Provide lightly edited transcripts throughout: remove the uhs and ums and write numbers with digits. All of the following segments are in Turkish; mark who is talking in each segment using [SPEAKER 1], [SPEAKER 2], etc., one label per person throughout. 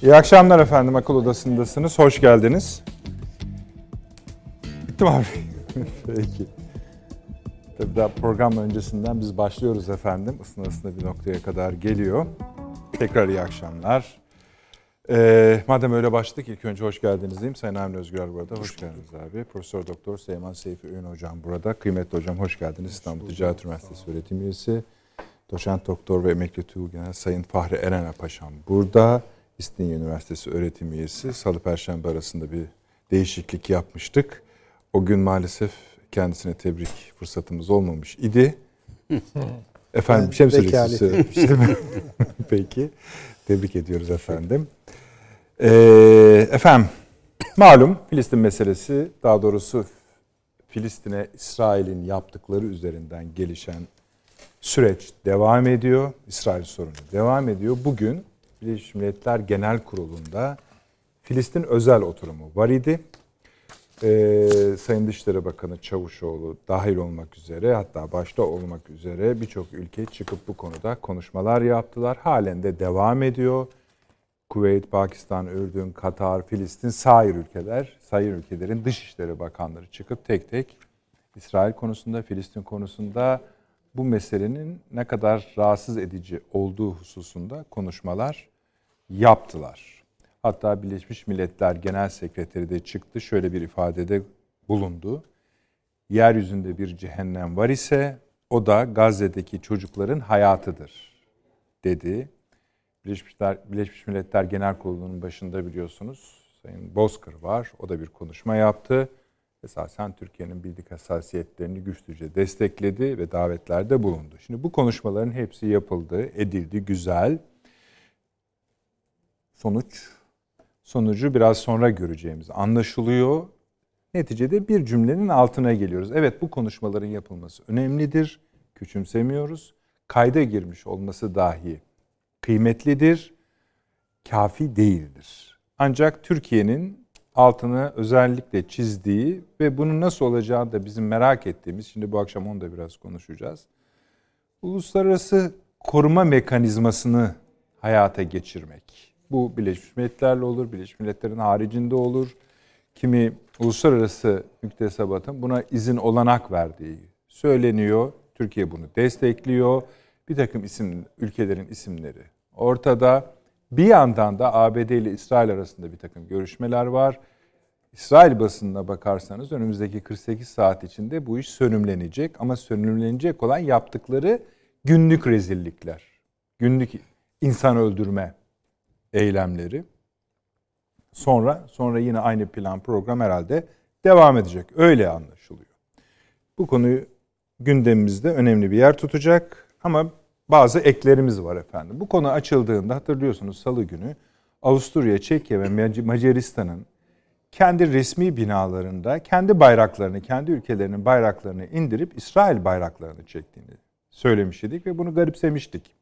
[SPEAKER 1] İyi akşamlar efendim, akıl odasındasınız. Hoş geldiniz. Bitti mi abi? Peki. Tabii daha program öncesinden biz başlıyoruz efendim. Isına bir noktaya kadar geliyor. Tekrar iyi akşamlar. Madem öyle başladık, ilk önce hoş geldiniz diyeyim. Sayın Avni Özgür burada. Hoş geldiniz abi. Profesör Doktor Süleyman Seyfi Öğün hocam burada. Kıymetli hocam hoş geldiniz. İstanbul Ticaret Üniversitesi öğretim üyesi. Doçent Doktor ve Emekli Tuğgenel Sayın Fahri Erener Paşam burada. İstinye Üniversitesi öğretim üyesi. Salı Perşembe arasında bir değişiklik yapmıştık. O gün maalesef kendisine tebrik fırsatımız olmamış idi. Efendim bir şey mi söyleyeceksiniz? Peki. Tebrik ediyoruz efendim. Efendim malum Filistin meselesi, daha doğrusu Filistin'e İsrail'in yaptıkları üzerinden gelişen süreç devam ediyor. İsrail sorunu devam ediyor. Bugün Birleşmiş Milletler Genel Kurulu'nda Filistin özel oturumu var idi. Sayın Dışişleri Bakanı Çavuşoğlu dahil olmak üzere, hatta başta olmak üzere birçok ülke çıkıp bu konuda konuşmalar yaptılar. Halen de devam ediyor. Kuveyt, Pakistan, Ürdün, Katar, Filistin, sair ülkelerin Dışişleri Bakanları çıkıp tek tek İsrail konusunda, Filistin konusunda bu meselenin ne kadar rahatsız edici olduğu hususunda konuşmalar yaptılar. Hatta Birleşmiş Milletler Genel Sekreteri de çıktı, şöyle bir ifadede bulundu. Yeryüzünde bir cehennem var ise o da Gazze'deki çocukların hayatıdır dedi. Birleşmiş Milletler Genel Kurulu'nun başında biliyorsunuz Sayın Bozkır var. O da bir konuşma yaptı. Esasen Türkiye'nin bildik hassasiyetlerini güçlüce destekledi ve davetlerde bulundu. Şimdi bu konuşmaların hepsi yapıldı, edildi, güzel. Sonucu biraz sonra göreceğimiz anlaşılıyor. Neticede bir cümlenin altına geliyoruz. Evet, bu konuşmaların yapılması önemlidir, küçümsemiyoruz. Kayda girmiş olması dahi kıymetlidir, kafi değildir. Ancak Türkiye'nin altını özellikle çizdiği ve bunun nasıl olacağını da bizim merak ettiğimiz, şimdi bu akşam onu da biraz konuşacağız. Uluslararası koruma mekanizmasını hayata geçirmek. Bu Birleşmiş Milletler'le olur, Birleşmiş Milletler'in haricinde olur. Kimi uluslararası müktesebatın buna izin olanak verdiği söyleniyor. Türkiye bunu destekliyor. Bir takım ülkelerin isimleri ortada. Bir yandan da ABD ile İsrail arasında bir takım görüşmeler var. İsrail basınına bakarsanız önümüzdeki 48 saat içinde bu iş sönümlenecek. Ama sönümlenecek olan yaptıkları günlük rezillikler. Günlük insan öldürme eylemleri. Sonra yine aynı plan program herhalde devam edecek. Öyle anlaşılıyor. Bu konuyu gündemimizde önemli bir yer tutacak ama bazı eklerimiz var efendim. Bu konu açıldığında hatırlıyorsunuz Salı günü Avusturya, Çekya ve Macaristan'ın kendi resmi binalarında kendi bayraklarını, kendi ülkelerinin bayraklarını indirip İsrail bayraklarını çektiğini söylemiştik ve bunu garipsemiştik.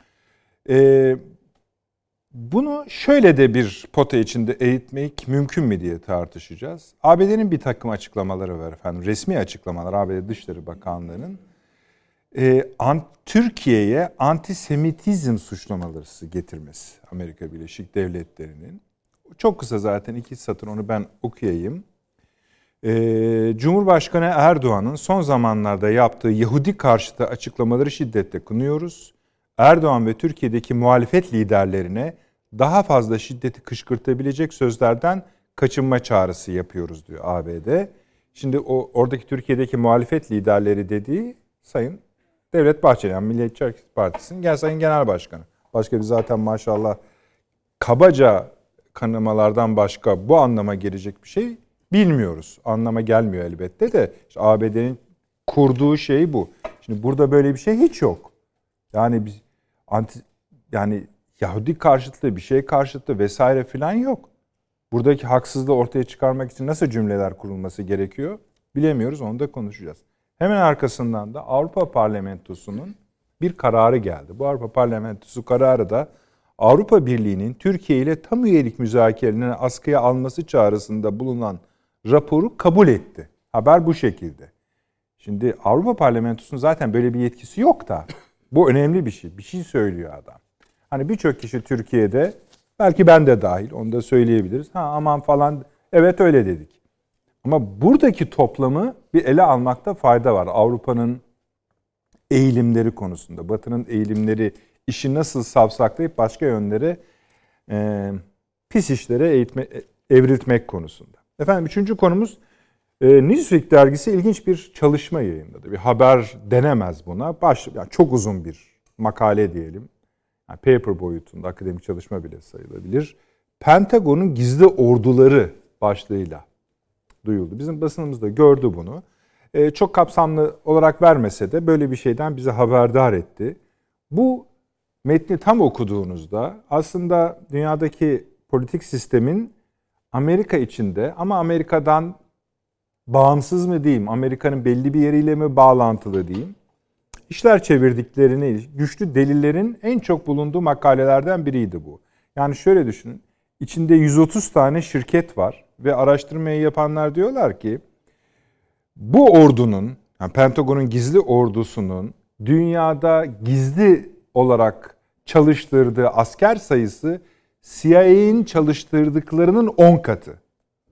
[SPEAKER 1] Bunu şöyle de bir pota içinde eğitmek mümkün mü diye tartışacağız. ABD'nin bir takım açıklamaları var efendim. Resmi açıklamalar ABD Dışişleri Bakanlığı'nın. Türkiye'ye antisemitizm suçlamaları getirmesi Amerika Birleşik Devletleri'nin. Çok kısa zaten 2 satır, onu ben okuyayım. Cumhurbaşkanı Erdoğan'ın son zamanlarda yaptığı Yahudi karşıtı açıklamaları şiddetle kınıyoruz. Erdoğan ve Türkiye'deki muhalefet liderlerine daha fazla şiddeti kışkırtabilecek sözlerden kaçınma çağrısı yapıyoruz diyor ABD. Şimdi oradaki Türkiye'deki muhalefet liderleri dediği Sayın Devlet Bahçeli, yani Milliyetçi Hareket Partisi'nin Sayın Genel Başkanı. Başka bir zaten maşallah kabaca kanımalardan başka bu anlama gelecek bir şey bilmiyoruz. Anlama gelmiyor elbette de. İşte ABD'nin kurduğu şey bu. Şimdi burada böyle bir şey hiç yok. Yani biz Yahudi karşıtlığı, bir şey karşıtlığı vesaire filan yok. Buradaki haksızlığı ortaya çıkarmak için nasıl cümleler kurulması gerekiyor bilemiyoruz, onu da konuşacağız. Hemen arkasından da Avrupa Parlamentosu'nun bir kararı geldi. Bu Avrupa Parlamentosu kararı da Avrupa Birliği'nin Türkiye ile tam üyelik müzakerelerini askıya alması çağrısında bulunan raporu kabul etti. Haber bu şekilde. Şimdi Avrupa Parlamentosu'nun zaten böyle bir yetkisi yok da bu önemli bir şey. Bir şey söylüyor adam. Hani birçok kişi Türkiye'de Belki ben de dahil, onu da söyleyebiliriz. Aman falan, evet öyle dedik. Ama buradaki toplamı bir ele almakta fayda var. Avrupa'nın eğilimleri konusunda, Batı'nın eğilimleri, işi nasıl savsaklayıp başka yönlere, pis işlere evriltmek konusunda. Efendim, üçüncü konumuz, Newsweek dergisi ilginç bir çalışma yayınladı. Bir haber denemez buna. Yani çok uzun bir makale diyelim. Yani paper boyutunda, akademik çalışma bile sayılabilir. Pentagon'un gizli orduları başlığıyla duyuldu. Bizim basınımız da gördü bunu. Çok kapsamlı olarak vermese de böyle bir şeyden bizi haberdar etti. Bu metni tam okuduğunuzda aslında dünyadaki politik sistemin Amerika içinde, ama Amerika'dan bağımsız mı diyeyim, Amerika'nın belli bir yeriyle mi bağlantılı diyeyim, işler çevirdiklerini, güçlü delillerin en çok bulunduğu makalelerden biriydi bu. Yani şöyle düşünün, içinde 130 tane şirket var ve araştırmayı yapanlar diyorlar ki bu ordunun, yani Pentagon'un gizli ordusunun dünyada gizli olarak çalıştırdığı asker sayısı CIA'nin çalıştırdıklarının 10 katı.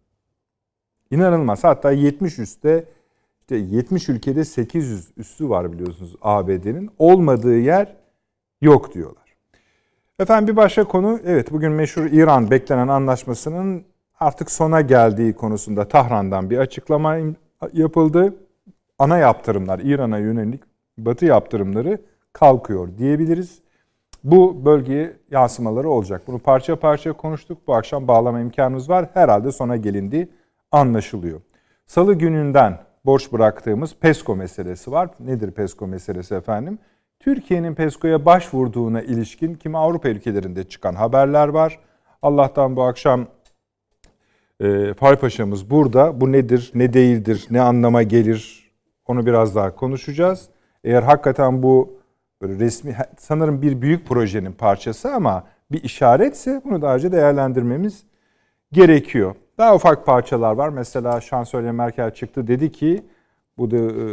[SPEAKER 1] İnanılmaz. Hatta 70 üste, işte 70 ülkede 800 üssü var biliyorsunuz ABD'nin. Olmadığı yer yok diyorlar. Efendim, bir başka konu, evet, bugün meşhur İran beklenen anlaşmasının artık sona geldiği konusunda Tahran'dan bir açıklama yapıldı. Ana yaptırımlar, İran'a yönelik Batı yaptırımları kalkıyor diyebiliriz. Bu bölgeye yansımaları olacak. Bunu parça parça konuştuk. Bu akşam bağlama imkanımız var. Herhalde sona gelindiği anlaşılıyor. Salı gününden borç bıraktığımız PESCO meselesi var. Nedir PESCO meselesi efendim? Türkiye'nin PESCO'ya başvurduğuna ilişkin kimi Avrupa ülkelerinde çıkan haberler var. Allah'tan bu akşam Fahri Paşa'mız burada. Bu nedir, ne değildir, ne anlama gelir, onu biraz daha konuşacağız. Eğer hakikaten bu böyle resmi, sanırım bir büyük projenin parçası ama bir işaretse bunu daha önce değerlendirmemiz gerekiyor. Daha ufak parçalar var. Mesela Şansölye Merkel çıktı, dedi ki bu da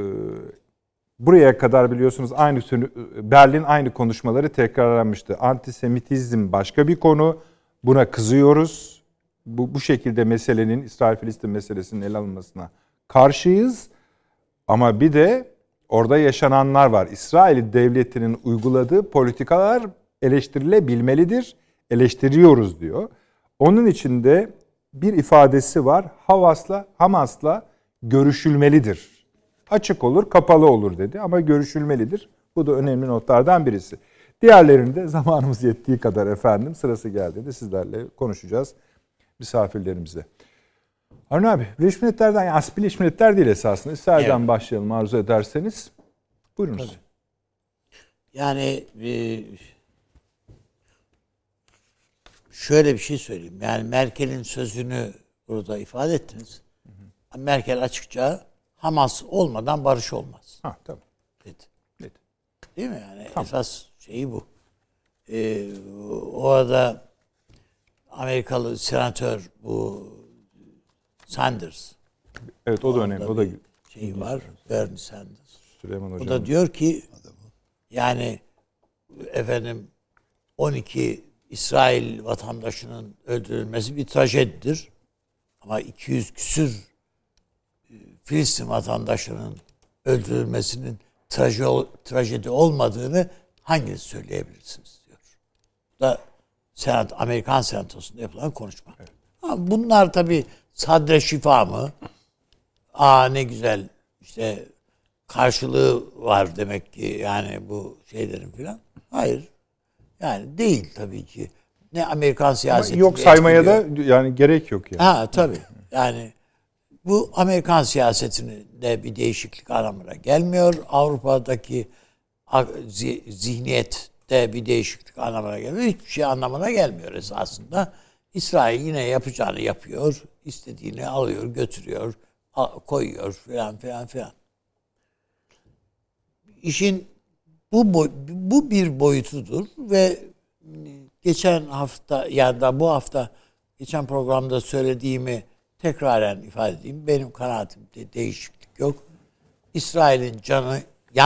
[SPEAKER 1] buraya kadar biliyorsunuz Berlin aynı konuşmaları tekrarlamıştı. Antisemitizm başka bir konu. Buna kızıyoruz. Bu şekilde meselenin, İsrail-Filistin meselesinin ele alınmasına karşıyız. Ama bir de orada yaşananlar var. İsrail devletinin uyguladığı politikalar eleştirilebilmelidir. Eleştiriyoruz diyor. Onun içinde bir ifadesi var. Hamas'la görüşülmelidir. Açık olur, kapalı olur dedi ama görüşülmelidir. Bu da önemli notlardan birisi. Diğerlerini de zamanımız yettiği kadar efendim, sırası geldiğinde sizlerle konuşacağız misafirlerimizle. Harun abi, Birleşmiş Milletler'den, yani Birleşmiş Milletler değil esasında, İsrail'den başlayalım arzu ederseniz. Buyurunuz.
[SPEAKER 2] Tabii. Yani şöyle bir şey söyleyeyim. Yani Merkel'in sözünü burada ifade ettiniz. Merkel açıkça Hamas olmadan barış olmaz.
[SPEAKER 1] Tamam.
[SPEAKER 2] Dedi. Değil mi? Yani
[SPEAKER 1] tamam.
[SPEAKER 2] Esas şeyi bu. O arada Amerikalı senatör bu Sanders.
[SPEAKER 1] Evet, o da önemli. O da
[SPEAKER 2] şey var. Bernie Sanders.
[SPEAKER 1] Süleyman Hocam.
[SPEAKER 2] O da diyor ki yani efendim 12 İsrail vatandaşının öldürülmesi bir trajedidir. Ama 200 küsür Filistin vatandaşının öldürülmesinin trajedi olmadığını hanginiz söyleyebilirsiniz diyor. Bu da Amerikan Senatosu'nda yapılan konuşma. Evet. Bunlar tabii sadre şifa mı? Ne güzel işte karşılığı var demek ki yani bu şeylerin filan. Hayır. Yani değil tabii ki. Ne Amerikan siyaseti
[SPEAKER 1] yok saymaya da yani gerek yok yani.
[SPEAKER 2] Tabii. Yani bu Amerikan siyasetinde bir değişiklik anlamına gelmiyor. Avrupa'daki zihniyette bir değişiklik anlamına gelmiyor. Hiçbir şey anlamına gelmiyor esasında. İsrail yine yapacağını yapıyor. İstediğini alıyor, götürüyor, koyuyor filan. İşin bu bir boyutudur ve geçen hafta ya da bu hafta geçen programda söylediğimi tekraren ifade edeyim. Benim kanaatimde değişiklik yok. İsrail'in canı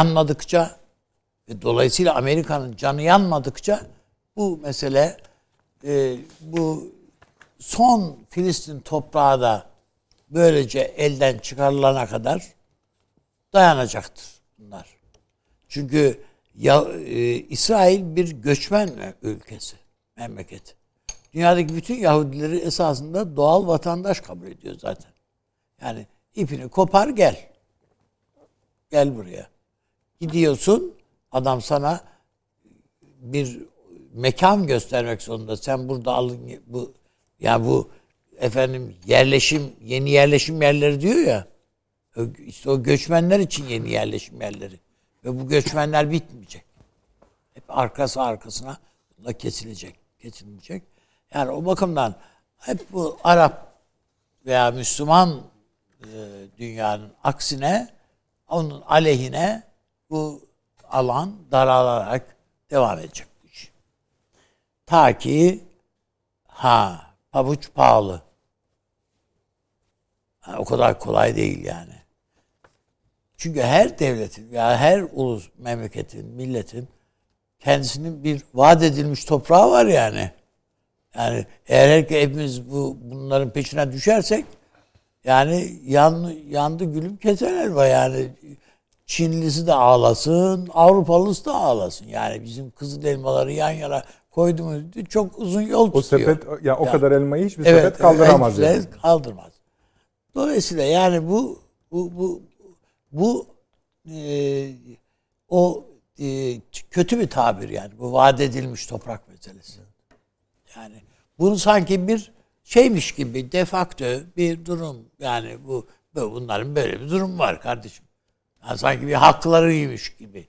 [SPEAKER 2] yanmadıkça ve dolayısıyla Amerika'nın canı yanmadıkça bu mesele bu son Filistin toprağı da böylece elden çıkarılana kadar dayanacaktır bunlar. Çünkü İsrail bir göçmen ülkesi, memleketi. Dünyadaki bütün Yahudileri esasında doğal vatandaş kabul ediyor zaten. Yani ipini kopar gel. Gel buraya. Gidiyorsun, adam sana bir mekan göstermek zorunda. Sen burada alın bu, ya bu efendim yeni yerleşim yerleri diyor ya. İşte o göçmenler için yeni yerleşim yerleri. Ve bu göçmenler bitmeyecek. Hep arkasına kesilecek. Yani o bakımdan hep bu Arap veya Müslüman dünyanın aksine, onun aleyhine bu alan daralarak devam edecek bu iş. Ta ki pabuç pahalı. O kadar kolay değil yani. Çünkü her devletin veya her ulus, memleketin, milletin kendisinin bir vaat edilmiş toprağı var yani. Yani eğer hepimiz bunların peşine düşersek yani yandı gülüm keten elva yani. Çinlisi de ağlasın, Avrupalısı da ağlasın. Yani bizim kızıl elmaları yan yana koyduğumuz çok uzun yol tutuyor.
[SPEAKER 1] O sepet ya o kadar elmayı hiçbir sepet kaldıramaz yani.
[SPEAKER 2] Kaldırmaz. Dolayısıyla yani kötü bir tabir yani. Bu vaat edilmiş toprak meselesi. Yani bunu sanki bir şeymiş gibi de facto bir durum. Yani bunların böyle bir durum var kardeşim. Yani sanki bir haklarıymış gibi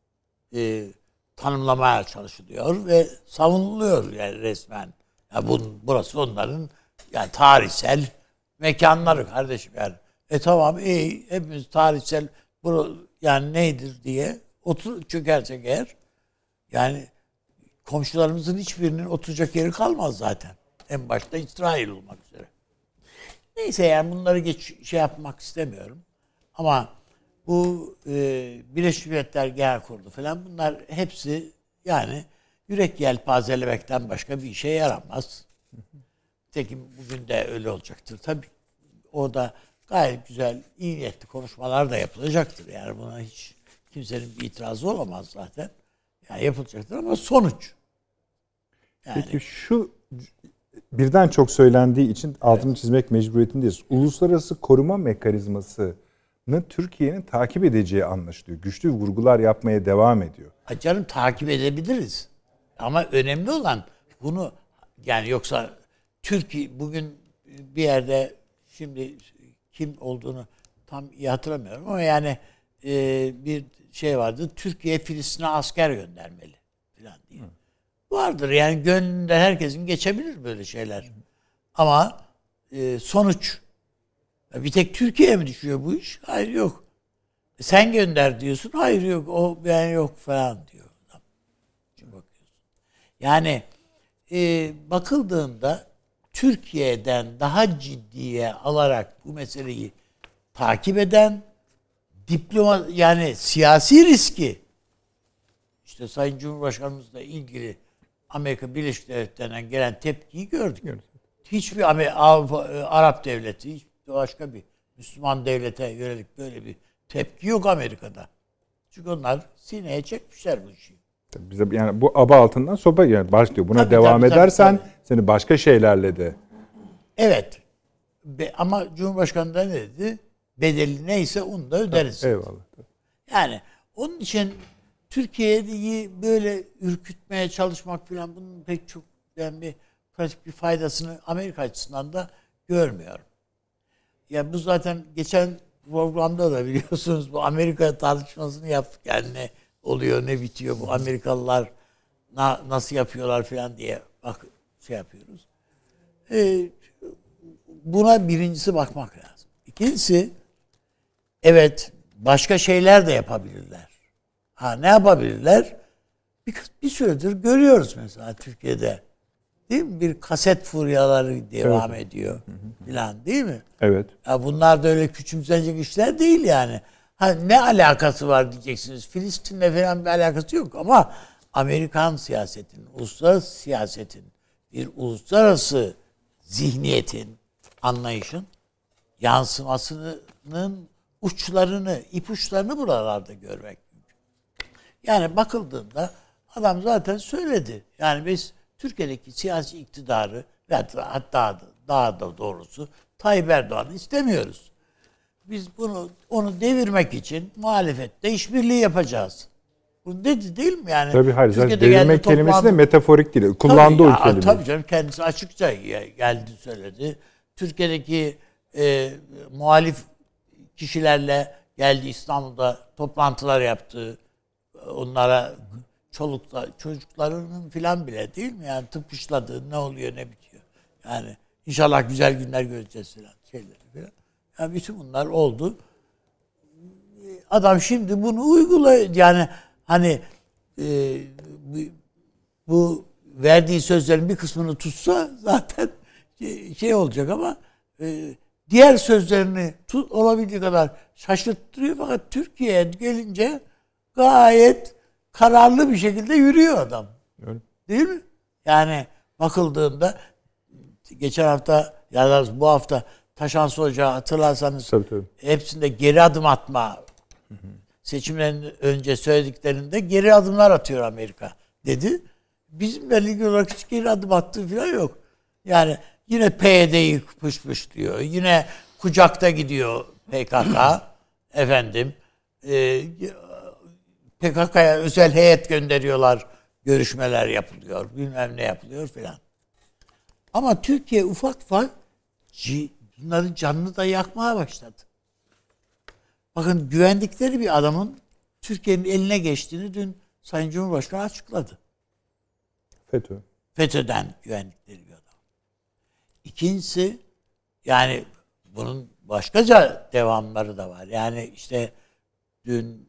[SPEAKER 2] tanımlamaya çalışılıyor ve savunuluyor yani resmen. Yani burası onların yani tarihsel mekanları kardeşim yani. Tamam hepimiz tarihsel yani nedir diye çökersek eğer yani komşularımızın hiçbirinin oturacak yeri kalmaz zaten. En başta İsrail olmak üzere. Neyse yani bunları yapmak istemiyorum. Ama bu Birleşmiş Milletler Genel Kurulu falan bunlar hepsi yani yürek yelpazelemekten başka bir işe yaramaz. Tekim bugün de öyle olacaktır. Tabii orada gayet güzel, iyi niyetli konuşmalar da yapılacaktır. Yani buna hiç kimsenin bir itirazı olamaz zaten. Yani yapılacaktır ama sonuç. Yani,
[SPEAKER 1] peki şu birden çok söylendiği için altını çizmek mecburiyetindeyiz. Uluslararası koruma mekanizmasını Türkiye'nin takip edeceği anlaşılıyor. Güçlü vurgular yapmaya devam ediyor.
[SPEAKER 2] Canım takip edebiliriz. Ama önemli olan bunu yani yoksa Türkiye bugün bir yerde şimdi kim olduğunu tam iyi hatırlamıyorum ama yani bir şey vardı. Türkiye Filistin'e asker göndermeli falan diye. Vardır yani gönlünde herkesin geçebilir böyle şeyler. Ama sonuç bir tek Türkiye'ye mi düşüyor bu iş? Hayır yok. Sen gönder diyorsun. Hayır yok. O ben yok falan diyor. Şimdi bakıyorsun. Yani bakıldığında Türkiye'den daha ciddiye alarak bu meseleyi takip eden yani siyasi riski işte Sayın Cumhurbaşkanımızla ilgili Amerika Birleşik Devletleri'nden gelen tepkiyi gördük. Hiçbir Arap devleti, hiçbir başka bir Müslüman devlete yönelik böyle bir tepki yok Amerika'da. Çünkü onlar sineye çekmişler bu işi.
[SPEAKER 1] Bize yani bu aba altından sopa yani başlıyor. Buna devam edersen seni başka şeylerle de.
[SPEAKER 2] Evet. Ama Cumhurbaşkanı da ne dedi? Bedeli neyse onu da öderiz.
[SPEAKER 1] Eyvallah.
[SPEAKER 2] Yani onun için Türkiye'yi böyle ürkütmeye çalışmak falan bunun pek çok ben bir pratik bir faydasını Amerika açısından da görmüyorum. Ya bu zaten geçen programda da biliyorsunuz bu Amerika tartışmasını yaptık. Yani ne oluyor ne bitiyor bu Amerikalılar nasıl yapıyorlar falan diye yapıyoruz. Buna birincisi bakmak lazım. İkincisi evet başka şeyler de yapabilirler. Ne yapabilirler? Bir süredir görüyoruz mesela Türkiye'de. Değil mi? Bir kaset furyaları devam ediyor. Falan değil mi?
[SPEAKER 1] Evet.
[SPEAKER 2] Ya bunlar da öyle küçümsenecek işler değil yani. Ne alakası var diyeceksiniz. Filistin'le falan bir alakası yok ama Amerikan siyasetinin, uluslararası siyasetin bir uluslararası zihniyetin, anlayışın yansımasının uçlarını, ipuçlarını buralarda görmek mümkün. Yani bakıldığında adam zaten söyledi. Yani biz Türkiye'deki siyasi iktidarı ve hatta daha da doğrusu Tayyip Erdoğan'ı istemiyoruz. Biz onu devirmek için muhalefette işbirliği yapacağız. Bunu dedi değil mi yani?
[SPEAKER 1] Tabii hayır. Devirmek kelimesi de metaforik değil. Kullandığı o kelime.
[SPEAKER 2] Tabii canım, kendisi açıkça geldi söyledi. Türkiye'deki muhalif kişilerle geldi, İstanbul'da toplantılar yaptı. Onlara çocuklarının filan bile değil mi? Yani tıpışladı, ne oluyor ne bitiyor. Yani inşallah güzel günler göreceğiz filan şeyleri filan. Yani bütün bunlar oldu. Adam şimdi bunu uyguluyor. Yani hani bu verdiği sözlerin bir kısmını tutsa zaten şey olacak ama diğer sözlerini olabildiği kadar şaşırttırıyor, fakat Türkiye'ye gelince gayet kararlı bir şekilde yürüyor adam.
[SPEAKER 1] Öyle.
[SPEAKER 2] Değil mi? Yani bakıldığında geçen hafta ya da bu hafta Taşansı Hoca hatırlarsanız
[SPEAKER 1] tabii.
[SPEAKER 2] Hepsinde geri adım atma, seçimden önce söylediklerinde geri adımlar atıyor Amerika dedi. Bizimle ilgili olarak hiç geri adım attığı falan yok. Yani yine PYD'yi pışpışlıyor. Yine kucakta gidiyor PKK. Efendim PKK'ya özel heyet gönderiyorlar. Görüşmeler yapılıyor. Bilmem ne yapılıyor filan. Ama Türkiye ufak ufak bunların canını da yakmaya başladı. Bakın, güvendikleri bir adamın Türkiye'nin eline geçtiğini dün Sayın Cumhurbaşkanı açıkladı. FETÖ'den güvendikleri bir adam. İkincisi, yani bunun başkaca devamları da var. Yani işte dün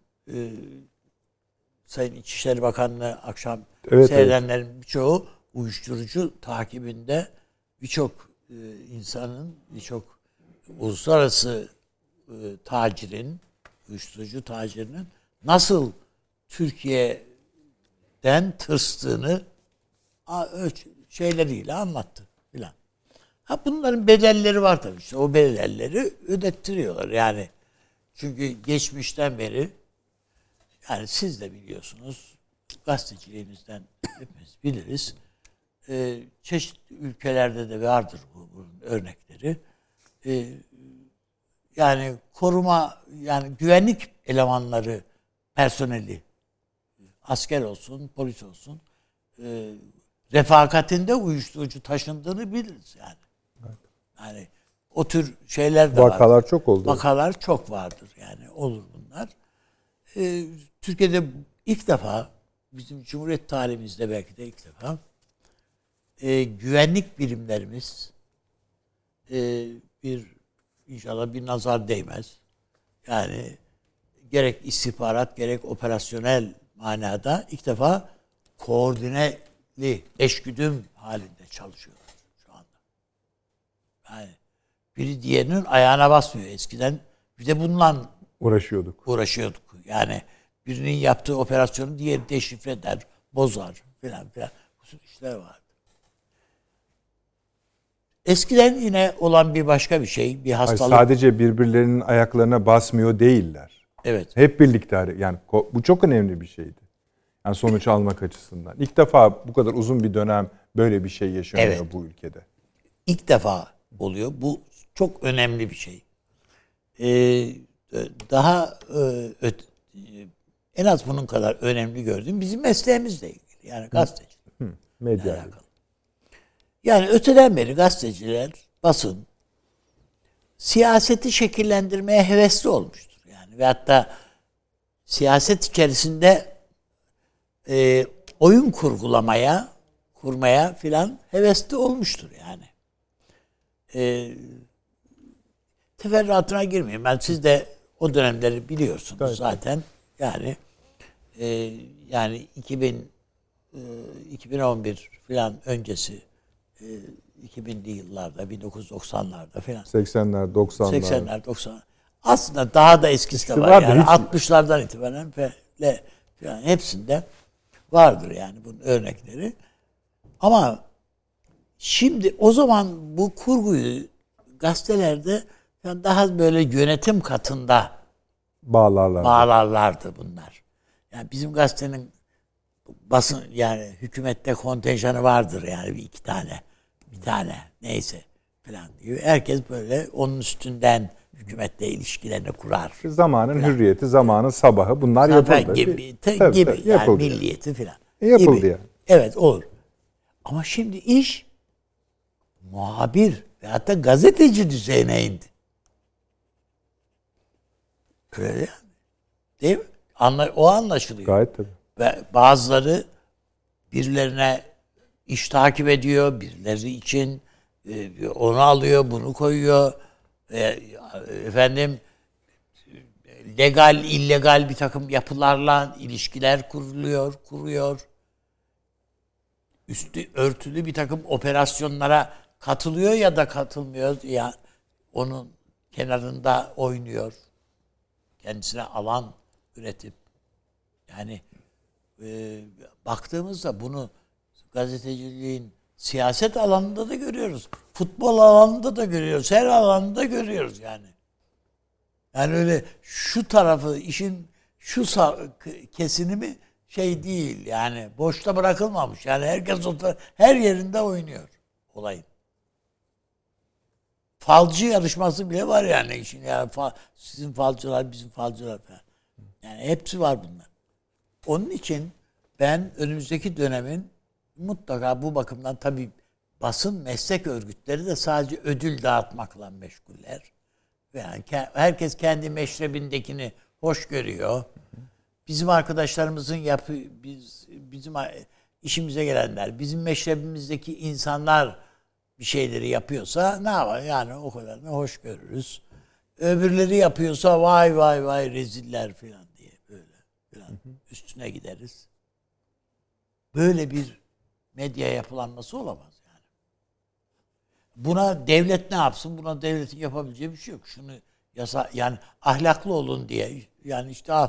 [SPEAKER 2] Sayın İçişleri Bakanlığı akşam seyredenlerin birçoğu uyuşturucu takibinde birçok insanın, birçok uluslararası tacirin, uyuşturucu tacirinin nasıl Türkiye'den tırstığını şeyleriyle anlattı filan. Bunların bedelleri var tabii. İşte o bedelleri ödettiriyorlar yani. Çünkü geçmişten beri, yani siz de biliyorsunuz, gazeteciliğinizden hepimiz biliriz. Çeşitli ülkelerde de vardır bunun örnekleri. Yani koruma, yani güvenlik elemanları, personeli, asker olsun, polis olsun, refakatinde uyuşturucu taşındığını biliriz yani. Evet. Yani o tür şeyler de var.
[SPEAKER 1] Vakalar çok oldu.
[SPEAKER 2] Vakalar çok vardır yani, olur bunlar. Türkiye'de ilk defa, bizim Cumhuriyet tarihimizde belki de ilk defa güvenlik birimlerimiz inşallah bir nazar değmez. Yani gerek istihbarat gerek operasyonel manada ilk defa koordineli, eşgüdüm halinde çalışıyorlar şu anda. Yani biri diğerinin ayağına basmıyor. Eskiden bir de bununla uğraşıyorduk. Yani birinin yaptığı operasyonu diğeri deşifre eder, bozar filan. Bu tür işler vardı. Eskiden yine olan bir başka bir şey, bir hastalık.
[SPEAKER 1] Hayır, sadece birbirlerinin ayaklarına basmıyor değiller.
[SPEAKER 2] Evet.
[SPEAKER 1] Hep birlikte, yani bu çok önemli bir şeydi. Yani sonuç almak açısından. İlk defa bu kadar uzun bir dönem böyle bir şey yaşanıyor bu ülkede.
[SPEAKER 2] İlk defa oluyor. Bu çok önemli bir şey. Daha en az bunun kadar önemli gördüğüm bizim mesleğimizle ilgili. Yani gazeteci.
[SPEAKER 1] Medya.
[SPEAKER 2] Yani öteden beri gazeteciler, basın siyaseti şekillendirmeye hevesli olmuştur. Yani ve hatta siyaset içerisinde oyun kurmaya filan hevesli olmuştur yani. Teferruatına girmeyeyim. Siz de o dönemleri biliyorsunuz zaten. Yani yani 2011 filan öncesi, 2000'li yıllarda, 1990'larda filan.
[SPEAKER 1] 80'ler, 90'lar.
[SPEAKER 2] 80'ler, 90'lar. Aslında daha da eskisi de var. Yani 60'lardan itibaren falan hepsinde vardır yani bunun örnekleri. Ama Şimdi o zaman bu kurguyu gazetelerde daha böyle yönetim katında bağlarlardı bunlar. Yani bizim gazetenin basın yani hükümette kontenjanı vardır yani bir tane neyse falan diyor. Herkes böyle onun üstünden hükümetle ilişkilerini kurar.
[SPEAKER 1] Zamanın
[SPEAKER 2] falan.
[SPEAKER 1] hürriyeti, zamanın sabahı bunlar yapıldı.
[SPEAKER 2] Gibi yani
[SPEAKER 1] yapıldı.
[SPEAKER 2] milliyeti falan.
[SPEAKER 1] Yapıldı
[SPEAKER 2] gibi.
[SPEAKER 1] Yani.
[SPEAKER 2] Evet olur. Ama şimdi iş muhabir ve hatta gazeteci düzeyine indi. Öyle yani. Değil mi? O anlaşılıyor.
[SPEAKER 1] Gayet tabii.
[SPEAKER 2] Ve bazıları birilerine iş takip ediyor, birileri için onu alıyor, bunu koyuyor. Efendim legal, illegal bir takım yapılarla ilişkiler kuruyor. Üstü örtülü bir takım operasyonlara katılıyor ya da katılmıyor ya onun kenarında oynuyor. Kendisine alan üretip yani baktığımızda bunu gazeteciliğin siyaset alanında da görüyoruz. Futbol alanında da görüyoruz. Her alanında görüyoruz yani. Yani öyle şu tarafı işin şu kesinimi şey değil yani boşta bırakılmamış. Yani herkes her yerinde oynuyor olayın. Falcı yarışması bile var yani işin yani sizin falcılar bizim falcılar falan. Yani hepsi var bunlar. Onun için ben önümüzdeki dönemin mutlaka bu bakımdan tabii basın meslek örgütleri de sadece ödül dağıtmakla meşguller. Yani herkes kendi meşrebindekini hoş görüyor. Bizim arkadaşlarımızın bizim işimize gelenler, bizim meşrebimizdeki insanlar bir şeyleri yapıyorsa ne yapar? Yani o kadarını hoş görürüz. Öbürleri yapıyorsa vay vay vay reziller falan diye böyle falan üstüne gideriz. Böyle bir medya yapılanması olamaz yani. Buna devlet ne yapsın? Buna devletin yapabileceği bir şey yok. Şunu yani ahlaklı olun diye yani işte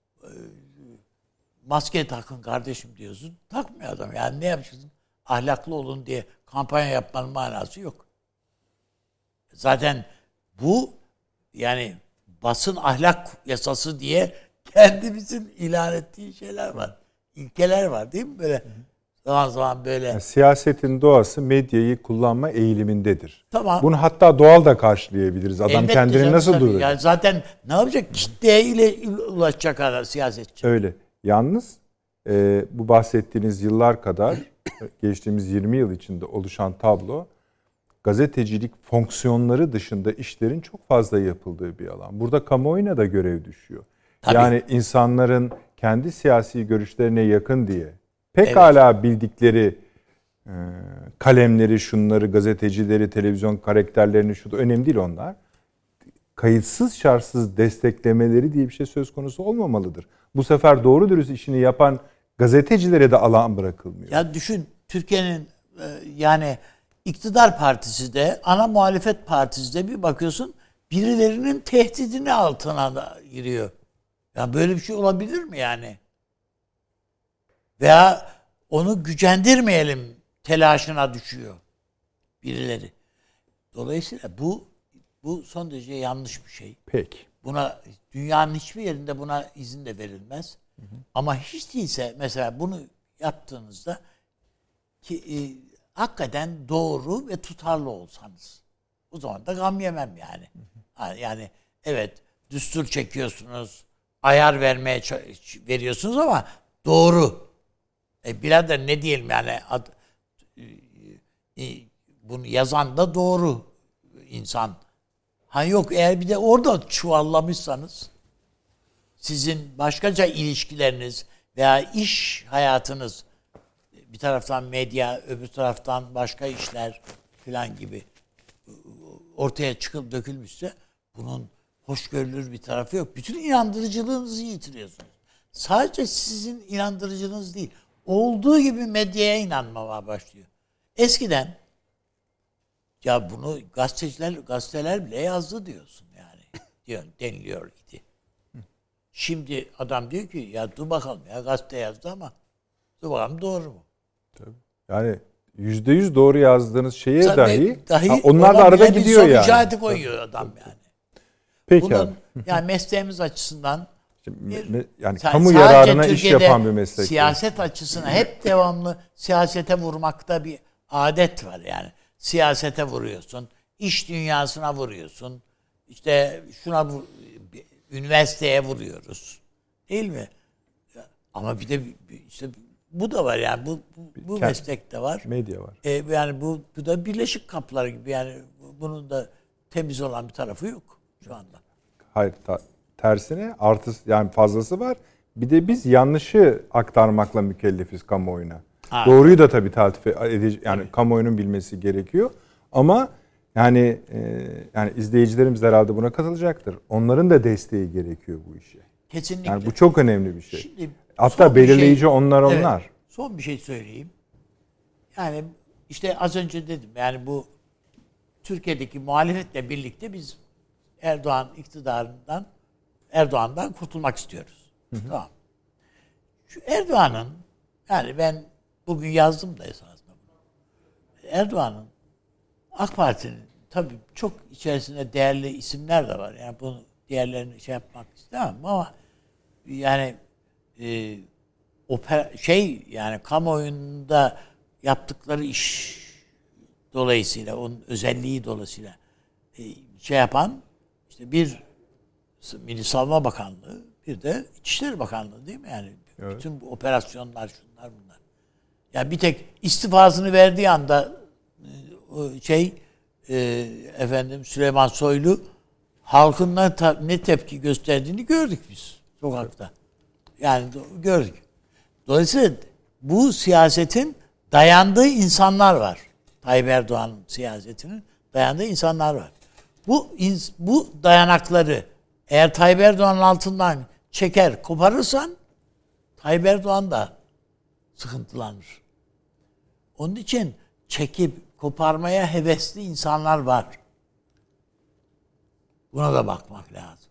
[SPEAKER 2] maske takın kardeşim diyorsun. Takmıyor adam. Yani ne yapacaksın? Ahlaklı olun diye kampanya yapmanın manası yok. Zaten bu yani basın ahlak yasası diye kendimizin ilan ettiği şeyler var. İlkeler var değil mi? Böyle zaman zaman böyle.
[SPEAKER 1] Yani siyasetin doğası medyayı kullanma eğilimindedir.
[SPEAKER 2] Tamam.
[SPEAKER 1] Bunu hatta doğal da karşılayabiliriz. Adam
[SPEAKER 2] elbette
[SPEAKER 1] kendini
[SPEAKER 2] canım,
[SPEAKER 1] nasıl
[SPEAKER 2] tabii.
[SPEAKER 1] duyurur?
[SPEAKER 2] Yani zaten ne yapacak? Kitleye ile ulaşacak ara siyasetçi.
[SPEAKER 1] Öyle. Yalnız bu bahsettiğiniz yıllar kadar geçtiğimiz 20 yıl içinde oluşan tablo gazetecilik fonksiyonları dışında işlerin çok fazla yapıldığı bir alan. Burada kamuoyuna da görev düşüyor.
[SPEAKER 2] Tabii.
[SPEAKER 1] Yani insanların kendi siyasi görüşlerine yakın diye pekala bildikleri kalemleri, şunları, gazetecileri, televizyon karakterlerini şu da önemli değil onlar. Kayıtsız şartsız desteklemeleri diye bir şey söz konusu olmamalıdır. Bu sefer doğru dürüst işini yapan gazetecilere de alan bırakılmıyor.
[SPEAKER 2] Ya düşün Türkiye'nin yani iktidar partisi de ana muhalefet partisi de bir bakıyorsun birilerinin tehdidini altına da giriyor. Ya böyle bir şey olabilir mi yani? Veya onu gücendirmeyelim telaşına düşüyor birileri. Dolayısıyla bu son derece yanlış bir şey.
[SPEAKER 1] Peki.
[SPEAKER 2] Buna dünyanın hiçbir yerinde buna izin de verilmez. Ama hiç değilse mesela bunu yaptığınızda ki hakikaten doğru ve tutarlı olsanız o zaman da gam yemem yani. Yani evet düstur çekiyorsunuz, ayar veriyorsunuz ama doğru. Birader ne diyelim yani bunu yazan da doğru insan. Yok eğer bir de orada çuvallamışsanız sizin başkaca ilişkileriniz veya iş hayatınız bir taraftan medya öbür taraftan başka işler falan gibi ortaya çıkıp dökülmüşse bunun hoşgörülür bir tarafı yok. Bütün inandırıcılığınızı yitiriyorsunuz. Sadece sizin inandırıcılığınız değil. Olduğu gibi medyaya inanmaya başlıyor. Eskiden ya bunu gazeteler bile yazdı diyorsun yani. Deniliyor idi. Şimdi adam diyor ki ya dur bakalım ya gazete yazdı ama dur bakalım doğru mu?
[SPEAKER 1] Tabii. Yani %100 doğru yazdığınız şeye
[SPEAKER 2] Tabii,
[SPEAKER 1] dahi onlar da arada gidiyor
[SPEAKER 2] yani.
[SPEAKER 1] yani.
[SPEAKER 2] İşareti koyuyor adam yani.
[SPEAKER 1] Peki
[SPEAKER 2] bunun,
[SPEAKER 1] abi.
[SPEAKER 2] Yani mesleğimiz açısından
[SPEAKER 1] yani kamu yararına iş
[SPEAKER 2] Türkiye'de
[SPEAKER 1] yapan bir meslek.
[SPEAKER 2] Siyaset açısından hep devamlı siyasete vurmakta bir adet var yani. Siyasete vuruyorsun, iş dünyasına vuruyorsun. İşte üniversiteye vuruyoruz. Değil mi? Ama bir de işte bu da var yani bu meslekte var.
[SPEAKER 1] Medya var.
[SPEAKER 2] Yani bu da Birleşik Kaplar gibi yani bunun da temiz olan bir tarafı yok şu anda.
[SPEAKER 1] Hayır, tersine artısı yani fazlası var. Bir de biz yanlışı aktarmakla mükellefiz kamuoyuna. Ha. Doğruyu da tabii taltif edici yani kamuoyunun bilmesi gerekiyor. Ama yani izleyicilerimiz herhalde buna katılacaktır. Onların da desteği gerekiyor bu işe.
[SPEAKER 2] Kesinlikle.
[SPEAKER 1] Yani bu çok önemli bir şey.
[SPEAKER 2] Şimdi
[SPEAKER 1] hatta belirleyici onlar.
[SPEAKER 2] Evet, son bir şey söyleyeyim. Yani işte az önce dedim yani bu Türkiye'deki muhalefetle birlikte biz Erdoğan'dan kurtulmak istiyoruz. Hı hı. Tamam. Şu Erdoğan'ın yani ben bugün yazdım da esasında bunu. Erdoğan'ın AK Parti'nin tabii çok içerisinde değerli isimler de var. Yani bunu diğerlerini yapmak istemem ama yani yani kamuoyunda yaptıkları iş dolayısıyla onun özelliği dolayısıyla yapan işte bir Milli Savunma Bakanlığı bir de İçişleri Bakanlığı değil mi? Yani evet. Bütün bu operasyonlar şunlar bunlar. Yani bir tek istifasını verdiği anda Süleyman Soylu halkın ne tepki gösterdiğini gördük biz sokakta. Yani gördük. Dolayısıyla bu siyasetin dayandığı insanlar var. Tayyip Erdoğan'ın siyasetinin dayandığı insanlar var. Bu dayanakları eğer Tayyip Erdoğan'ın altından çeker, koparırsan Tayyip Erdoğan da sıkıntılanır. Onun için çekip koparmaya hevesli insanlar var. Buna da bakmak lazım.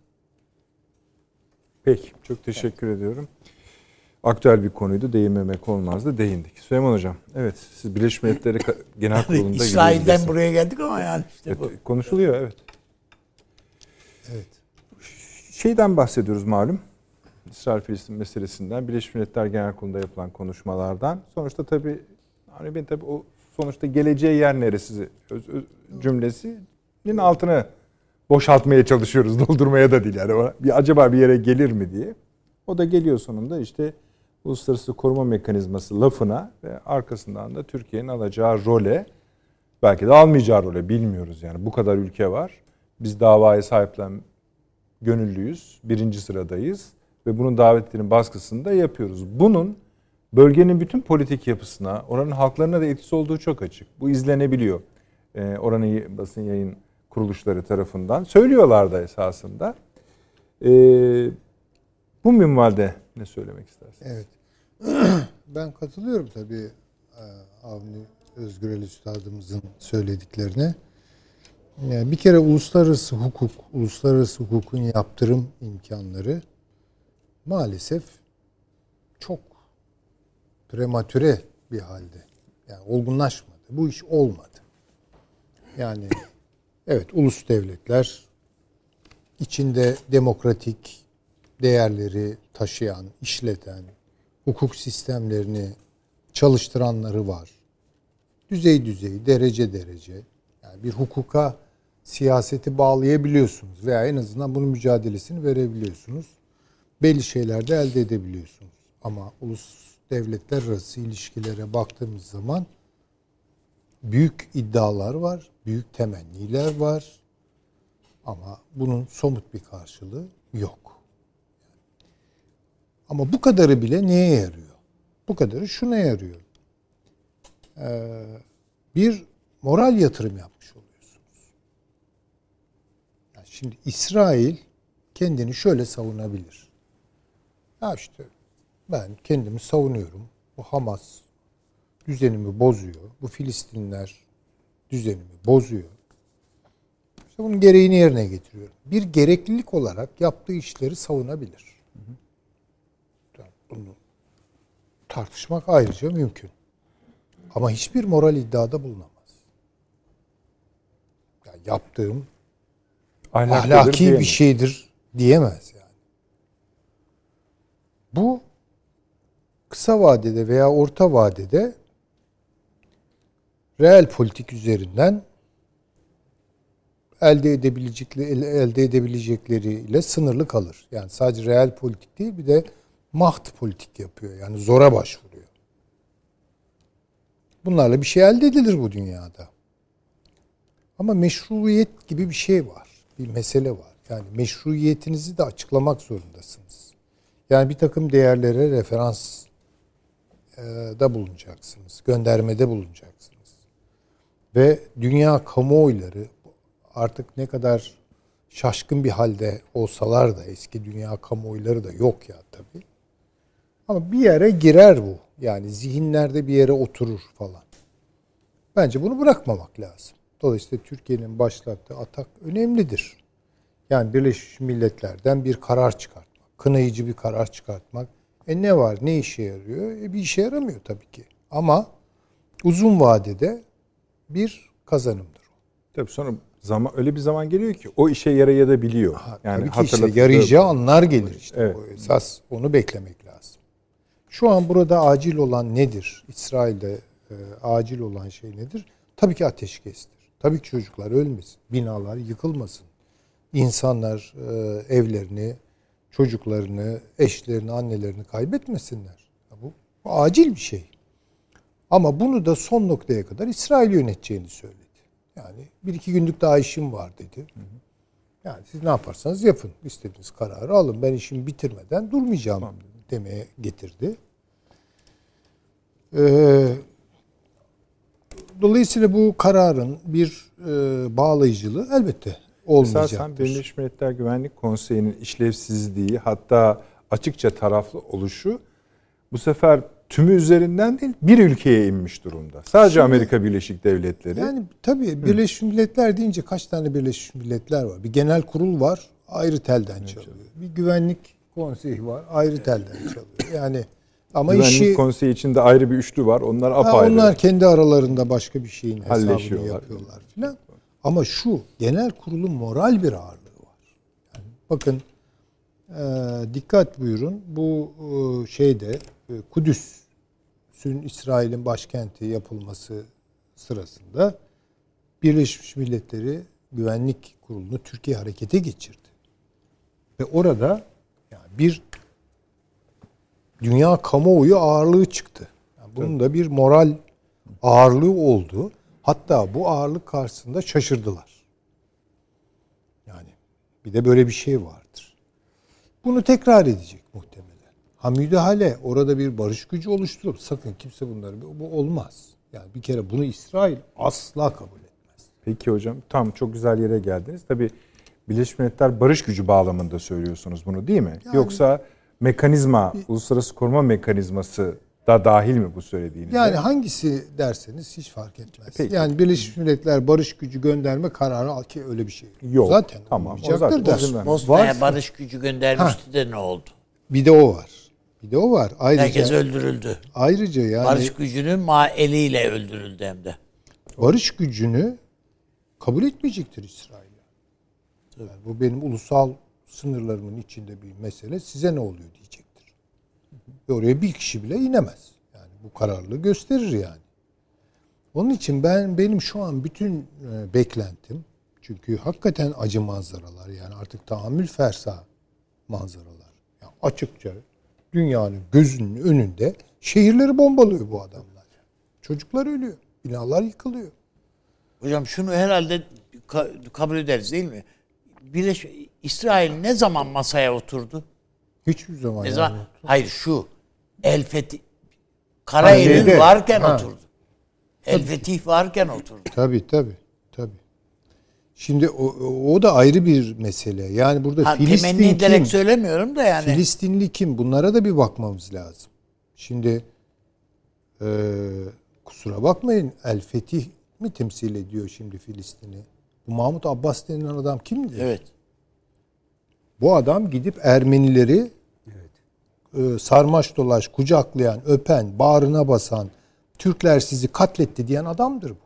[SPEAKER 1] Peki, çok teşekkür ediyorum. Aktüel bir konuydu, değinmemek olmazdı, değindik. Süleyman Hocam, evet siz Birleşmiş Milletler Genel Kurulu'nda
[SPEAKER 2] İsrail'den buraya geldik ama yani işte bu.
[SPEAKER 1] Konuşuluyor, evet.
[SPEAKER 2] Evet.
[SPEAKER 1] Şeyden bahsediyoruz malum. İsrail-Filistin meselesinden, Birleşmiş Milletler Genel Kurulu'nda yapılan konuşmalardan. Sonuçta tabii o sonuçta geleceği yer neresi cümlesinin altını boşaltmaya çalışıyoruz, doldurmaya da değil yani. Acaba bir yere gelir mi diye. O da geliyor sonunda işte Uluslararası Koruma Mekanizması lafına ve arkasından da Türkiye'nin alacağı role, belki de almayacağı role bilmiyoruz yani. Bu kadar ülke var. Biz davaya sahiplen gönüllüyüz. 1. sıradayız. Ve bunun davetlerinin baskısını da yapıyoruz. Bunun bölgenin bütün politik yapısına, oranın halklarına da etkisi olduğu çok açık. Bu izlenebiliyor. Oranın basın yayın kuruluşları tarafından. Söylüyorlar da esasında. Bu minvalde ne söylemek istersiniz?
[SPEAKER 3] Evet. Ben katılıyorum tabii Avni Özgürel Üstadımızın söylediklerine. Yani bir kere uluslararası hukukun yaptırım imkanları maalesef çok prematüre bir halde. Yani olgunlaşmadı. Bu iş olmadı. Yani evet ulus devletler içinde demokratik değerleri taşıyan, işleten, hukuk sistemlerini çalıştıranları var. Düzey, derece. Yani bir hukuka siyaseti bağlayabiliyorsunuz veya en azından bunun mücadelesini verebiliyorsunuz. Belli şeyler de elde edebiliyorsunuz. Ama ulus devletler arası ilişkilere baktığımız zaman büyük iddialar var, büyük temenniler var ama bunun somut bir karşılığı yok. Ama bu kadarı bile neye yarıyor? Bu kadarı şuna yarıyor. Bir moral yatırım yapmış oluyorsunuz. Yani şimdi İsrail kendini şöyle savunabilir. Ya işte ben kendimi savunuyorum. Bu Hamas düzenimi bozuyor. Bu Filistinler düzenimi bozuyor. İşte bunun gereğini yerine getiriyorum. Bir gereklilik olarak yaptığı işleri savunabilir. Bunu tartışmak ayrıca mümkün. Ama hiçbir moral iddiada bulunamaz. Yani yaptığım ahlaki bir şeydir diyemez yani. Bu kısa vadede veya orta vadede reel politik üzerinden elde edebilecekleriyle sınırlı kalır. Yani sadece reel politik değil, bir de maht politik yapıyor. Yani zora başvuruyor. Bunlarla bir şey elde edilir bu dünyada. Ama meşruiyet gibi bir şey var. Bir mesele var. Yani meşruiyetinizi de açıklamak zorundasınız. Yani bir takım değerlere referans da bulunacaksınız. Göndermede bulunacaksınız. Ve dünya kamuoyları artık ne kadar şaşkın bir halde olsalar da, eski dünya kamuoyları da yok ya tabii. Ama bir yere girer bu. Yani zihinlerde bir yere oturur falan. Bence bunu bırakmamak lazım. Dolayısıyla Türkiye'nin başlattığı atak önemlidir. Yani Birleşmiş Milletler'den bir karar çıkartmak, kınayıcı bir karar çıkartmak. Ne var, ne işe yarıyor? Bir işe yaramıyor tabii ki. Ama uzun vadede bir kazanımdır o.
[SPEAKER 1] Tabii sonra öyle bir zaman geliyor ki o işe yarayabiliyor.
[SPEAKER 3] Yani tabii ki işte yarayacağı anlar gelir işte.
[SPEAKER 1] Evet.
[SPEAKER 3] O esas onu beklemek lazım. Şu an burada acil olan nedir? İsrail'de acil olan şey nedir? Tabii ki ateşkestir. Tabii ki çocuklar ölmesin. Binalar yıkılmasın. İnsanlar evlerini, çocuklarını, eşlerini, annelerini kaybetmesinler. Bu acil bir şey. Ama bunu da son noktaya kadar İsrail yöneteceğini söyledi. Yani 1-2 günlük daha işim var dedi. Yani siz ne yaparsanız yapın. İstediğiniz kararı alın. Ben işimi bitirmeden durmayacağım demeye getirdi. Dolayısıyla bu kararın bir bağlayıcılığı elbette olmayacaktır.
[SPEAKER 1] Esasen Birleşmiş Milletler Güvenlik Konseyi'nin işlevsizliği, hatta açıkça taraflı oluşu bu sefer tümü üzerinden değil, bir ülkeye inmiş durumda. Sadece şimdi, Amerika Birleşik Devletleri.
[SPEAKER 3] Yani tabii Birleşmiş Milletler deyince kaç tane Birleşmiş Milletler var? Bir genel kurul var, ayrı telden çalıyor. Bir güvenlik konseyi var, ayrı telden çalıyor. Yani ama
[SPEAKER 1] Güvenlik Konseyi içinde ayrı bir üçlü var. Onlar apayrı.
[SPEAKER 3] Onlar kendi aralarında başka bir şeyin hesabını yapıyorlar filan. Ama şu genel kurulun moral bir ağırlığı var. Yani bakın dikkat buyurun. Bu şeyde Kudüs'ün İsrail'in başkenti yapılması sırasında Birleşmiş Milletleri Güvenlik Kurulu'nu Türkiye harekete geçirdi. Ve orada yani bir dünya kamuoyu ağırlığı çıktı. Yani bunun da bir moral ağırlığı oldu. Hatta bu ağırlık karşısında şaşırdılar. Yani bir de böyle bir şey vardır. Bunu tekrar edecek muhtemelen. Müdahale, orada bir barış gücü oluşturup sakın kimse bunları, bu olmaz. Yani bir kere bunu İsrail asla kabul etmez.
[SPEAKER 1] Peki hocam, tam çok güzel yere geldiniz. Tabii Birleşmiş Milletler barış gücü bağlamında söylüyorsunuz bunu, değil mi? Yani, yoksa mekanizma, uluslararası koruma mekanizması da dahil mi bu söylediğiniz?
[SPEAKER 3] Yani hangisi derseniz hiç fark etmez.
[SPEAKER 1] Peki.
[SPEAKER 3] Yani Birleşmiş Milletler barış gücü gönderme kararı ki öyle bir şey
[SPEAKER 1] yok.
[SPEAKER 3] Zaten
[SPEAKER 1] tamam.
[SPEAKER 2] Bosna'ya barış gücü göndermişti de ne oldu?
[SPEAKER 3] Bir de o var. Ayrıca,
[SPEAKER 2] herkes öldürüldü.
[SPEAKER 3] Ayrıca yani
[SPEAKER 2] barış gücünün eliyle öldürüldü hem de.
[SPEAKER 3] Barış gücünü kabul etmeyecektir İsrail. Yani bu benim ulusal sınırlarımın içinde bir mesele. Size ne oluyor diyecektir. Ve oraya bir kişi bile inemez. Yani bu kararlılığı gösterir yani. Onun için benim şu an bütün beklentim, çünkü hakikaten acı manzaralar, yani artık tahammül fersa manzaralar. Yani açıkça dünyanın gözünün önünde şehirleri bombalıyor bu adamlar. Çocuklar ölüyor. Binalar yıkılıyor.
[SPEAKER 2] Hocam şunu herhalde kabul ederiz değil mi? İsrail ne zaman masaya oturdu?
[SPEAKER 3] Hiçbir zaman.
[SPEAKER 2] Ne zaman? Hayır şu. El Fetih Kara Eylül varken oturdu. El Fetih varken oturdu.
[SPEAKER 3] Tabii. Şimdi o da ayrı bir mesele. Yani burada Filistin
[SPEAKER 2] temenni ederek söylemiyorum da yani.
[SPEAKER 3] Filistinli kim? Bunlara da bir bakmamız lazım. Şimdi kusura bakmayın, El Fetih mi temsil ediyor şimdi Filistin'i? Bu Mahmut Abbas denilen adam kimdi?
[SPEAKER 2] Evet.
[SPEAKER 3] Bu adam gidip Ermenileri sarmaş dolaş, kucaklayan, öpen, bağrına basan, Türkler sizi katletti diyen adamdır bu.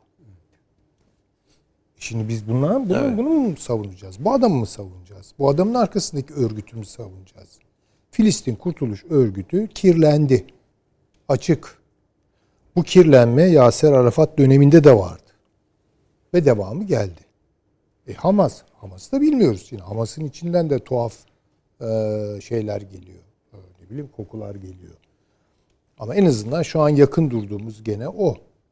[SPEAKER 3] Şimdi biz bunu mu savunacağız? Bu adamı mı savunacağız? Bu adamın arkasındaki örgütü mü savunacağız? Filistin Kurtuluş Örgütü kirlendi. Açık. Bu kirlenme Yasser Arafat döneminde de vardı. Ve devamı geldi. Hamas'ı da bilmiyoruz. Yine Hamas'ın içinden de tuhaf şeyler geliyor. Ne bileyim, kokular geliyor. Ama en azından şu an yakın durduğumuz gene o.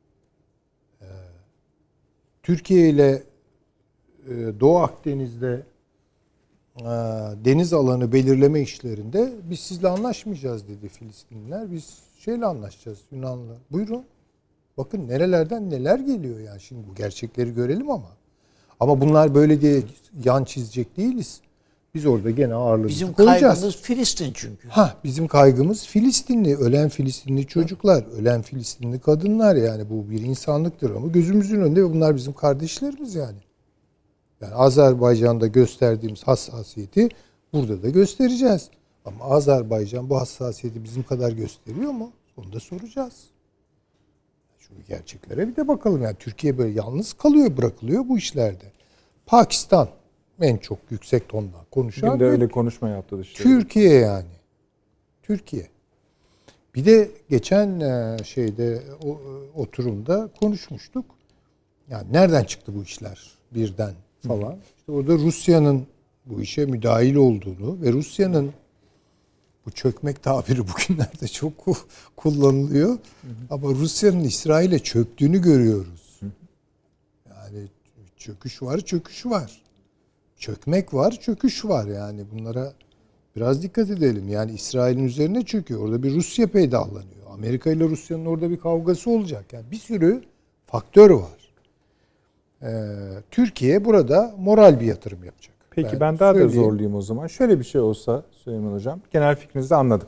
[SPEAKER 3] Türkiye ile Doğu Akdeniz'de deniz alanı belirleme işlerinde biz sizle anlaşmayacağız dedi Filistinliler. Biz şeyle anlaşacağız, Yunan'la. Buyurun. Bakın nerelerden neler geliyor yani. Şimdi bu gerçekleri görelim ama. Ama bunlar böyle diye yan çizecek değiliz. Biz orada gene ağırlığımızı koyacağız.
[SPEAKER 2] Bizim kaygımız Filistin çünkü.
[SPEAKER 3] Bizim kaygımız Filistinli, ölen Filistinli çocuklar, ölen Filistinli kadınlar, yani bu bir insanlıktır ama gözümüzün önünde ve bunlar bizim kardeşlerimiz yani. Yani Azerbaycan'da gösterdiğimiz hassasiyeti burada da göstereceğiz. Ama Azerbaycan bu hassasiyeti bizim kadar gösteriyor mu? Onu da soracağız. Şu gerçeklere bir de bakalım. Yani Türkiye böyle yalnız kalıyor, bırakılıyor bu işlerde. Pakistan en çok yüksek tonla konuşan.
[SPEAKER 1] Bugün de öyle konuşma yaptı dışarı.
[SPEAKER 3] Türkiye yani. Türkiye. Bir de geçen oturumda konuşmuştuk. Yani nereden çıktı bu işler birden falan. İşte orada Rusya'nın bu işe müdahil olduğunu ve Rusya'nın bu çökmek tabiri bugünlerde çok kullanılıyor. Ama Rusya'nın İsrail'e çöktüğünü görüyoruz. Yani çöküş var, çöküş var. Çökmek var, çöküş var yani. Bunlara biraz dikkat edelim. Yani İsrail'in üzerine çöküyor. Orada bir Rusya peydahlanıyor. Amerika ile Rusya'nın orada bir kavgası olacak. Yani bir sürü faktör var. Türkiye burada moral bir yatırım yapacak.
[SPEAKER 1] Peki ben daha da zorlayayım o zaman. Şöyle bir şey olsa Süleyman Hocam, genel fikrinizi anladık.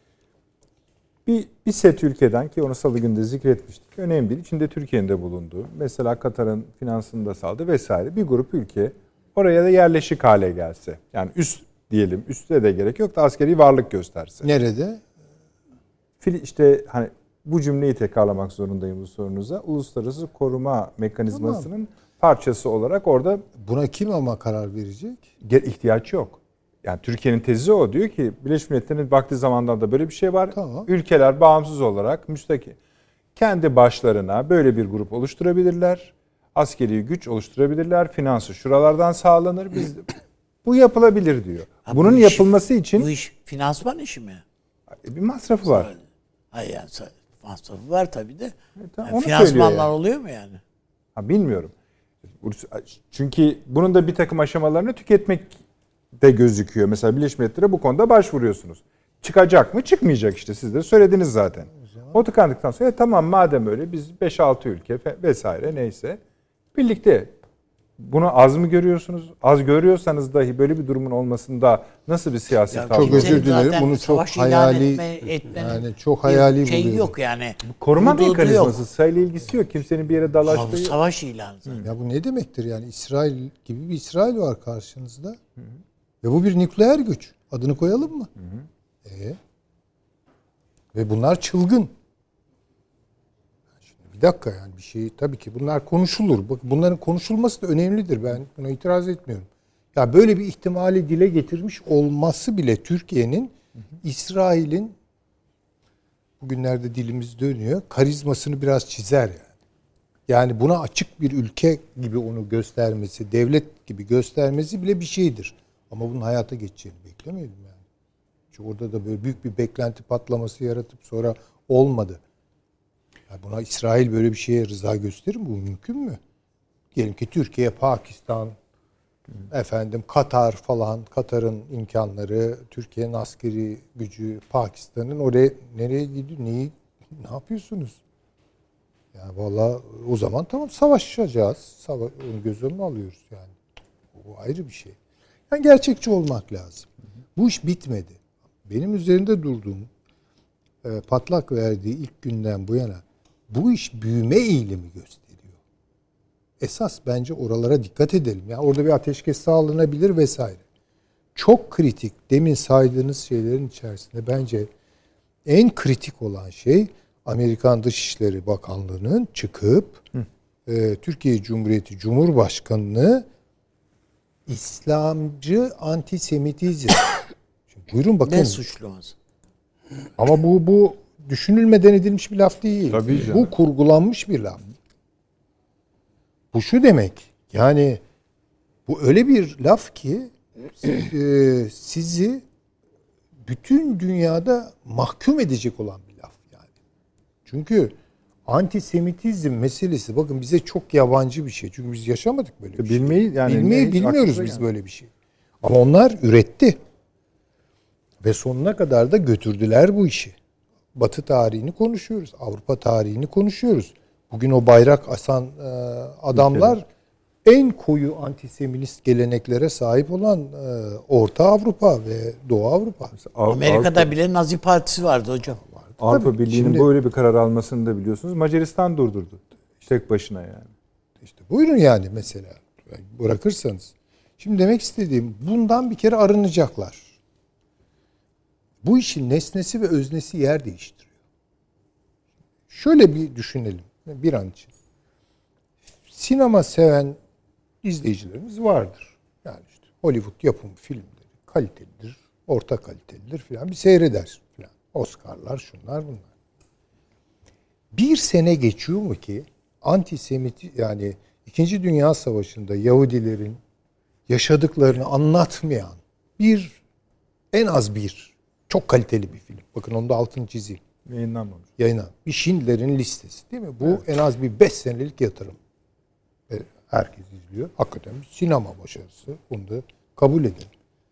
[SPEAKER 1] Bir set ülkeden, ki onu salı günü de zikretmiştik, önemli değil, İçinde Türkiye'nin de bulunduğu, mesela Katar'ın finansını da sağladı vesaire bir grup ülke oraya da yerleşik hale gelse. Yani üst diyelim, üste de gerek yok da askeri varlık gösterse.
[SPEAKER 3] Nerede?
[SPEAKER 1] İşte hani bu cümleyi tekrarlamak zorundayım bu sorunuza. Uluslararası koruma mekanizmasının parçası olarak orada.
[SPEAKER 3] Buna kim ama karar verecek?
[SPEAKER 1] İhtiyaç yok. Yani Türkiye'nin tezi o. Diyor ki Birleşmiş Milletler'in vakti zamandan da böyle bir şey var.
[SPEAKER 3] Tamam.
[SPEAKER 1] Ülkeler bağımsız olarak müstakil kendi başlarına böyle bir grup oluşturabilirler. Askeri güç oluşturabilirler. Finansı şuralardan sağlanır. Bu yapılabilir diyor. Bunun yapılması için
[SPEAKER 2] bu iş finansman işi mi?
[SPEAKER 1] Bir masrafı var.
[SPEAKER 2] Hayır yani masrafı var tabii de.
[SPEAKER 1] Yani
[SPEAKER 2] finansmanlar
[SPEAKER 1] yani
[SPEAKER 2] oluyor mu yani?
[SPEAKER 1] Bilmiyorum. Çünkü bunun da bir takım aşamalarını tüketmek de gözüküyor. Mesela Birleşmiş Milletler'e bu konuda başvuruyorsunuz. Çıkacak mı? Çıkmayacak işte. Siz de söylediniz zaten. O tıkandıktan sonra tamam madem öyle biz 5-6 ülke vesaire neyse birlikte. Bunu az mı görüyorsunuz? Az görüyorsanız dahi böyle bir durumun olmasında nasıl bir siyasi tablo?
[SPEAKER 3] Çok özür dilerim. Bunu çok hayali yani çok hayali buluyorum.
[SPEAKER 2] Yok yani.
[SPEAKER 1] Koruma mekanizması sayıyla ilgisi yok. Kimsenin bir yere dalaştığı.
[SPEAKER 2] Savaş ilanı.
[SPEAKER 3] Ya bu ne demektir yani? İsrail gibi bir İsrail var karşınızda. Ve bu bir nükleer güç. Adını koyalım mı? Ve bunlar çılgın. Bir dakika yani bir şey tabii ki bunlar konuşulur. Bak bunların konuşulması da önemlidir. Ben buna itiraz etmiyorum. Ya böyle bir ihtimali dile getirmiş olması bile Türkiye'nin İsrail'in bugünlerde dilimiz dönüyor. Karizmasını biraz çizer yani. Yani buna açık bir ülke gibi onu göstermesi, devlet gibi göstermesi bile bir şeydir. Ama bunun hayata geçeceğini beklemiyordum yani. Çünkü orada da böyle büyük bir beklenti patlaması yaratıp sonra olmadı. Buna İsrail böyle bir şeye rıza gösterir mi? Bu mümkün mü? Diyelim ki Türkiye, Pakistan, Katar falan, Katar'ın imkanları, Türkiye'nin askeri gücü, Pakistan'ın oraya nereye gidiyor? Ne yapıyorsunuz? Yani vallahi o zaman tamam savaşacağız. Onu göz önüne alıyoruz yani. Bu ayrı bir şey. Yani gerçekçi olmak lazım. Bu iş bitmedi. Benim üzerinde durduğum patlak verdiği ilk günden bu yana bu iş büyüme eğilimi gösteriyor. Esas bence oralara dikkat edelim. Yani orada bir ateşkes sağlanabilir vesaire. Çok kritik, demin saydığınız şeylerin içerisinde bence en kritik olan şey Amerikan Dışişleri Bakanlığı'nın çıkıp Türkiye Cumhuriyeti Cumhurbaşkanı'nı İslamcı antisemitizm. Şimdi buyurun bakın.
[SPEAKER 2] Ne suçlaması?
[SPEAKER 3] Ama bu düşünülmeden edilmiş bir laf değil.
[SPEAKER 1] Tabii canım.
[SPEAKER 3] Bu kurgulanmış bir laf. Bu şu demek. Yani bu öyle bir laf ki sizi bütün dünyada mahkum edecek olan bir laf yani. Çünkü antisemitizm meselesi bakın bize çok yabancı bir şey. Çünkü biz yaşamadık böyle bir şey. Bilmiyoruz biz böyle bir şey. Ama onlar üretti. Ve sonuna kadar da götürdüler bu işi. Batı tarihini konuşuyoruz. Avrupa tarihini konuşuyoruz. Bugün o bayrak asan adamlar en koyu antisemitist geleneklere sahip olan Orta Avrupa ve Doğu Avrupa.
[SPEAKER 2] Amerika'da bile Nazi Partisi vardı hocam.
[SPEAKER 1] Avrupa Birliği'nin böyle bir karar almasını da biliyorsunuz. Macaristan durdurdu. Tek başına yani.
[SPEAKER 3] İşte buyurun yani mesela. Bırakırsanız. Şimdi demek istediğim bundan bir kere arınacaklar. Bu işin nesnesi ve öznesi yer değiştiriyor. Şöyle bir düşünelim bir an için. Sinema seven izleyicilerimiz vardır. Yani işte Hollywood yapımı filmleri kalitelidir, orta kalitelidir filan bir seyreder filan. Oscar'lar şunlar bunlar. Bir sene geçiyor mu ki antisemit yani 2. Dünya Savaşı'nda Yahudilerin yaşadıklarını anlatmayan en az bir çok kaliteli bir film. Bakın onu da altını çizeyim.
[SPEAKER 1] Yayınlanmamış.
[SPEAKER 3] Bir Schindler'in Listesi değil mi? Bu en az bir 5 senelik yatırım. Herkes izliyor. Hakikaten bir sinema başarısı. Bunu da kabul edelim.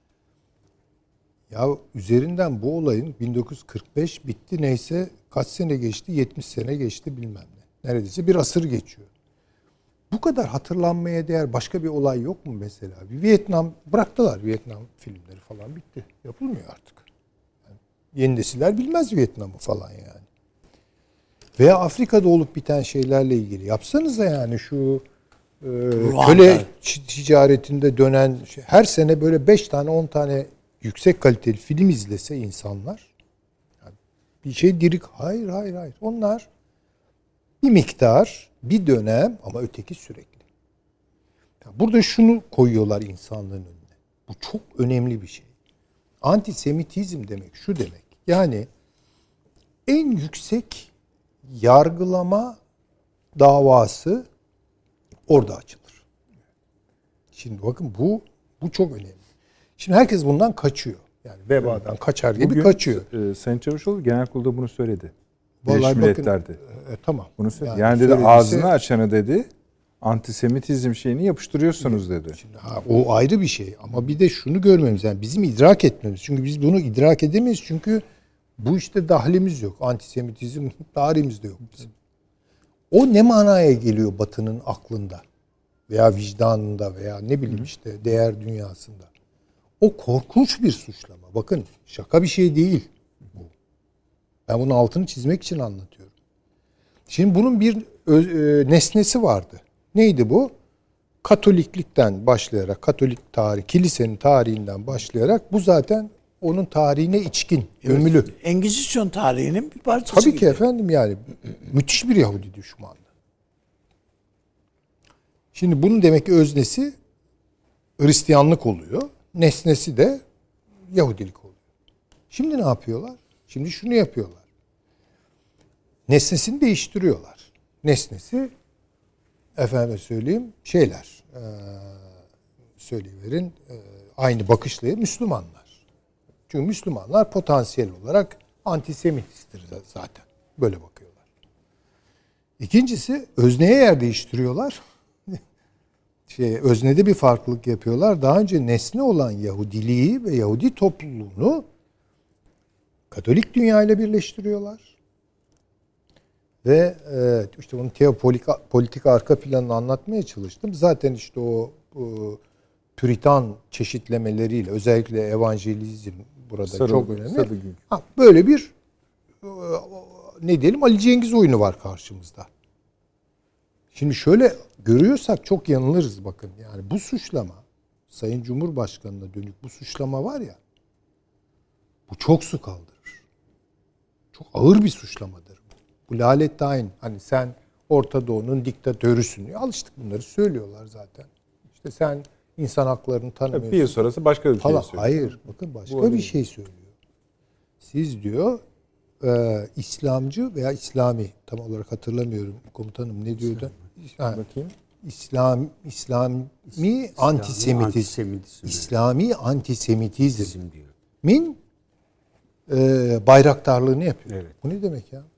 [SPEAKER 3] Ya üzerinden bu olayın 1945 bitti neyse kaç sene geçti? 70 sene geçti bilmem ne. Neredeyse bir asır geçiyor. Bu kadar hatırlanmaya değer başka bir olay yok mu mesela? Bir Vietnam bıraktılar. Vietnam filmleri falan bitti. Yapılmıyor artık. Yani yeni nesiller bilmez Vietnam'ı falan yani. Veya Afrika'da olup biten şeylerle ilgili yapsanız da yani şu köle ticaretinde dönen her sene böyle 5 tane 10 tane yüksek kaliteli film izlese insanlar yani bir şey dirik. Hayır. Onlar bir miktar, bir dönem ama öteki sürekli. Yani burada şunu koyuyorlar insanlığın önüne. Bu çok önemli bir şey. Antisemitizm demek şu demek. Yani en yüksek yargılama davası orada açılır. Şimdi bakın bu çok önemli. Şimdi herkes bundan kaçıyor. Yani vebadan kaçar gibi
[SPEAKER 1] bugün,
[SPEAKER 3] kaçıyor.
[SPEAKER 1] Sayın Çavuşoğlu genel kurulda bunu söyledi.
[SPEAKER 3] Vallahi
[SPEAKER 1] Birleşmiş Milletler'de.
[SPEAKER 3] Tamam.
[SPEAKER 1] Bunu söyledi. Yani dedi ağzını açanı dedi antisemitizm şeyini yapıştırıyorsunuz dedi.
[SPEAKER 3] Şimdi, o ayrı bir şey ama bir de şunu görmemiz yani bizim idrak etmemiz. Çünkü biz bunu idrak edemeyiz çünkü bu işte dahlimiz yok. Antisemitizm tarihimizde yok bizim. O ne manaya geliyor Batı'nın aklında veya vicdanında veya ne bileyim işte değer dünyasında. O korkunç bir suçlama. Bakın şaka bir şey değil bu. Ben bunun altını çizmek için anlatıyorum. Şimdi bunun bir nesnesi vardı. Neydi bu? Katoliklikten başlayarak, Katolik tarihi, kilisenin tarihinden başlayarak bu zaten onun tarihine içkin, gömülü.
[SPEAKER 2] Engizisyon tarihinin bir parçası
[SPEAKER 3] Tabii
[SPEAKER 2] gibi.
[SPEAKER 3] ki efendim yani müthiş bir Yahudi düşmanlığı. Şimdi bunun demek ki öznesi Hristiyanlık oluyor. Nesnesi de Yahudilik oluyor. Şimdi ne yapıyorlar? Şimdi şunu yapıyorlar. Nesnesini değiştiriyorlar. Nesnesi efendim söyleyeyim söyleyiverin aynı bakışla Müslümanlar. Çünkü Müslümanlar potansiyel olarak antisemitisttir zaten. Böyle bakıyorlar. İkincisi özneye yer değiştiriyorlar. Öznede bir farklılık yapıyorlar. Daha önce nesne olan Yahudiliği ve Yahudi topluluğunu Katolik dünya ile birleştiriyorlar. Ve işte onun teopolitik arka planını anlatmaya çalıştım. Zaten işte o Püritan çeşitlemeleriyle özellikle evangelizm burada çok önemli. Böyle bir ne diyelim Ali Cengiz oyunu var karşımızda. Şimdi şöyle görüyorsak çok yanılırız bakın. Yani bu suçlama Sayın Cumhurbaşkanı'na dönük bu suçlama var ya bu çok su kaldırır. Çok ağır bir suçlamadır bu. Bu lalet tayin. Hani sen Orta Doğu'nun diktatörüsün. Alıştık bunları söylüyorlar zaten. İşte sen insan haklarını tanımıyorsun.
[SPEAKER 1] Bir yıl sonrası başka bir şey söylüyor.
[SPEAKER 3] Hayır. Bakın başka bir şey söylüyor. Siz diyor İslamcı veya İslami, tam olarak hatırlamıyorum komutanım ne diyordu?
[SPEAKER 1] Bakayım.
[SPEAKER 3] İslami antisemitizm. İslami antisemitizmin bayraktarlığını yapıyor.
[SPEAKER 1] Evet.
[SPEAKER 3] Bu ne demek ya?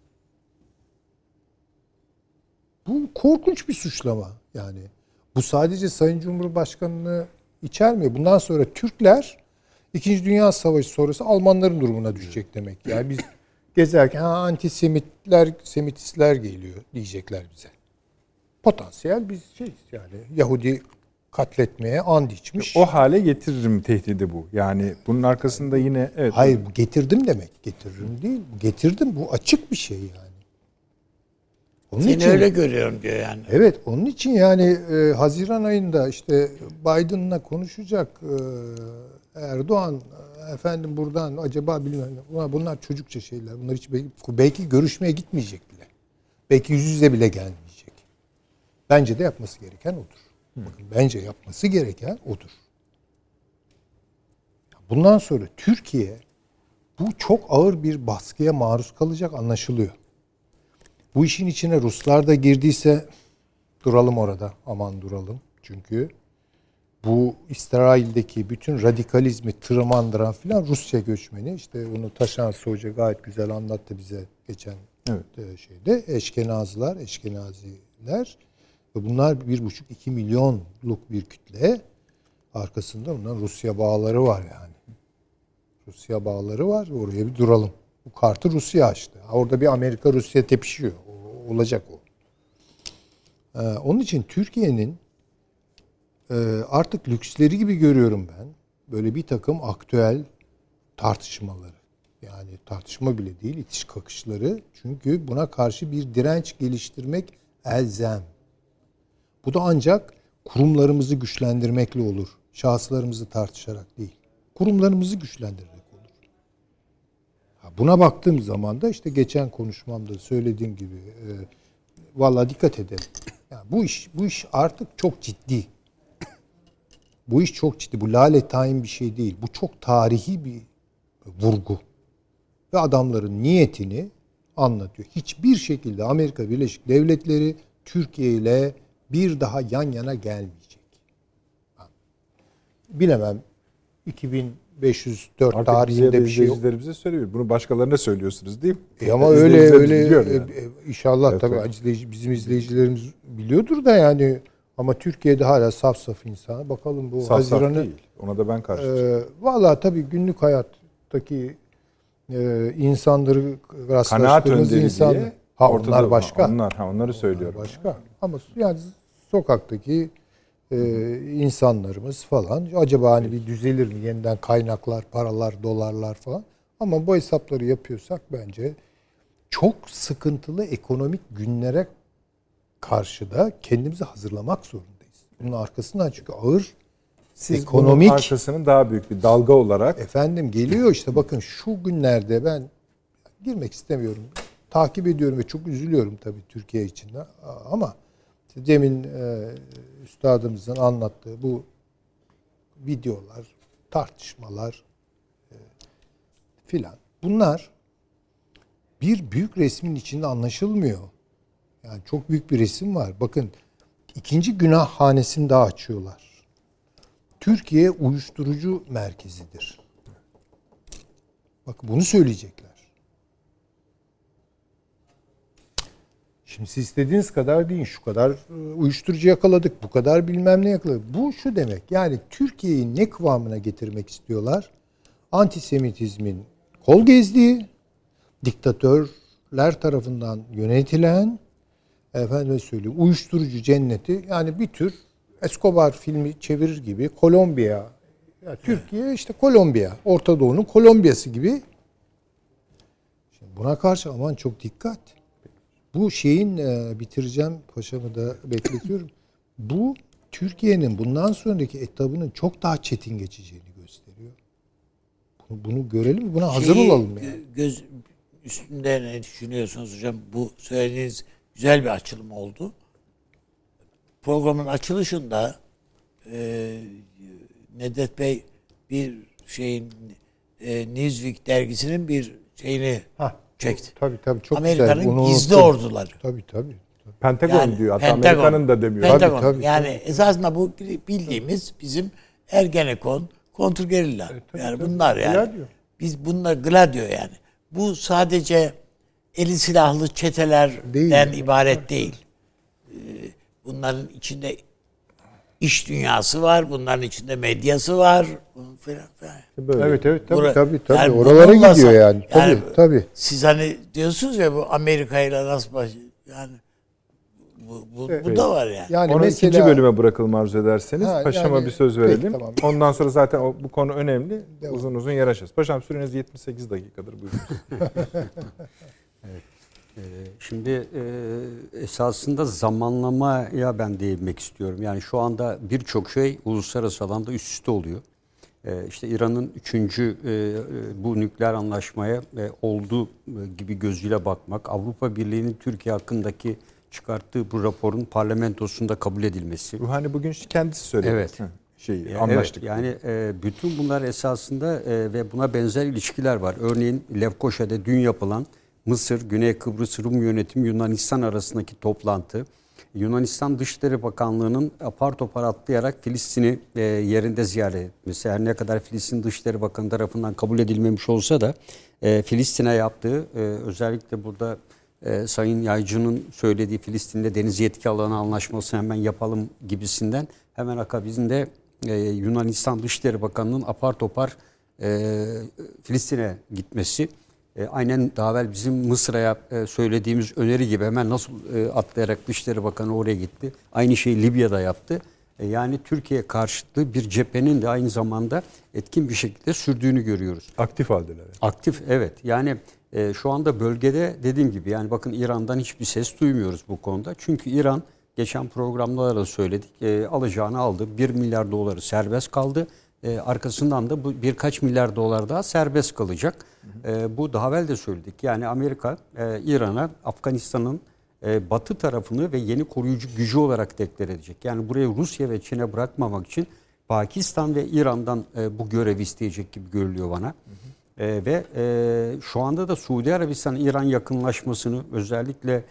[SPEAKER 3] Bu korkunç bir suçlama yani. Bu sadece Sayın Cumhurbaşkanı'nı içermiyor. Bundan sonra Türkler İkinci Dünya Savaşı sonrası Almanların durumuna düşecek demek. Yani biz gezerken Semitistler geliyor diyecekler bize. Potansiyel biz yani Yahudi katletmeye and içmiş.
[SPEAKER 1] O hale getiririm tehdidi bu. Yani bunun arkasında yine evet.
[SPEAKER 3] Hayır, bu getirdim demek. Getiririm değil. Getirdim, bu açık bir şey yani.
[SPEAKER 2] Onun Seni için, öyle görüyorum diyor yani.
[SPEAKER 3] Evet, onun için yani Haziran ayında işte Biden'la konuşacak Erdoğan, efendim buradan acaba bilmem ne. Bunlar çocukça şeyler. Bunlar hiç belki görüşmeye gitmeyecek bile. Belki yüz yüze bile gelmeyecek. Bence de yapması gereken odur. Bakın, bence yapması gereken odur. Bundan sonra Türkiye bu çok ağır bir baskıya maruz kalacak anlaşılıyor. Bu işin içine Ruslar da girdiyse duralım orada. Aman duralım. Çünkü bu İsrail'deki bütün radikalizmi tırmandıran filan Rusya göçmeni. İşte onu Taşansı Hoca gayet güzel anlattı bize geçen şeyde. Eşkenaziler. Ve bunlar 1,5-2 milyonluk bir kütle. Arkasında bundan Rusya bağları var yani. Rusya bağları var. Oraya bir duralım. Bu kartı Rusya açtı. Orada bir Amerika-Rusya tepişiyor. Olacak o. Onun için Türkiye'nin artık lüksleri gibi görüyorum ben. Böyle bir takım aktüel tartışmaları. Yani tartışma bile değil, itiş kakışları. Çünkü buna karşı bir direnç geliştirmek elzem. Bu da ancak kurumlarımızı güçlendirmekle olur. Şahıslarımızı tartışarak değil. Kurumlarımızı güçlendirerek olur. Buna baktığım zaman da işte geçen konuşmamda söylediğim gibi vallahi dikkat edelim. Yani bu iş artık çok ciddi. Bu iş çok ciddi. Bu lale tayin bir şey değil. Bu çok tarihi bir vurgu. Ve adamların niyetini anlatıyor. Hiçbir şekilde Amerika Birleşik Devletleri Türkiye ile bir daha yan yana gelmeyecek. Bilemem 2504
[SPEAKER 1] artık
[SPEAKER 3] tarihinde bir şey yok.
[SPEAKER 1] Bize söylüyor. Bunu başkalarına söylüyorsunuz değil mi?
[SPEAKER 3] Ama öyle
[SPEAKER 1] yani.
[SPEAKER 3] İnşallah evet, tabii bizim izleyicilerimiz biliyordur da yani, ama Türkiye'de hala saf insan. Bakalım bu Haziran'ı
[SPEAKER 1] değil. Ona da ben karşıyım.
[SPEAKER 3] Vallahi tabii günlük hayattaki insanları rastlaştığımız insan. Onlar başka.
[SPEAKER 1] Onları söylüyorum.
[SPEAKER 3] Başka. Ama yani sokaktaki insanlarımız falan acaba hani bir düzelir mi? Yeniden kaynaklar, paralar, dolarlar falan. Ama bu hesapları yapıyorsak bence çok sıkıntılı ekonomik günlere karşı da kendimizi hazırlamak zorundayız. Bunun arkasından çünkü ağır ekonomik
[SPEAKER 1] arkasının daha büyük bir dalga olarak
[SPEAKER 3] geliyor işte. Bakın şu günlerde ben girmek istemiyorum. Takip ediyorum ve çok üzülüyorum tabii Türkiye için de. Ama demin üstadımızın anlattığı bu videolar, tartışmalar filan. Bunlar bir büyük resmin içinde anlaşılmıyor. Yani çok büyük bir resim var. Bakın, ikinci günah hanesini daha açıyorlar. Türkiye uyuşturucu merkezidir. Bakın bunu söyleyecekler. Şimdi siz istediğiniz kadar deyin, şu kadar uyuşturucu yakaladık, bu kadar bilmem ne yakaladık. Bu şu demek, yani Türkiye'yi ne kıvamına getirmek istiyorlar? Antisemitizmin kol gezdiği, diktatörler tarafından yönetilen, uyuşturucu cenneti, yani bir tür Escobar filmi çevirir gibi Kolombiya, yani Türkiye işte Kolombiya, Orta Doğu'nun Kolombiyası gibi. Şimdi buna karşı aman çok dikkat. Bu şeyin bitireceğim, paşamı da bekletiyorum. Bu Türkiye'nin bundan sonraki etabının çok daha çetin geçeceğini gösteriyor. Bunu görelim, buna hazır olalım yani.
[SPEAKER 2] üstünde ne düşünüyorsunuz hocam? Bu söylediğiniz güzel bir açılım oldu. Programın açılışında Nedret Bey bir Newsweek dergisinin bir şeyini çekti.
[SPEAKER 3] Tabii çok
[SPEAKER 2] Amerika'nın
[SPEAKER 3] güzel. Onu
[SPEAKER 2] gizli
[SPEAKER 3] unuttum.
[SPEAKER 2] orduları.
[SPEAKER 3] Tabii.
[SPEAKER 1] Pentagon
[SPEAKER 2] Yani,
[SPEAKER 1] diyor. Hatta
[SPEAKER 2] Pentagon.
[SPEAKER 1] Amerika'nın da demiyor.
[SPEAKER 2] Pentagon.
[SPEAKER 3] Tabii.
[SPEAKER 2] Yani esasında bu bildiğimiz bizim Ergenekon, kontrgerilla. Yani bunlar yani.
[SPEAKER 3] Gladio.
[SPEAKER 2] Biz bunlar Gladio yani. Bu sadece eli silahlı çetelerden
[SPEAKER 3] Değil.
[SPEAKER 2] ibaret değil. Bunların içinde iş dünyası var, bunların içinde medyası var falan.
[SPEAKER 3] Böyle. Evet tabii.
[SPEAKER 2] Yani
[SPEAKER 3] Oralara
[SPEAKER 2] bununla
[SPEAKER 3] gidiyor yani. Tabii.
[SPEAKER 2] Siz hani diyorsunuz ya bu Amerika ile nasıl yani bu da var yani.
[SPEAKER 3] Yani
[SPEAKER 1] Onu
[SPEAKER 3] mesela,
[SPEAKER 1] ikinci bölüme bırakalım arzu ederseniz. Paşama
[SPEAKER 3] yani,
[SPEAKER 1] bir söz verelim.
[SPEAKER 3] peki, tamam.
[SPEAKER 1] Ondan sonra zaten bu konu önemli.
[SPEAKER 3] Devam.
[SPEAKER 1] Uzun yer açacağız. Paşam süreniz 78 dakikadır. Buyurun.
[SPEAKER 4] Evet. Şimdi esasında zamanlamaya ben değinmek istiyorum. Yani şu anda birçok şey uluslararası alanda üst üste oluyor. İşte İran'ın 3. bu nükleer anlaşmaya olduğu gibi gözüyle bakmak, Avrupa Birliği'nin Türkiye hakkındaki çıkarttığı bu raporun parlamentosunda kabul edilmesi.
[SPEAKER 1] Ruhani bugün kendisi söyledi.
[SPEAKER 4] Evet.
[SPEAKER 1] Anlaştık.
[SPEAKER 4] Evet, yani bütün bunlar esasında ve buna benzer ilişkiler var. Örneğin Lefkoşa'da dün yapılan Mısır, Güney Kıbrıs Rum Yönetimi, Yunanistan arasındaki toplantı, Yunanistan Dışişleri Bakanlığı'nın apar topar atlayarak Filistin'i yerinde ziyaret etmesi. Her ne kadar Filistin Dışişleri Bakanı tarafından kabul edilmemiş olsa da Filistin'e yaptığı, özellikle burada Sayın Yaycı'nın söylediği Filistin'de deniz yetki alanı anlaşması hemen yapalım gibisinden hemen akabinde Yunanistan Dışişleri Bakanı'nın apar topar Filistin'e gitmesi. Aynen daha evvel bizim Mısır'a söylediğimiz öneri gibi hemen nasıl atlayarak Dışişleri Bakanı oraya gitti. Aynı şeyi Libya'da yaptı. Yani Türkiye karşıtı bir cephenin de aynı zamanda etkin bir şekilde sürdüğünü görüyoruz.
[SPEAKER 1] Aktif haldeler.
[SPEAKER 4] Aktif, evet. Yani şu anda bölgede dediğim gibi yani bakın İran'dan hiçbir ses duymuyoruz bu konuda. Çünkü İran geçen programlarda da söyledik alacağını aldı. 1 milyar doları serbest kaldı. Arkasından da bu birkaç milyar dolar daha serbest kalacak. Bu daha evvel de söyledik. Yani Amerika İran'a Afganistan'ın batı tarafını ve yeni koruyucu gücü olarak deklar edecek. Yani buraya Rusya ve Çin'e bırakmamak için Pakistan ve İran'dan bu görevi isteyecek gibi görülüyor bana. Ve şu anda da Suudi Arabistan-İran yakınlaşmasını özellikle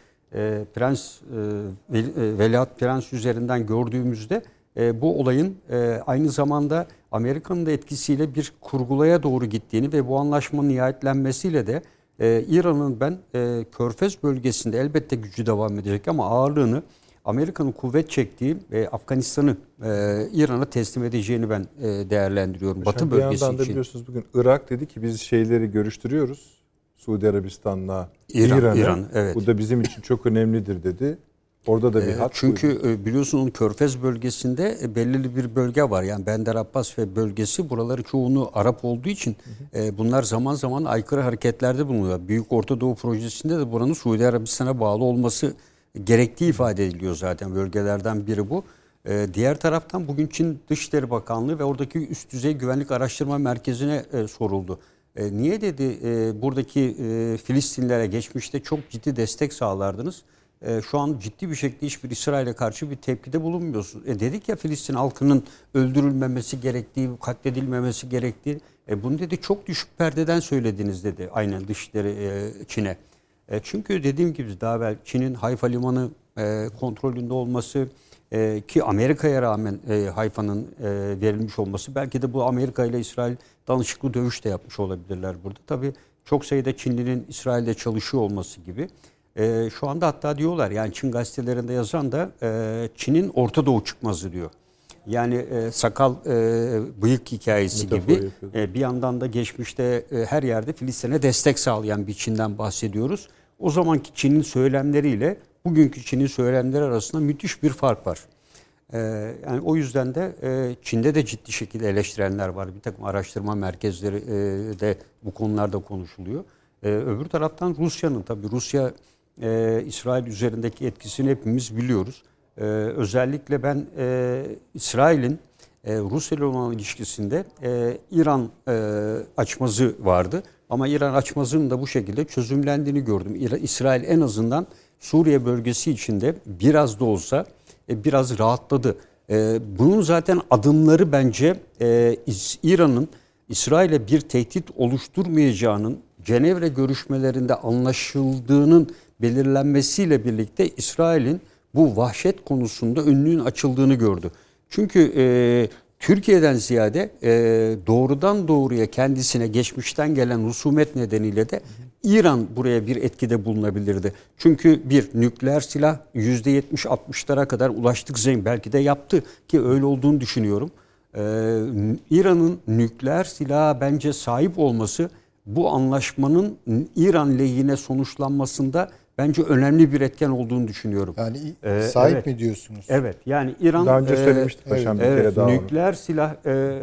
[SPEAKER 4] Veliaht Prens üzerinden gördüğümüzde bu olayın aynı zamanda Amerika'nın da etkisiyle bir kurgulaya doğru gittiğini ve bu anlaşmanın nihayetlenmesiyle de İran'ın ben Körfez bölgesinde elbette gücü devam edecek ama ağırlığını Amerika'nın kuvvet çektiği Afganistan'ı İran'a teslim edeceğini ben değerlendiriyorum. Batı bölgesi için. Bir yandan da
[SPEAKER 1] biliyorsunuz bugün Irak dedi ki biz şeyleri görüştürüyoruz. Suudi Arabistan'la İran, evet. Bu da bizim için çok önemlidir dedi. Orada da bir hat.
[SPEAKER 4] Çünkü biliyorsunuz Körfez bölgesinde belirli bir bölge var. Yani Bender Abbas ve bölgesi buraları çoğunu Arap olduğu için bunlar zaman zaman aykırı hareketlerde bulunuyor. Büyük Orta Doğu Projesi'nde de buranın Suudi Arabistan'a bağlı olması gerektiği ifade ediliyor zaten. Bölgelerden biri bu. Diğer taraftan bugün Çin Dışişleri Bakanlığı ve oradaki üst düzey güvenlik araştırma merkezine soruldu. Niye dedi buradaki Filistinlilere geçmişte çok ciddi destek sağlardınız. Şu an ciddi bir şekilde hiçbir İsrail'e karşı bir tepkide bulunmuyorsunuz. Dedik ya Filistin halkının öldürülmemesi gerektiği, katledilmemesi gerektiği. Bunu dedi çok düşük perdeden söylediniz dedi aynen Dışişleri Çin'e. Çünkü dediğim gibi daha evvel Çin'in Hayfa Limanı kontrolünde olması ki Amerika'ya rağmen Hayfa'nın verilmiş olması belki de bu Amerika ile İsrail danışıklı dövüş de yapmış olabilirler burada. Tabii çok sayıda Çinlinin İsrail'de çalışıyor olması gibi. Şu anda hatta diyorlar yani Çin gazetelerinde yazan da Çin'in Orta Doğu çıkmazı diyor. Yani sakal bıyık hikayesi gibi bir yandan da geçmişte her yerde Filistin'e destek sağlayan bir Çin'den bahsediyoruz. O zamanki Çin'in söylemleriyle bugünkü Çin'in söylemleri arasında müthiş bir fark var. Yani o yüzden de Çin'de de ciddi şekilde eleştirenler var. Bir takım araştırma merkezleri de bu konularda konuşuluyor. Öbür taraftan Rusya'nın tabii İsrail üzerindeki etkisini hepimiz biliyoruz. Özellikle ben İsrail'in Rusya ile olan ilişkisinde İran açmazı vardı. Ama İran açmazının da bu şekilde çözümlendiğini gördüm. İsrail en azından Suriye bölgesi içinde biraz da olsa biraz rahatladı. Bunun zaten adımları bence İran'ın İsrail'e bir tehdit oluşturmayacağının Cenevre görüşmelerinde anlaşıldığının belirlenmesiyle birlikte İsrail'in bu vahşet konusunda önünün açıldığını gördü. Çünkü Türkiye'den ziyade doğrudan doğruya kendisine geçmişten gelen husumet nedeniyle de İran buraya bir etkide bulunabilirdi. Çünkü bir nükleer silah %70-60'lara kadar ulaştık belki de yaptı ki öyle olduğunu düşünüyorum. İran'ın nükleer silaha bence sahip olması bu anlaşmanın İran lehine sonuçlanmasında bence önemli bir etken olduğunu düşünüyorum.
[SPEAKER 3] Yani sahip
[SPEAKER 4] evet.
[SPEAKER 3] mi diyorsunuz?
[SPEAKER 4] Evet. Yani İran
[SPEAKER 1] daha önce söylemiştik paşam bir kere daha.
[SPEAKER 4] Nükleer silah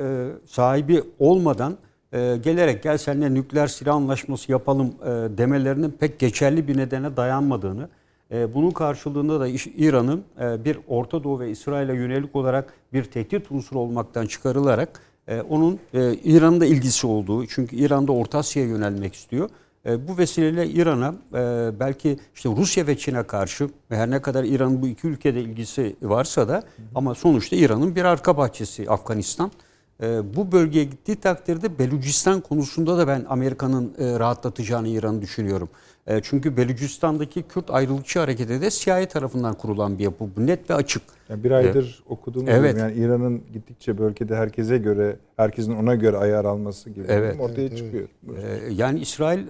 [SPEAKER 4] sahibi olmadan gelerek gel seninle nükleer silah anlaşması yapalım demelerinin pek geçerli bir nedene dayanmadığını, bunun karşılığında da İran'ın bir Orta Doğu ve İsrail'e yönelik olarak bir tehdit unsuru olmaktan çıkarılarak onun İran'da ilgisi olduğu, çünkü İran'da Orta Asya'ya yönelmek istiyor. Bu vesileyle İran'a belki işte Rusya ve Çin'e karşı her ne kadar İran'ın bu iki ülkede ilgisi varsa da ama sonuçta İran'ın bir arka bahçesi Afganistan. Bu bölgeye gittiği takdirde Belucistan konusunda da ben Amerika'nın rahatlatacağını İran'ı düşünüyorum. Çünkü Belucistan'daki Kürt ayrılıkçı hareketi de CIA tarafından kurulan bir yapı. Bu net ve açık.
[SPEAKER 1] Yani bir aydır okuduğumuz yani İran'ın gittikçe bölgede herkesin ona göre ayar alması gibi ortaya çıkıyor.
[SPEAKER 4] Yani İsrail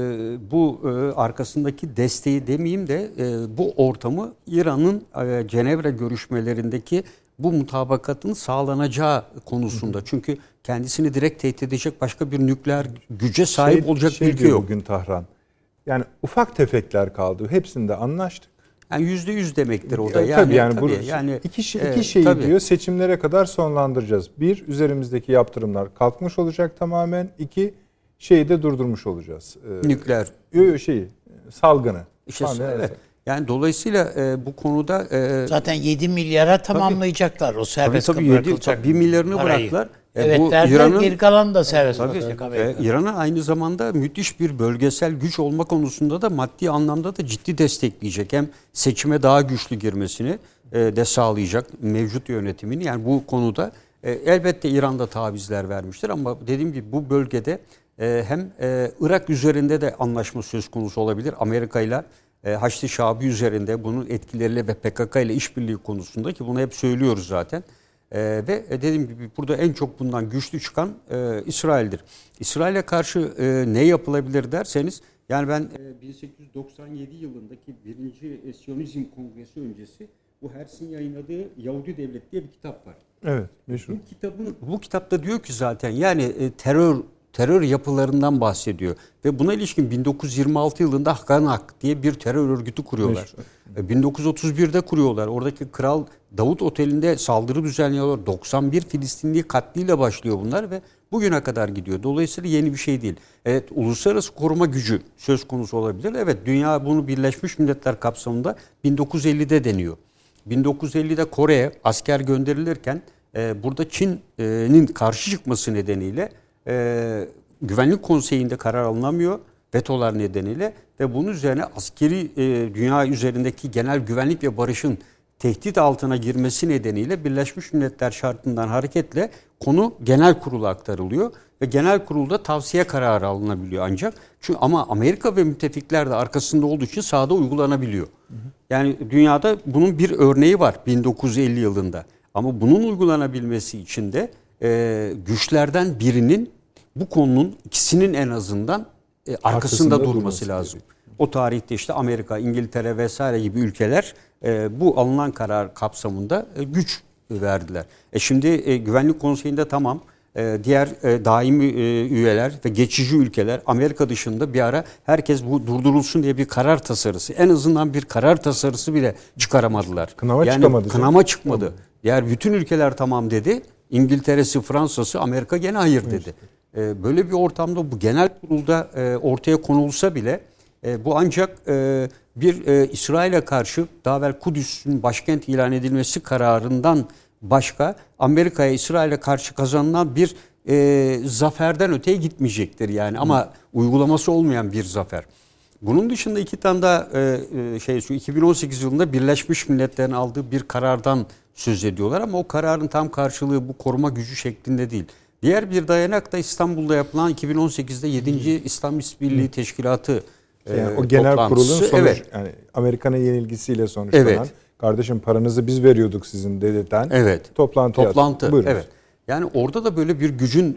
[SPEAKER 4] bu arkasındaki desteği demeyeyim de bu ortamı İran'ın Cenevre görüşmelerindeki bu mutabakatın sağlanacağı konusunda. Çünkü kendisini direkt tehdit edecek başka bir nükleer güce sahip olacak bir ülke yok.
[SPEAKER 1] Bugün Tahran. Yani ufak tefekler kaldı. Hepsinde anlaştık.
[SPEAKER 4] Yani %100 demektir o da.
[SPEAKER 1] Yani iki şeyi diyor seçimlere kadar sonlandıracağız. Bir, üzerimizdeki yaptırımlar kalkmış olacak tamamen. İki, şeyi de durdurmuş olacağız.
[SPEAKER 4] Nükleer.
[SPEAKER 1] Salgını.
[SPEAKER 4] Evet. Yani dolayısıyla bu konuda
[SPEAKER 2] zaten 7 milyara tamamlayacaklar o serbest bırakılacak.
[SPEAKER 4] 1 milyarını bıraktılar.
[SPEAKER 2] Evet,
[SPEAKER 4] bu
[SPEAKER 2] İran'ın geri kalanı da serbest bırakılacak.
[SPEAKER 4] İran'ın aynı zamanda müthiş bir bölgesel güç olma konusunda da maddi anlamda da ciddi destekleyecek. Hem seçime daha güçlü girmesini de sağlayacak mevcut yönetimini. Yani bu konuda elbette İran'da tavizler vermiştir ama dediğim gibi bu bölgede hem Irak üzerinde de anlaşma söz konusu olabilir. Amerika ile Haçlı Şabi üzerinde bunun etkileriyle ve PKK ile işbirliği konusunda ki bunu hep söylüyoruz zaten. Ve dediğim gibi burada en çok bundan güçlü çıkan İsrail'dir. İsrail'e karşı ne yapılabilir derseniz yani ben 1897 yılındaki 1. Siyonizm Kongresi öncesi bu Herzl'in yayınladığı Yahudi Devlet diye bir kitap var.
[SPEAKER 1] Evet, meşhur.
[SPEAKER 4] Bu kitapta diyor ki zaten yani terör yapılarından bahsediyor. Ve buna ilişkin 1926 yılında Hakanak diye bir terör örgütü kuruyorlar. 1931'de kuruyorlar. Oradaki Kral Davut Oteli'nde saldırı düzenliyorlar. 91 Filistinli katliyle başlıyor bunlar ve bugüne kadar gidiyor. Dolayısıyla yeni bir şey değil. Evet, uluslararası koruma gücü söz konusu olabilir. Evet, dünya bunu Birleşmiş Milletler kapsamında 1950'de deniyor. 1950'de Kore'ye asker gönderilirken burada Çin'in karşı çıkması nedeniyle Güvenlik Konseyi'nde karar alınamıyor vetolar nedeniyle ve bunun üzerine askeri dünya üzerindeki genel güvenlik ve barışın tehdit altına girmesi nedeniyle Birleşmiş Milletler şartından hareketle konu genel kurula aktarılıyor ve genel kurulda tavsiye kararı alınabiliyor ancak. Çünkü ama Amerika ve müttefikler de arkasında olduğu için sahada uygulanabiliyor. Yani dünyada bunun bir örneği var 1950 yılında. Ama bunun uygulanabilmesi için de güçlerden birinin bu konunun ikisinin en azından arkasında durması lazım. O tarihte işte Amerika, İngiltere vesaire gibi ülkeler bu alınan karar kapsamında güç verdiler. Şimdi Güvenlik Konseyi'nde tamam diğer daimi üyeler ve geçici ülkeler Amerika dışında bir ara herkes bu durdurulsun diye bir karar tasarısı en azından bir karar tasarısı bile çıkaramadılar. Kınama çıkmadı. Diğer bütün ülkeler tamam dedi. İngiltere'si, Fransa'sı, Amerika gene hayır dedi. Böyle bir ortamda bu genel kurulda ortaya konulsa bile bu ancak bir İsrail'e karşı daha evvel Kudüs'ün başkent ilan edilmesi kararından başka Amerika'ya İsrail'e karşı kazanılan bir zaferden öteye gitmeyecektir yani ama uygulaması olmayan bir zafer. Bunun dışında iki tane daha şu 2018 yılında Birleşmiş Milletler'in aldığı bir karardan söz ediyorlar ama o kararın tam karşılığı bu koruma gücü şeklinde değil. Diğer bir dayanak da İstanbul'da yapılan 2018'de 7. İslam İşbirliği Teşkilatı
[SPEAKER 1] yani o genel kurulun sonucu,
[SPEAKER 4] evet.
[SPEAKER 1] yani Amerika'nın yenilgisiyle sonuçlanan, evet. Kardeşim paranızı biz veriyorduk sizin dedirten
[SPEAKER 4] evet.
[SPEAKER 1] toplantı. Buyurun.
[SPEAKER 4] Evet. Yani orada da böyle bir gücün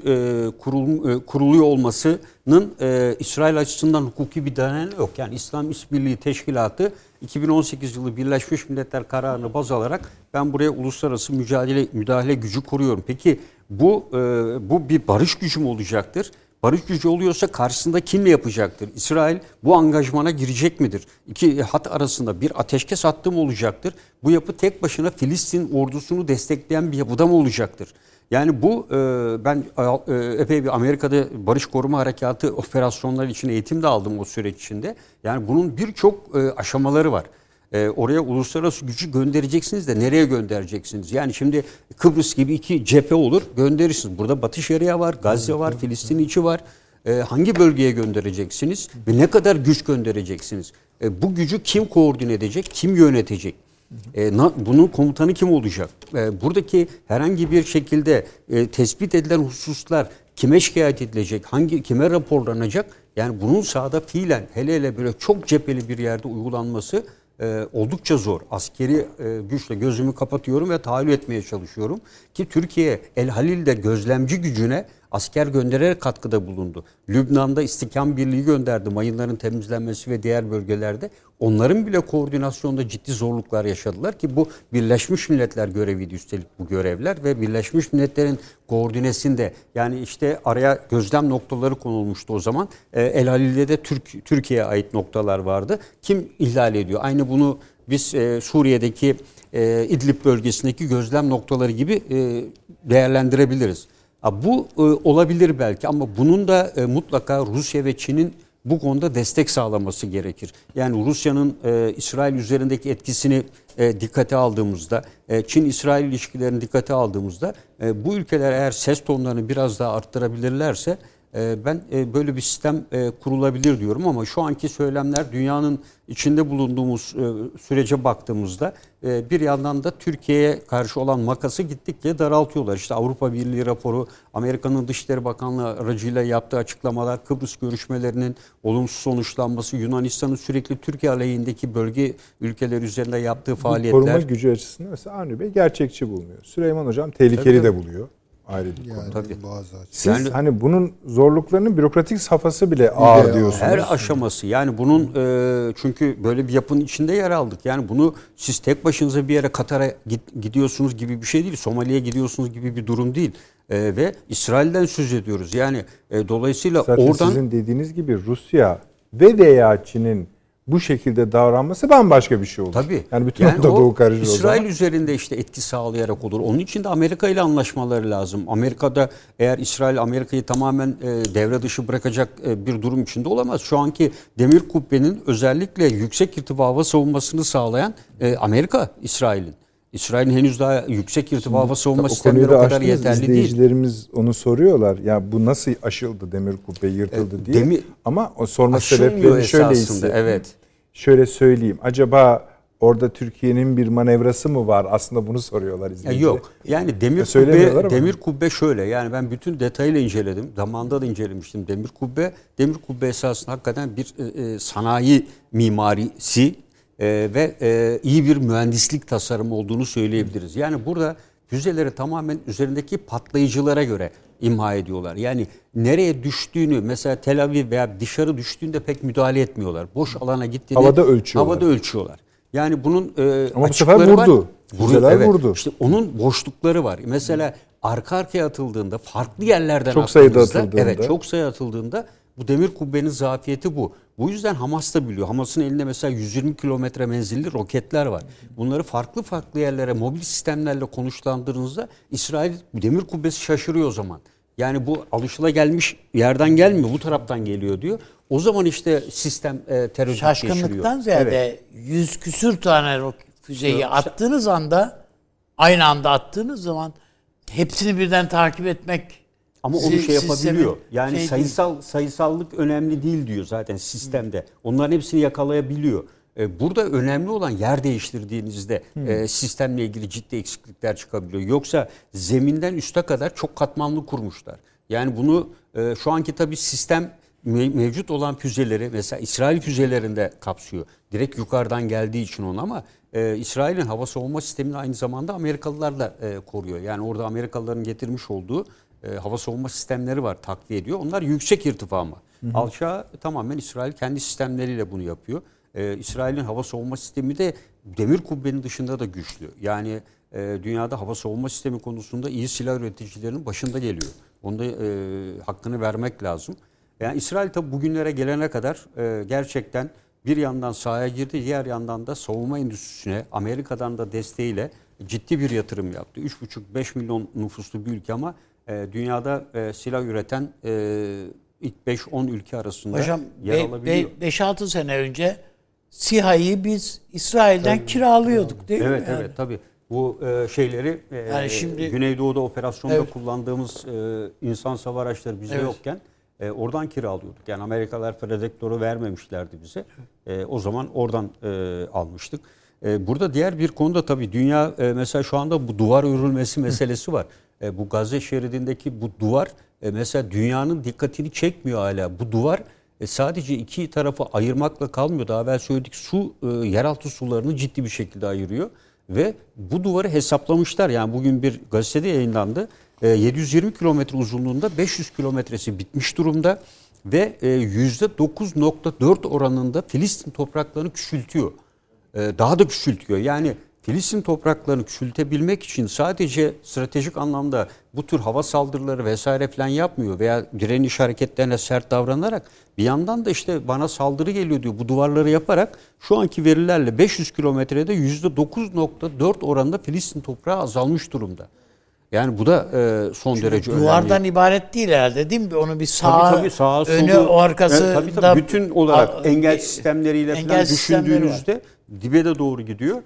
[SPEAKER 4] kuruluyor olmasının İsrail açısından hukuki bir dayanağı yok. Yani İslam İşbirliği Teşkilatı 2018 yılı Birleşmiş Milletler kararını baz alarak ben buraya uluslararası müdahale gücü kuruyorum. Peki bu bir barış gücü mü olacaktır? Barış gücü oluyorsa karşısında kimle yapacaktır? İsrail bu angajmana girecek midir? İki hat arasında bir ateşkes hattı mı olacaktır? Bu yapı tek başına Filistin ordusunu destekleyen bir yapıda mı olacaktır? Yani bu ben epey bir Amerika'da Barış Koruma Harekatı operasyonları için eğitim de aldım o süreç içinde. Yani bunun birçok aşamaları var. Oraya uluslararası gücü göndereceksiniz de nereye göndereceksiniz? Yani şimdi Kıbrıs gibi iki cephe olur, gönderirsiniz. Burada Batı Şeria var, Gazze var, Filistin içi var. Hangi bölgeye göndereceksiniz ve ne kadar güç göndereceksiniz? Bu gücü kim koordine edecek, kim yönetecek? Bunun komutanı kim olacak? Buradaki herhangi bir şekilde tespit edilen hususlar kime şikayet edilecek, kime raporlanacak? Yani bunun sahada fiilen hele böyle çok cepheli bir yerde uygulanması oldukça zor. Askeri güçle gözümü kapatıyorum ve tahayyül etmeye çalışıyorum ki Türkiye El Halil'de gözlemci gücüne asker göndererek katkıda bulundu. Lübnan'da İstihkam Birliği gönderdi mayınların temizlenmesi ve diğer bölgelerde. Onların bile koordinasyonda ciddi zorluklar yaşadılar ki bu Birleşmiş Milletler göreviydi üstelik bu görevler ve Birleşmiş Milletler'in koordinesinde yani işte araya gözlem noktaları konulmuştu o zaman. El Halil'de de Türkiye'ye ait noktalar vardı. Kim ihlal ediyor? Aynı bunu biz Suriye'deki İdlib bölgesindeki gözlem noktaları gibi değerlendirebiliriz. Bu olabilir belki ama bunun da mutlaka Rusya ve Çin'in bu konuda destek sağlaması gerekir. Yani Rusya'nın İsrail üzerindeki etkisini dikkate aldığımızda, Çin-İsrail ilişkilerini dikkate aldığımızda bu ülkeler eğer ses tonlarını biraz daha arttırabilirlerse ben böyle bir sistem kurulabilir diyorum ama şu anki söylemler dünyanın içinde bulunduğumuz sürece baktığımızda bir yandan da Türkiye'ye karşı olan makası gittikçe daraltıyorlar. İşte Avrupa Birliği raporu, Amerika'nın Dışişleri Bakanlığı aracıyla yaptığı açıklamalar, Kıbrıs görüşmelerinin olumsuz sonuçlanması, Yunanistan'ın sürekli Türkiye aleyhindeki bölge ülkeleri üzerinde yaptığı faaliyetler.
[SPEAKER 1] Koruma gücü açısından mesela Avni Bey gerçekçi bulmuyor. Süleyman Hocam tehlikeli
[SPEAKER 4] tabii.
[SPEAKER 1] de buluyor. Ayrı bir konu.
[SPEAKER 4] Tabii.
[SPEAKER 1] Siz hani bunun zorluklarının bürokratik safhası bile ağır diyorsunuz.
[SPEAKER 4] Her aşaması yani bunun çünkü böyle bir yapının içinde yer aldık. Yani bunu siz tek başınıza bir yere Katar'a gidiyorsunuz gibi bir şey değil. Somali'ye gidiyorsunuz gibi bir durum değil. Ve İsrail'den söz ediyoruz. Yani dolayısıyla
[SPEAKER 1] zaten
[SPEAKER 4] oradan
[SPEAKER 1] sizin dediğiniz gibi Rusya ve veya Çin'in bu şekilde davranması bambaşka bir şey olur.
[SPEAKER 4] Tabii.
[SPEAKER 1] Yani bütün Orta Doğu karışır
[SPEAKER 4] İsrail
[SPEAKER 1] o zaman.
[SPEAKER 4] üzerinde işte etki sağlayarak olur. Onun için de Amerika ile anlaşmaları lazım. Amerika'da eğer İsrail Amerika'yı tamamen devre dışı bırakacak bir durum içinde olamaz. Şu anki demir kubbenin özellikle yüksek irtifa hava savunmasını sağlayan Amerika İsrail'in. İsrail'in henüz daha yüksek irtifa hava savunma sistemleri o kadar yeterli değil.
[SPEAKER 1] İzleyicilerimiz onu soruyorlar. Ya bu nasıl aşıldı demir kubbe yırtıldı diye. Ama o sorma sebepleri şöyleyse.
[SPEAKER 4] Evet.
[SPEAKER 1] Şöyle söyleyeyim. Acaba orada Türkiye'nin bir manevrası mı var? Aslında bunu soruyorlar izleyiciler.
[SPEAKER 4] Yok. Yani demir kubbe şöyle. Yani ben bütün detayıyla inceledim. Zamanında da incelemiştim demir kubbe. Demir kubbe esasında hakikaten bir sanayi mimarisi ve iyi bir mühendislik tasarımı olduğunu söyleyebiliriz. Yani burada füzeleri tamamen üzerindeki patlayıcılara göre imha ediyorlar. Yani nereye düştüğünü mesela Tel Aviv veya dışarı düştüğünde pek müdahale etmiyorlar. Boş alana gittiğinde havada ölçüyorlar. Yani bunun
[SPEAKER 1] ama bu sefer vurdu. Füzeler
[SPEAKER 4] evet.
[SPEAKER 1] vurdu.
[SPEAKER 4] İşte onun boşlukları var. Mesela arka arkaya atıldığında farklı yerlerden
[SPEAKER 1] çok sayıda atıldığında.
[SPEAKER 4] Evet, çok sayı atıldığında bu demir kubbenin zafiyeti bu. Bu yüzden Hamas da biliyor. Hamas'ın elinde mesela 120 kilometre menzilli roketler var. Bunları farklı yerlere mobil sistemlerle konuşlandırdığınızda İsrail demir kubbesi şaşırıyor o zaman. Yani bu alışılagelmiş yerden gelmiyor, bu taraftan geliyor diyor. O zaman işte sistem tereddüt geçiriyor.
[SPEAKER 2] Şaşkınlıktan ziyade 100 küsür tane füzeyi attığınız anda, aynı anda attığınız zaman hepsini birden takip etmek
[SPEAKER 4] Ama onu şey yapabiliyor.
[SPEAKER 2] Sistemin
[SPEAKER 4] Yani sayısallık önemli değil diyor zaten sistemde. Onların hepsini yakalayabiliyor. Burada önemli olan yer değiştirdiğinizde sistemle ilgili ciddi eksiklikler çıkabiliyor. Yoksa zeminden üste kadar çok katmanlı kurmuşlar. Yani bunu şu anki tabii sistem mevcut olan füzeleri mesela İsrail füzelerinde kapsıyor. Direkt yukarıdan geldiği için onu ama İsrail'in hava savunma sistemini aynı zamanda Amerikalılar da koruyor. Yani orada Amerikalıların getirmiş olduğu hava savunma sistemleri var, takviye ediyor. Onlar yüksek irtifa ama. Alçağı tamamen İsrail kendi sistemleriyle bunu yapıyor. İsrail'in hava savunma sistemi de demir kubbenin dışında da güçlü. Yani dünyada hava savunma sistemi konusunda iyi silah üreticilerinin başında geliyor. Onda hakkını vermek lazım. Yani İsrail tabi bugünlere gelene kadar gerçekten bir yandan sahaya girdi, diğer yandan da savunma endüstrisine Amerika'dan da desteğiyle ciddi bir yatırım yaptı. 3,5-5 milyon nüfuslu bir ülke ama dünyada silah üreten ilk 5-10 ülke arasında
[SPEAKER 2] hocam,
[SPEAKER 4] yer alabiliyor.
[SPEAKER 2] 5-6 sene önce SİHA'yı biz İsrail'den kiralıyorduk değil mi?
[SPEAKER 4] Evet, yani? Evet tabii. Bu şeyleri
[SPEAKER 2] yani şimdi,
[SPEAKER 4] Güneydoğu'da operasyonda kullandığımız insan hava araçları bizde yokken oradan kiralıyorduk. Yani Amerikalılar Predator'u vermemişlerdi bize. O zaman oradan almıştık. Burada diğer bir konuda tabii dünya mesela şu anda bu duvar örülmesi meselesi var. Bu Gazze şeridindeki bu duvar mesela dünyanın dikkatini çekmiyor hala. Bu duvar sadece iki tarafı ayırmakla kalmıyor. Daha evvel söyledik, yeraltı sularını ciddi bir şekilde ayırıyor. Ve bu duvarı hesaplamışlar. Yani bugün bir gazetede yayınlandı. 720 kilometre uzunluğunda 500 kilometresi bitmiş durumda. Ve %9.4 oranında Filistin topraklarını küçültüyor. Daha da küçültüyor. Yani Filistin topraklarını küçültebilmek için sadece stratejik anlamda bu tür hava saldırıları vesaire falan yapmıyor veya direniş hareketlerine sert davranarak bir yandan da işte bana saldırı geliyor diyor. Bu duvarları yaparak şu anki verilerle 500 kilometrede %9.4 oranında Filistin toprağı azalmış durumda. Yani bu da son derece önemli.
[SPEAKER 2] Duvardan ibaret değil herhalde değil mi? Onu bir sağa önü,
[SPEAKER 4] solu,
[SPEAKER 2] arkası
[SPEAKER 4] tabii, bütün olarak engel sistemleriyle falan düşündüğünüzde dibe de doğru gidiyor.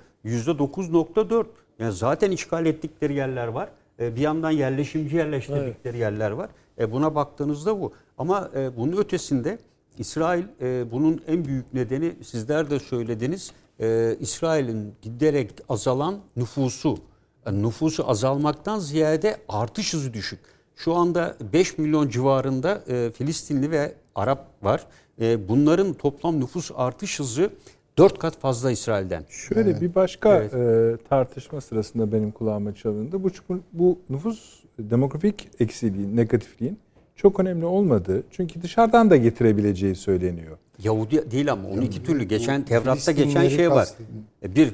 [SPEAKER 4] %9.4. Yani zaten işgal ettikleri yerler var. Bir yandan yerleşimci yerleştirdikleri yerler var. Buna baktığınızda bu. Ama bunun ötesinde İsrail bunun en büyük nedeni sizler de söylediniz. İsrail'in giderek azalan nüfusu. Nüfusu azalmaktan ziyade artış hızı düşük. Şu anda 5 milyon civarında Filistinli ve Arap var. Bunların toplam nüfus artış hızı 4 kat fazla İsrail'den.
[SPEAKER 1] Şöyle bir başka tartışma sırasında benim kulağıma çalındı. Bu nüfus demografik eksiliğin, negatifliğin çok önemli olmadığı. Çünkü dışarıdan da getirebileceği söyleniyor.
[SPEAKER 4] Yahudi değil ama 12 türlü. Geçen Tevrat'ta geçen şey var. Bir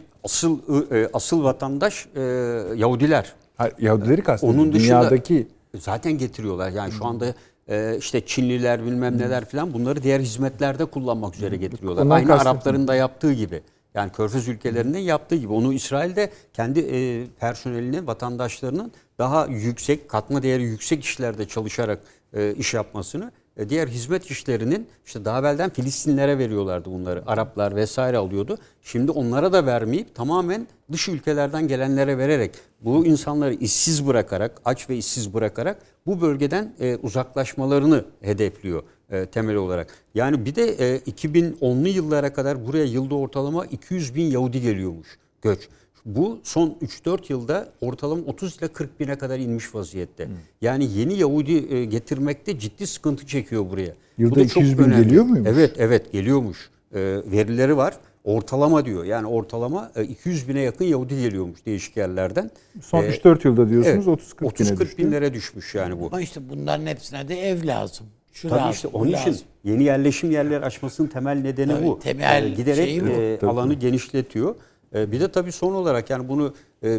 [SPEAKER 4] asıl vatandaş Yahudiler.
[SPEAKER 1] Yahudileri kastediyor.
[SPEAKER 4] Onun dışında
[SPEAKER 1] dünyadaki
[SPEAKER 4] zaten getiriyorlar. Yani şu anda işte Çinliler bilmem neler falan bunları diğer hizmetlerde kullanmak üzere getiriyorlar.
[SPEAKER 1] Ondan
[SPEAKER 4] Aynı Arapların da yaptığı gibi. Yani Körfez ülkelerinin yaptığı gibi. Onu İsrail'de kendi personelinin, vatandaşlarının daha yüksek, katma değeri yüksek işlerde çalışarak iş yapmasını, diğer hizmet işlerinin işte daha evvelden Filistinlere veriyorlardı bunları. Araplar vesaire alıyordu. Şimdi onlara da vermeyip tamamen dış ülkelerden gelenlere vererek bu insanları işsiz bırakarak, aç ve işsiz bırakarak bu bölgeden uzaklaşmalarını hedefliyor temel olarak. Yani bir de 2010'lu yıllara kadar buraya yılda ortalama 200 bin Yahudi geliyormuş göç. Bu son 3-4 yılda ortalama 30 ile 40 bine kadar inmiş vaziyette. Yani yeni Yahudi getirmekte ciddi sıkıntı çekiyor buraya.
[SPEAKER 1] Yılda
[SPEAKER 4] Bu da
[SPEAKER 1] 200
[SPEAKER 4] çok
[SPEAKER 1] bin
[SPEAKER 4] önemli.
[SPEAKER 1] geliyor muymuş?
[SPEAKER 4] Evet veriyormuş. Verileri var. Ortalama diyor. Yani ortalama 200 bine yakın Yahudi geliyormuş değişik yerlerden.
[SPEAKER 1] Son 3-4 yılda diyorsunuz,
[SPEAKER 4] evet, 30-40 binlere düşmüş yani bu.
[SPEAKER 2] Ama işte bunların hepsine de ev lazım.
[SPEAKER 4] Tabii lazım, işte onun için yeni yerleşim yerleri açmasının temel nedeni tabii, bu.
[SPEAKER 2] Temel
[SPEAKER 4] giderek alanı genişletiyor. Bir de tabii son olarak yani bunu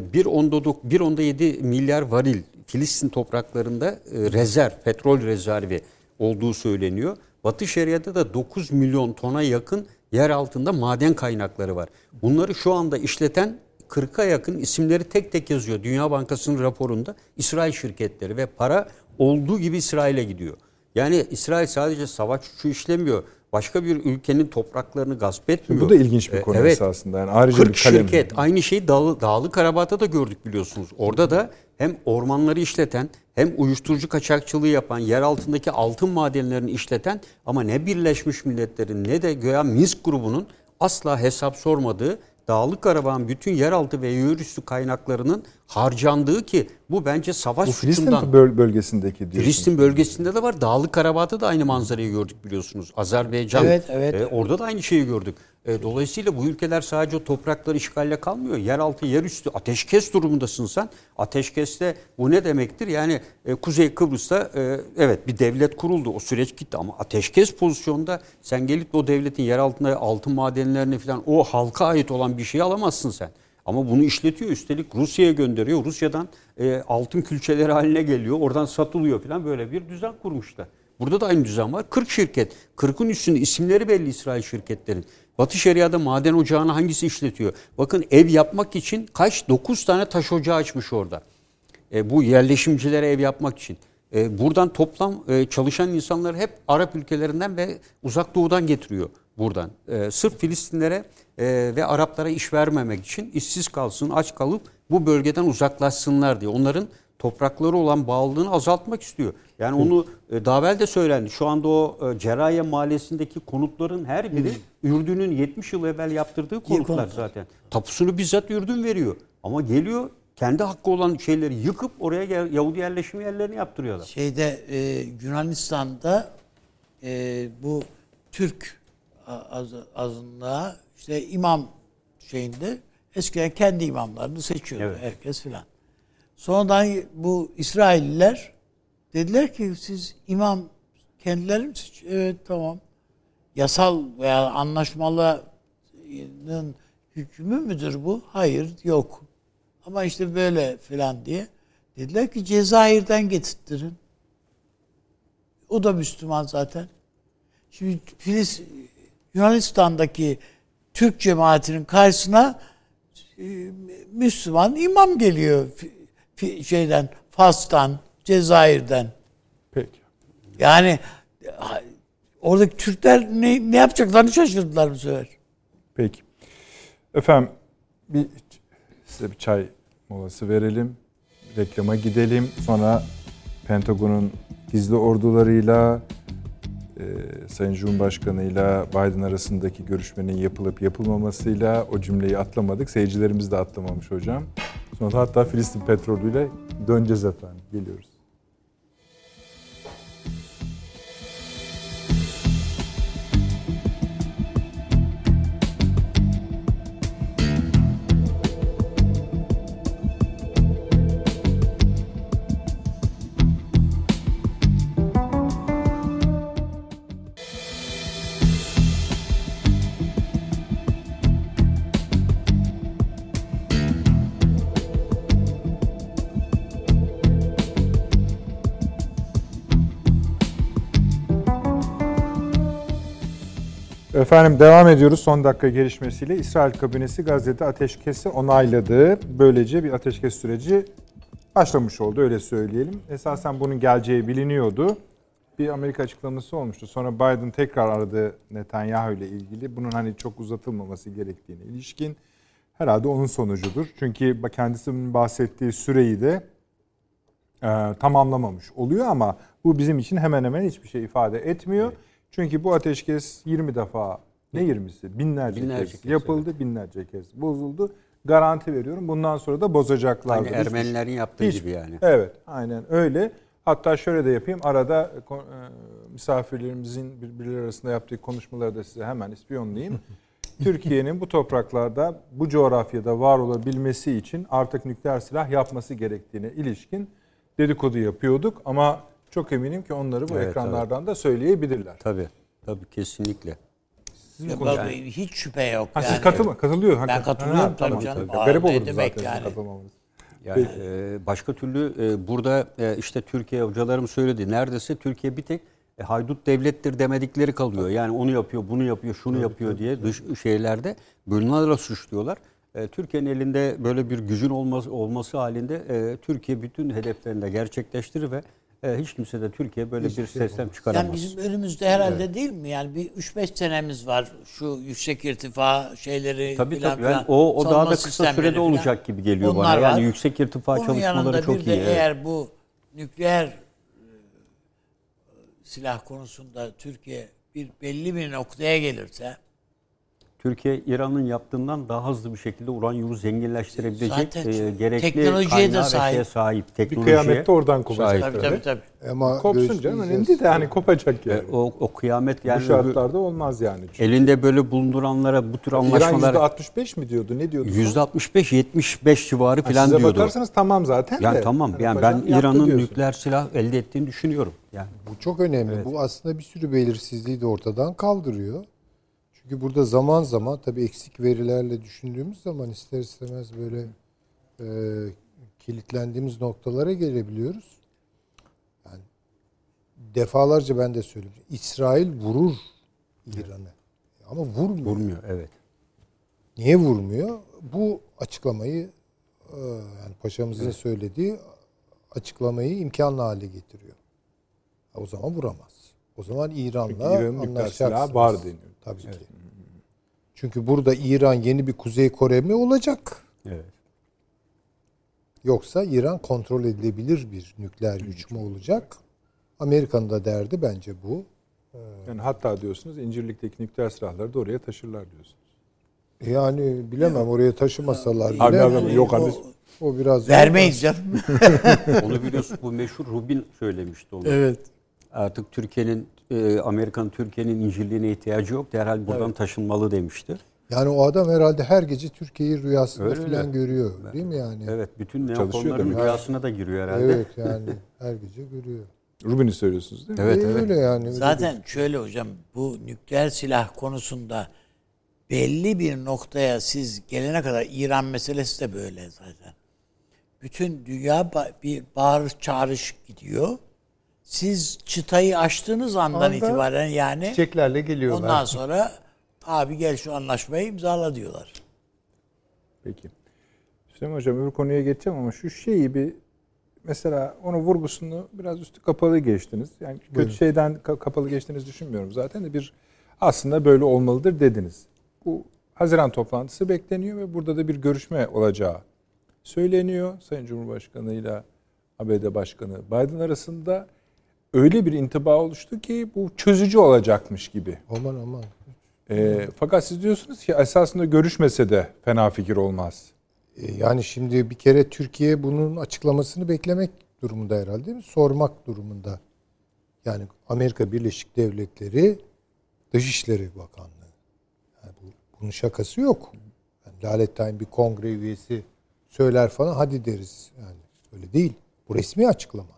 [SPEAKER 4] 1.7 milyar varil Filistin topraklarında petrol rezervi olduğu söyleniyor. Batı Şeria'da da 9 milyon tona yakın yer altında maden kaynakları var. Bunları şu anda işleten 40'a yakın isimleri tek tek yazıyor. Dünya Bankası'nın raporunda İsrail şirketleri ve para olduğu gibi İsrail'e gidiyor. Yani İsrail sadece savaş suçu işlemiyor. başka bir ülkenin topraklarını gasp etmiyor.
[SPEAKER 1] Bu da ilginç bir konu esasında. Yani ayrıca
[SPEAKER 4] 40
[SPEAKER 1] bir kalem.
[SPEAKER 4] şirket. Aynı şeyi Dağlı Karabağ'da da gördük biliyorsunuz. Orada da hem ormanları işleten hem uyuşturucu kaçakçılığı yapan, yer altındaki altın madenlerini işleten ama ne Birleşmiş Milletler'in ne de göya Minsk grubunun asla hesap sormadığı Dağlı Karabağ'ın bütün yeraltı ve yerüstü kaynaklarının harcandığı ki bu bence savaş
[SPEAKER 1] Bu
[SPEAKER 4] suçundan.
[SPEAKER 1] Filistin bölgesindeki diyorsunuz.
[SPEAKER 4] Filistin bölgesinde de var. Dağlı Karabağ'da da aynı manzarayı gördük biliyorsunuz. Azerbaycan.
[SPEAKER 2] Evet.
[SPEAKER 4] Orada da aynı şeyi gördük. Dolayısıyla bu ülkeler sadece toprakları işgalle kalmıyor. Yeraltı, yerüstü ateşkes durumundasın sen. Ateşkeste bu ne demektir? Yani Kuzey Kıbrıs'ta evet bir devlet kuruldu. O süreç gitti ama ateşkes pozisyonda sen gelip o devletin yer altında altın madenlerini falan o halka ait olan bir şeyi alamazsın sen. Ama bunu işletiyor. Üstelik Rusya'ya gönderiyor. Rusya'dan altın külçeleri haline geliyor. Oradan satılıyor falan böyle bir düzen kurmuşlar. Burada da aynı düzen var. 40 şirket. 40'ın üstünde isimleri belli İsrail şirketlerin. Batı Şeria'da maden ocağını hangisi işletiyor? Bakın ev yapmak için 9 tane taş ocağı açmış orada. Bu yerleşimcilere ev yapmak için. Buradan toplam çalışan insanları hep Arap ülkelerinden ve Uzak Doğu'dan getiriyor buradan. Sırf Filistinlere ve Araplara iş vermemek için işsiz kalsın, aç kalıp bu bölgeden uzaklaşsınlar diye. Onların toprakları olan bağlılığını azaltmak istiyor. Yani onu daha evvel de söylendi. Şu anda o Cerrahye Mahallesi'ndeki konutların her biri Ürdün'ün 70 yıl evvel yaptırdığı konutlar zaten. Tapusunu bizzat Ürdün veriyor. Ama geliyor kendi hakkı olan şeyleri yıkıp oraya Yahudi yerleşim yerlerini yaptırıyorlar.
[SPEAKER 2] Yunanistan'da bu Türk azınlığa işte imam şeyinde eskiden kendi imamlarını seçiyordu herkes filan. Sonradan bu İsrailliler dediler ki siz imam kendileri mi seçiyor? Evet tamam. Yasal veya anlaşmalının hükmü müdür bu? Hayır yok. Ama işte böyle filan diye. Dediler ki Cezayir'den getirttirin. O da Müslüman zaten. Şimdi Yunanistan'daki Türk cemaatinin karşısına Müslüman imam geliyor Fas'tan, Cezayir'den.
[SPEAKER 1] Peki.
[SPEAKER 2] Yani oradaki Türkler ne yapacaklarını şaşırdılar bu sefer.
[SPEAKER 1] Peki. Efendim size bir çay molası verelim. Reklama gidelim. Sonra Pentagon'un gizli ordularıyla Sayın Cumhurbaşkanı'yla Biden arasındaki görüşmenin yapılıp yapılmamasıyla o cümleyi atlamadık. Seyircilerimiz de atlamamış hocam. Sonra hatta Filistin petrolüyle döneceğiz efendim. Geliyoruz. Efendim devam ediyoruz son dakika gelişmesiyle. İsrail kabinesi Gazze'de ateşkesi onayladı. Böylece bir ateşkes süreci başlamış oldu öyle söyleyelim. Esasen bunun geleceği biliniyordu. Bir Amerika açıklaması olmuştu. Sonra Biden tekrar aradı Netanyahu ile ilgili. Bunun hani çok uzatılmaması gerektiğine ilişkin. Herhalde onun sonucudur. Çünkü kendisinin bahsettiği süreyi de tamamlamamış oluyor ama bu bizim için hemen hemen hiçbir şey ifade etmiyor. Evet. Çünkü bu ateşkes 20 defa, ne 20'si? Binlerce kez yapıldı, binlerce kez bozuldu. Garanti veriyorum. Bundan sonra da bozacaklardır.
[SPEAKER 4] Aynı Ermenilerin yaptığı gibi yani.
[SPEAKER 1] Evet, aynen öyle. Hatta şöyle de yapayım. Arada misafirlerimizin birbirleri arasında yaptığı konuşmaları da size hemen ispiyonlayayım. Türkiye'nin bu topraklarda, bu coğrafyada var olabilmesi için artık nükleer silah yapması gerektiğine ilişkin dedikodu yapıyorduk. Ama çok eminim ki onları bu ekranlardan da söyleyebilirler.
[SPEAKER 4] Tabii kesinlikle.
[SPEAKER 2] Hiç şüphe yok.
[SPEAKER 1] Yani. Siz katılıyor.
[SPEAKER 2] Ben katılıyorum tabii canım.
[SPEAKER 1] Garip olurdu zaten
[SPEAKER 2] yani.
[SPEAKER 1] katılmamız.
[SPEAKER 4] Yani başka türlü burada işte Türkiye hocalarım söyledi. Neredeyse Türkiye bir tek haydut devlettir demedikleri kalıyor. Yani onu yapıyor, bunu yapıyor, şunu yapıyor diye dış şeylerde bunlarla suçluyorlar. Türkiye'nin elinde böyle bir gücün olması halinde Türkiye bütün hedeflerini de gerçekleştirir ve hiç kimse de Türkiye böyle
[SPEAKER 3] Hiçbir
[SPEAKER 4] bir
[SPEAKER 3] şey
[SPEAKER 4] seslem
[SPEAKER 3] olmaz.
[SPEAKER 4] çıkaramaz.
[SPEAKER 2] Yani bizim önümüzde herhalde değil mi? Yani bir 3-5 senemiz var şu yüksek irtifa şeyleri
[SPEAKER 4] Tabii
[SPEAKER 2] filan
[SPEAKER 4] tabii. Yani
[SPEAKER 2] filan.
[SPEAKER 4] o daha
[SPEAKER 2] Savunma
[SPEAKER 4] da kısa
[SPEAKER 2] sistemleri
[SPEAKER 4] sürede
[SPEAKER 2] filan.
[SPEAKER 4] olacak gibi geliyor
[SPEAKER 2] Onlar
[SPEAKER 4] bana. Yani
[SPEAKER 2] var.
[SPEAKER 4] yüksek irtifa
[SPEAKER 2] Onun
[SPEAKER 4] çalışmaları
[SPEAKER 2] yanında
[SPEAKER 4] çok
[SPEAKER 2] bir
[SPEAKER 4] iyi.
[SPEAKER 2] de
[SPEAKER 4] Evet.
[SPEAKER 2] eğer bu nükleer silah konusunda Türkiye belli bir noktaya gelirse
[SPEAKER 4] Türkiye İran'ın yaptığından daha hızlı bir şekilde uranyumu zenginleştirebilecek
[SPEAKER 2] zaten
[SPEAKER 4] gerekli
[SPEAKER 2] teknolojiye de
[SPEAKER 4] kaynağı ve
[SPEAKER 2] sahip.
[SPEAKER 4] şeye sahip.
[SPEAKER 1] Bir
[SPEAKER 4] Teknolojiye
[SPEAKER 1] kıyamette oradan kopacak.
[SPEAKER 4] sahip.
[SPEAKER 2] tabii.
[SPEAKER 3] Ama
[SPEAKER 1] Kopsun canım, önemli değil de hani kopacak yani.
[SPEAKER 4] O kıyamet
[SPEAKER 1] Bu
[SPEAKER 4] yani
[SPEAKER 1] şartlarda olmaz yani. Çünkü
[SPEAKER 4] elinde böyle bulunduranlara bu tür
[SPEAKER 1] İran
[SPEAKER 4] anlaşmalar
[SPEAKER 1] %65 mi diyordu? Ne diyordu?
[SPEAKER 4] %65-75 civarı falan
[SPEAKER 1] Size
[SPEAKER 4] diyordu.
[SPEAKER 1] bakarsanız tamam zaten
[SPEAKER 4] Yani
[SPEAKER 1] de.
[SPEAKER 4] tamam.
[SPEAKER 1] Hani
[SPEAKER 4] Yani ben
[SPEAKER 1] paşam yaptı
[SPEAKER 4] İran'ın
[SPEAKER 1] diyorsun.
[SPEAKER 4] nükleer silah elde ettiğini düşünüyorum. Yani
[SPEAKER 3] Bu çok önemli. Bu aslında bir sürü belirsizliği de ortadan kaldırıyor. Çünkü burada zaman zaman tabii eksik verilerle düşündüğümüz zaman ister istemez böyle kilitlendiğimiz noktalara gelebiliyoruz. Yani defalarca ben de söyledim. İsrail vurur İran'ı. Ama vurmuyor.
[SPEAKER 4] evet.
[SPEAKER 3] Niye vurmuyor? Bu açıklamayı yani paşamızın söylediği açıklamayı imkanlı hale getiriyor. O zaman vuramaz. O zaman İran'la
[SPEAKER 1] Çünkü İran'ın nükleer
[SPEAKER 3] anlaşacaksınız.
[SPEAKER 1] silahı var deniyor.
[SPEAKER 3] Tabii ki. Çünkü burada İran yeni bir Kuzey Kore mi olacak?
[SPEAKER 4] Evet.
[SPEAKER 3] Yoksa İran kontrol edilebilir bir nükleer güç mü olacak? Amerika'nın da derdi bence bu.
[SPEAKER 1] Yani hatta diyorsunuz İncirlik'teki nükleer silahları da oraya taşırlar diyorsunuz.
[SPEAKER 3] Yani bilemem oraya taşımasalar bile.
[SPEAKER 1] Abi, yok abi.
[SPEAKER 3] O biraz
[SPEAKER 2] vermeyiz canım.
[SPEAKER 4] Onu biliyorsun, bu meşhur Rubin söylemişti onu.
[SPEAKER 2] Evet.
[SPEAKER 4] Artık Amerika'nın Türkiye'nin incirliğine ihtiyacı yok. Derhal buradan taşınmalı demişti.
[SPEAKER 3] Yani o adam herhalde her gece Türkiye'yi rüyasında
[SPEAKER 4] Öyle
[SPEAKER 3] falan görüyor. Değil mi yani?
[SPEAKER 4] Evet, bütün
[SPEAKER 1] Çalışıyor
[SPEAKER 4] neokonların
[SPEAKER 1] demek.
[SPEAKER 4] rüyasına da giriyor herhalde.
[SPEAKER 3] Evet yani her gece görüyor.
[SPEAKER 1] Rubin'i söylüyorsunuz değil mi?
[SPEAKER 4] Evet,
[SPEAKER 3] Öyle yani. Öyle
[SPEAKER 2] Zaten şöyle hocam, bu nükleer silah konusunda belli bir noktaya siz gelene kadar İran meselesi de böyle zaten. Bütün dünya bir bağırış çağrış gidiyor. Siz çıtayı açtığınız andan
[SPEAKER 3] Anda
[SPEAKER 2] itibaren yani
[SPEAKER 3] çiçeklerle geliyorlar.
[SPEAKER 2] ondan sonra abi gel şu anlaşmayı imzala diyorlar.
[SPEAKER 1] Peki. Süleyman Hocam öbür konuya geçeceğim ama şu şeyi bir mesela onun vurgusunu biraz üstü kapalı geçtiniz. Yani kötü şeyden kapalı geçtiğinizi düşünmüyorum zaten de bir aslında böyle olmalıdır dediniz. Bu Haziran toplantısı bekleniyor ve burada da bir görüşme olacağı söyleniyor. Sayın Cumhurbaşkanı ile ABD Başkanı Biden arasında öyle bir intiba oluştu ki bu çözücü olacakmış gibi.
[SPEAKER 3] Aman.
[SPEAKER 1] Fakat siz diyorsunuz ki esasında görüşmese de fena fikir olmaz.
[SPEAKER 3] Yani şimdi bir kere Türkiye bunun açıklamasını beklemek durumunda herhalde değil mi? Sormak durumunda. Yani Amerika Birleşik Devletleri Dışişleri Bakanlığı. Yani bunun şakası yok. Yani Lalettayn bir kongre üyesi söyler falan hadi deriz. Yani öyle değil. Bu resmi açıklama.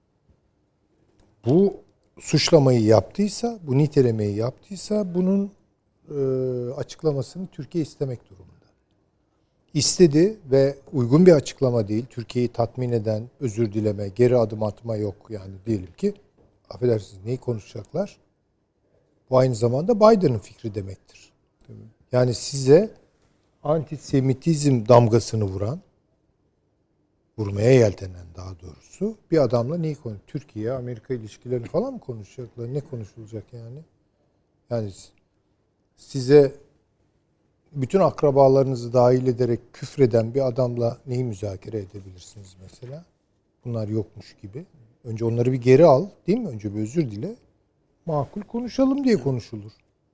[SPEAKER 3] Bu suçlamayı yaptıysa, bu nitelemeyi yaptıysa bunun açıklamasını Türkiye istemek durumunda. İstedi ve uygun bir açıklama değil. Türkiye'yi tatmin eden özür dileme, geri adım atma yok. Yani diyelim ki, affedersiniz neyi konuşacaklar? Bu aynı zamanda Biden'ın fikri demektir. Tabii. Yani size antisemitizm damgasını vurmaya yeltenen daha doğrusu bir adamla neyi konuşuyor? Türkiye, Amerika ilişkilerini falan mı konuşacaklar? Ne konuşulacak yani? Yani size bütün akrabalarınızı dahil ederek küfreden bir adamla neyi müzakere edebilirsiniz mesela? Bunlar yokmuş gibi. Önce onları bir geri al, değil mi? Önce bir özür dile. Makul konuşalım diye konuşulur.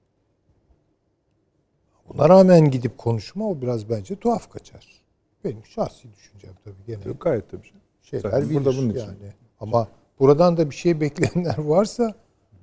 [SPEAKER 3] Buna rağmen gidip konuşma o biraz bence tuhaf kaçar. Benim şahsi düşüncem tabii gene.
[SPEAKER 1] Yok, gayet tabii.
[SPEAKER 3] Şeyler bilir
[SPEAKER 1] burada bunun için.
[SPEAKER 3] yani. Ama buradan da bir şey bekleyenler varsa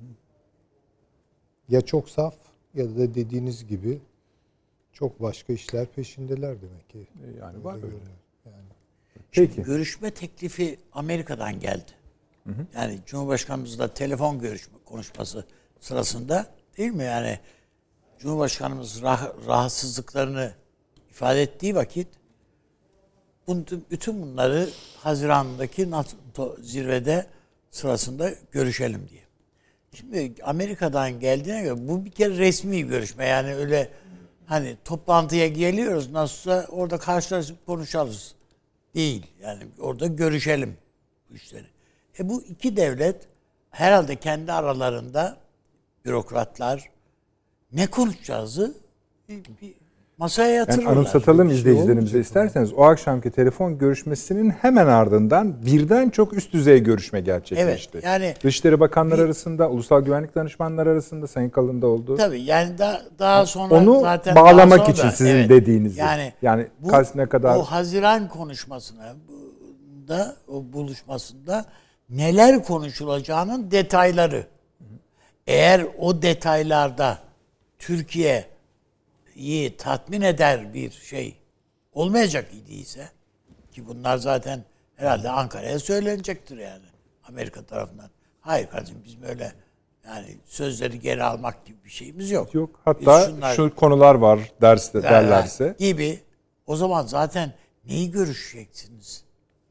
[SPEAKER 3] ya çok saf ya da dediğiniz gibi çok başka işler peşindeler demek ki.
[SPEAKER 1] Yani var öyle.
[SPEAKER 3] Yani.
[SPEAKER 1] Peki.
[SPEAKER 2] Görüşme teklifi Amerika'dan geldi. Yani Cumhurbaşkanımızla telefon konuşması sırasında değil mi? Yani Cumhurbaşkanımız rahatsızlıklarını ifade ettiği vakit bütün bunları Haziran'daki NATO zirvede sırasında görüşelim diye. Şimdi Amerika'dan geldiğine göre bu bir kere resmi bir görüşme. Yani öyle hani toplantıya geliyoruz nasılsa orada karşılaşıp konuşalım. Değil. Yani orada görüşelim bu işleri. Bu iki devlet herhalde kendi aralarında bürokratlar ne konuşacağızı bir masaya yatırırlar.
[SPEAKER 1] Yani anımsatalım izleyicilerimize isterseniz. O akşamki telefon görüşmesinin hemen ardından birden çok üst düzey görüşme gerçekleşti.
[SPEAKER 2] Evet, yani
[SPEAKER 1] Dışişleri Bakanları arasında, Ulusal Güvenlik Danışmanları arasında Sayın Kalın'da oldu.
[SPEAKER 2] Tabii yani daha sonra
[SPEAKER 1] onu
[SPEAKER 2] zaten
[SPEAKER 1] bağlamak
[SPEAKER 2] daha sonra,
[SPEAKER 1] için sizin
[SPEAKER 2] evet,
[SPEAKER 1] dediğiniz.
[SPEAKER 2] Yani
[SPEAKER 1] ne kadar
[SPEAKER 2] o Haziran konuşmasına da o buluşmasında neler konuşulacağının detayları. Eğer o detaylarda Türkiye'yi tatmin eder bir şey olmayacak idiyse, ki bunlar zaten herhalde Ankara'ya söylenecektir yani Amerika tarafından. Hayır kardeşim, biz böyle yani sözleri geri almak gibi bir şeyimiz yok.
[SPEAKER 1] Yok. Hatta şu konular var derlerse.
[SPEAKER 2] Gibi. O zaman zaten neyi görüşeceksiniz?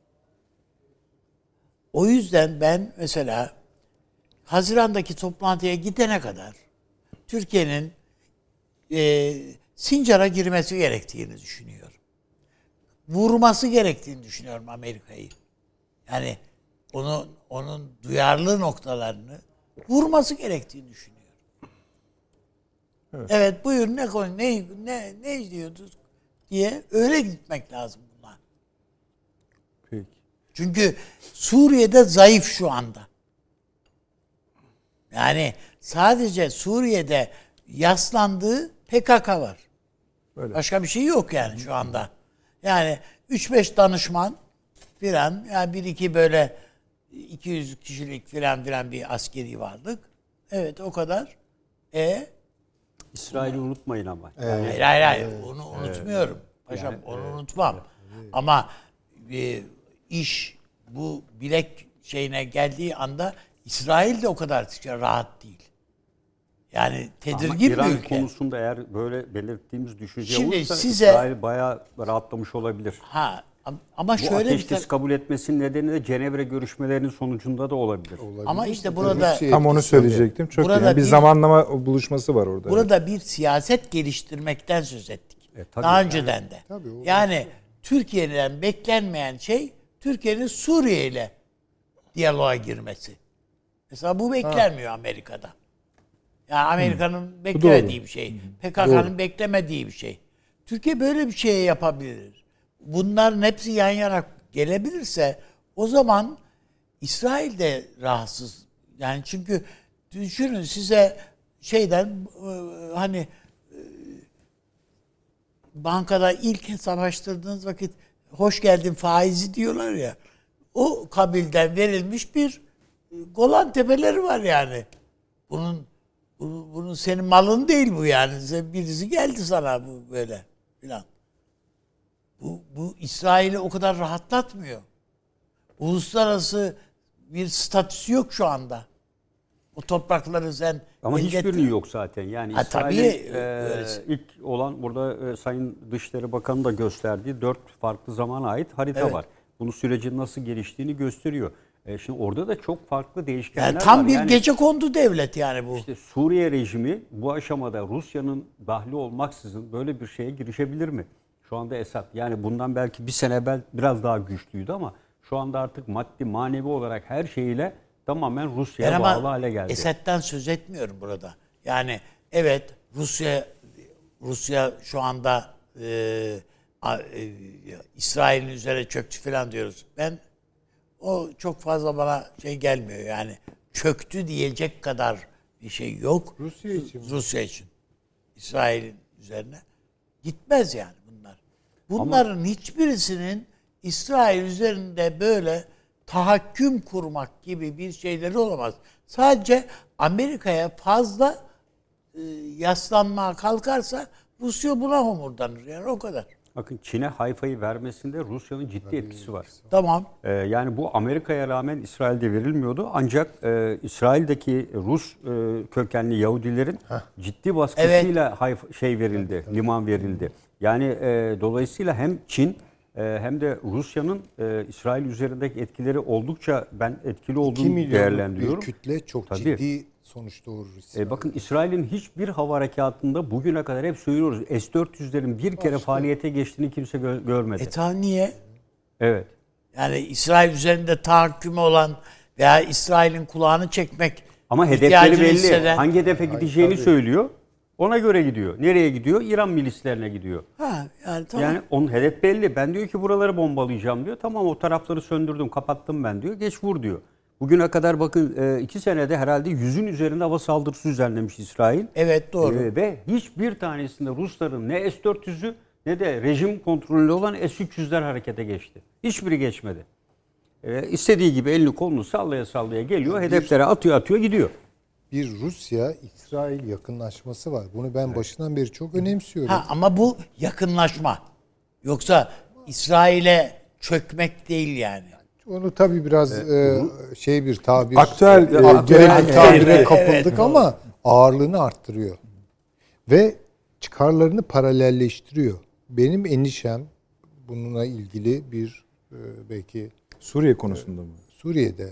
[SPEAKER 2] O yüzden ben mesela Haziran'daki toplantıya gidene kadar Türkiye'nin Sincar'a girmesi gerektiğini düşünüyorum. Vurması gerektiğini düşünüyorum Amerika'yı. Yani onun duyarlı noktalarını vurması gerektiğini düşünüyorum. Evet, buyur ne konu ne diyordunuz diye öyle gitmek lazım bunlar.
[SPEAKER 1] Peki.
[SPEAKER 2] Çünkü Suriye'de zayıf şu anda. Yani sadece Suriye'de yaslandığı PKK var.
[SPEAKER 1] Öyle.
[SPEAKER 2] Başka bir şey yok yani şu anda. Yani 3-5 danışman filan, yani 1-2 böyle 200 kişilik filan bir askeri varlık. Evet, o kadar.
[SPEAKER 4] İsrail'i unutmayın ama.
[SPEAKER 2] Hayır. Onu unutmuyorum. Paşam onu unutmam. Ama iş bu bilek şeyine geldiği anda İsrail de o kadar rahat değil. Yani tedirgin
[SPEAKER 4] İran
[SPEAKER 2] bir ülke.
[SPEAKER 4] konusunda eğer böyle belirttiğimiz düşünce
[SPEAKER 2] Şimdi
[SPEAKER 4] olursa
[SPEAKER 2] size,
[SPEAKER 4] İsrail bayağı rahatlamış olabilir.
[SPEAKER 2] Ama
[SPEAKER 4] Bu
[SPEAKER 2] şöyle
[SPEAKER 4] ateşkes kabul etmesinin nedeni de Cenevre görüşmelerinin sonucunda da olabilir.
[SPEAKER 2] Ama işte burada
[SPEAKER 1] Tam onu söyleyecektim. Çok iyi. Yani bir zamanlama buluşması var orada.
[SPEAKER 2] Burada bir siyaset geliştirmekten söz ettik.
[SPEAKER 4] Tabii.
[SPEAKER 2] Daha önceden de.
[SPEAKER 3] Tabii,
[SPEAKER 2] Yani Türkiye'den beklenmeyen şey Türkiye'nin Suriye ile diyaloğa girmesi. Mesela bu beklenmiyor Amerika'da. Yani Amerika'nın beklemediği bir şey. PKK'nın beklemediği bir şey. Türkiye böyle bir şey yapabilir. Bunların hepsi yan yana gelebilirse o zaman İsrail de rahatsız. Yani çünkü düşünün, size hani bankada ilk hesaplaştırdığınız vakit hoş geldin faizi diyorlar ya. O kabilden verilmiş bir Golan Tepeleri var yani. Bunun senin malın değil bu yani. Birisi geldi sana bu böyle filan. Bu İsrail'i o kadar rahatlatmıyor. Uluslararası bir statüsü yok şu anda. O toprakları sen
[SPEAKER 4] ama hiçbirinin yok zaten. Yani İsrail'in ilk olan burada Sayın Dışişleri Bakanı da gösterdiği 4 farklı zamana ait harita var. Bunun sürecin nasıl geliştiğini gösteriyor. Şimdi orada da çok farklı değişkenler
[SPEAKER 2] yani
[SPEAKER 4] var.
[SPEAKER 2] Tam bir gecekondu devlet yani bu.
[SPEAKER 4] İşte Suriye rejimi bu aşamada Rusya'nın dahli olmaksızın böyle bir şeye girişebilir mi? Şu anda Esad, yani bundan belki bir sene evvel biraz daha güçlüydü ama şu anda artık maddi manevi olarak her şeyiyle tamamen Rusya'ya bağlı hale geldi.
[SPEAKER 2] Esad'dan söz etmiyorum burada. Yani evet, Rusya şu anda İsrail'in üzerine çöktü falan diyoruz. O çok fazla bana gelmiyor yani. Çöktü diyecek kadar bir şey yok. Rusya için. İsrail'in üzerine gitmez yani bunlar. Bunların hiçbirisinin İsrail üzerinde böyle tahakküm kurmak gibi bir şeyleri olamaz. Sadece Amerika'ya fazla yaslanmaya kalkarsa Rusya buna homurdanır yani, o kadar.
[SPEAKER 4] Bakın, Çin'e Hayfa'yı vermesinde Rusya'nın ciddi etkisi var.
[SPEAKER 2] Tamam.
[SPEAKER 4] Yani bu Amerika'ya rağmen İsrail'de verilmiyordu. Ancak İsrail'deki Rus kökenli Yahudilerin ciddi baskısıyla verildi, liman verildi. Yani dolayısıyla hem Çin hem de Rusya'nın İsrail üzerindeki etkileri oldukça ben etkili olduğunu değerlendiriyorum.
[SPEAKER 3] Bir kütle çok
[SPEAKER 4] Tabii.
[SPEAKER 3] ciddi sonuç doğurur İsrail.
[SPEAKER 4] Bakın, İsrail'in hiçbir hava harekatında bugüne kadar hep söylüyoruz. S-400'lerin bir kere faaliyete geçtiğini kimse görmedi.
[SPEAKER 2] Niye?
[SPEAKER 4] Evet.
[SPEAKER 2] Yani İsrail üzerinde tahakkümü olan veya İsrail'in kulağını çekmek
[SPEAKER 5] Ama hedefleri
[SPEAKER 2] ihtiyacını
[SPEAKER 5] belli.
[SPEAKER 2] hisseden-
[SPEAKER 5] Hangi hedefe gideceğini söylüyor. Ona göre gidiyor. Nereye gidiyor? İran milislerine gidiyor.
[SPEAKER 2] Yani tamam.
[SPEAKER 5] Yani onun hedef belli. Ben diyor ki buraları bombalayacağım diyor. Tamam o tarafları söndürdüm, kapattım ben diyor. Geç vur diyor. Bugüne kadar bakın 2 senede herhalde 100'ün üzerinde hava saldırısı düzenlemiş İsrail.
[SPEAKER 2] Evet, doğru.
[SPEAKER 5] Ve hiçbir tanesinde Rusların ne S-400'ü ne de rejim kontrolü olan S-300'ler harekete geçti. Hiçbiri geçmedi. İstediği gibi elini kolunu sallaya sallaya geliyor. Hedeflere atıyor gidiyor.
[SPEAKER 3] Bir Rusya-İsrail yakınlaşması var. Bunu ben başından beri çok önemsiyorum.
[SPEAKER 2] Ama bu yakınlaşma. Yoksa İsrail'e çökmek değil yani.
[SPEAKER 3] Onu tabii biraz bir tabir,
[SPEAKER 1] Aktüel,
[SPEAKER 3] genel bir tabire
[SPEAKER 1] evet,
[SPEAKER 3] kapıldık ama ağırlığını arttırıyor. Ve çıkarlarını paralelleştiriyor. Benim endişem bununla ilgili bir belki
[SPEAKER 1] Suriye konusunda mı?
[SPEAKER 3] Suriye'de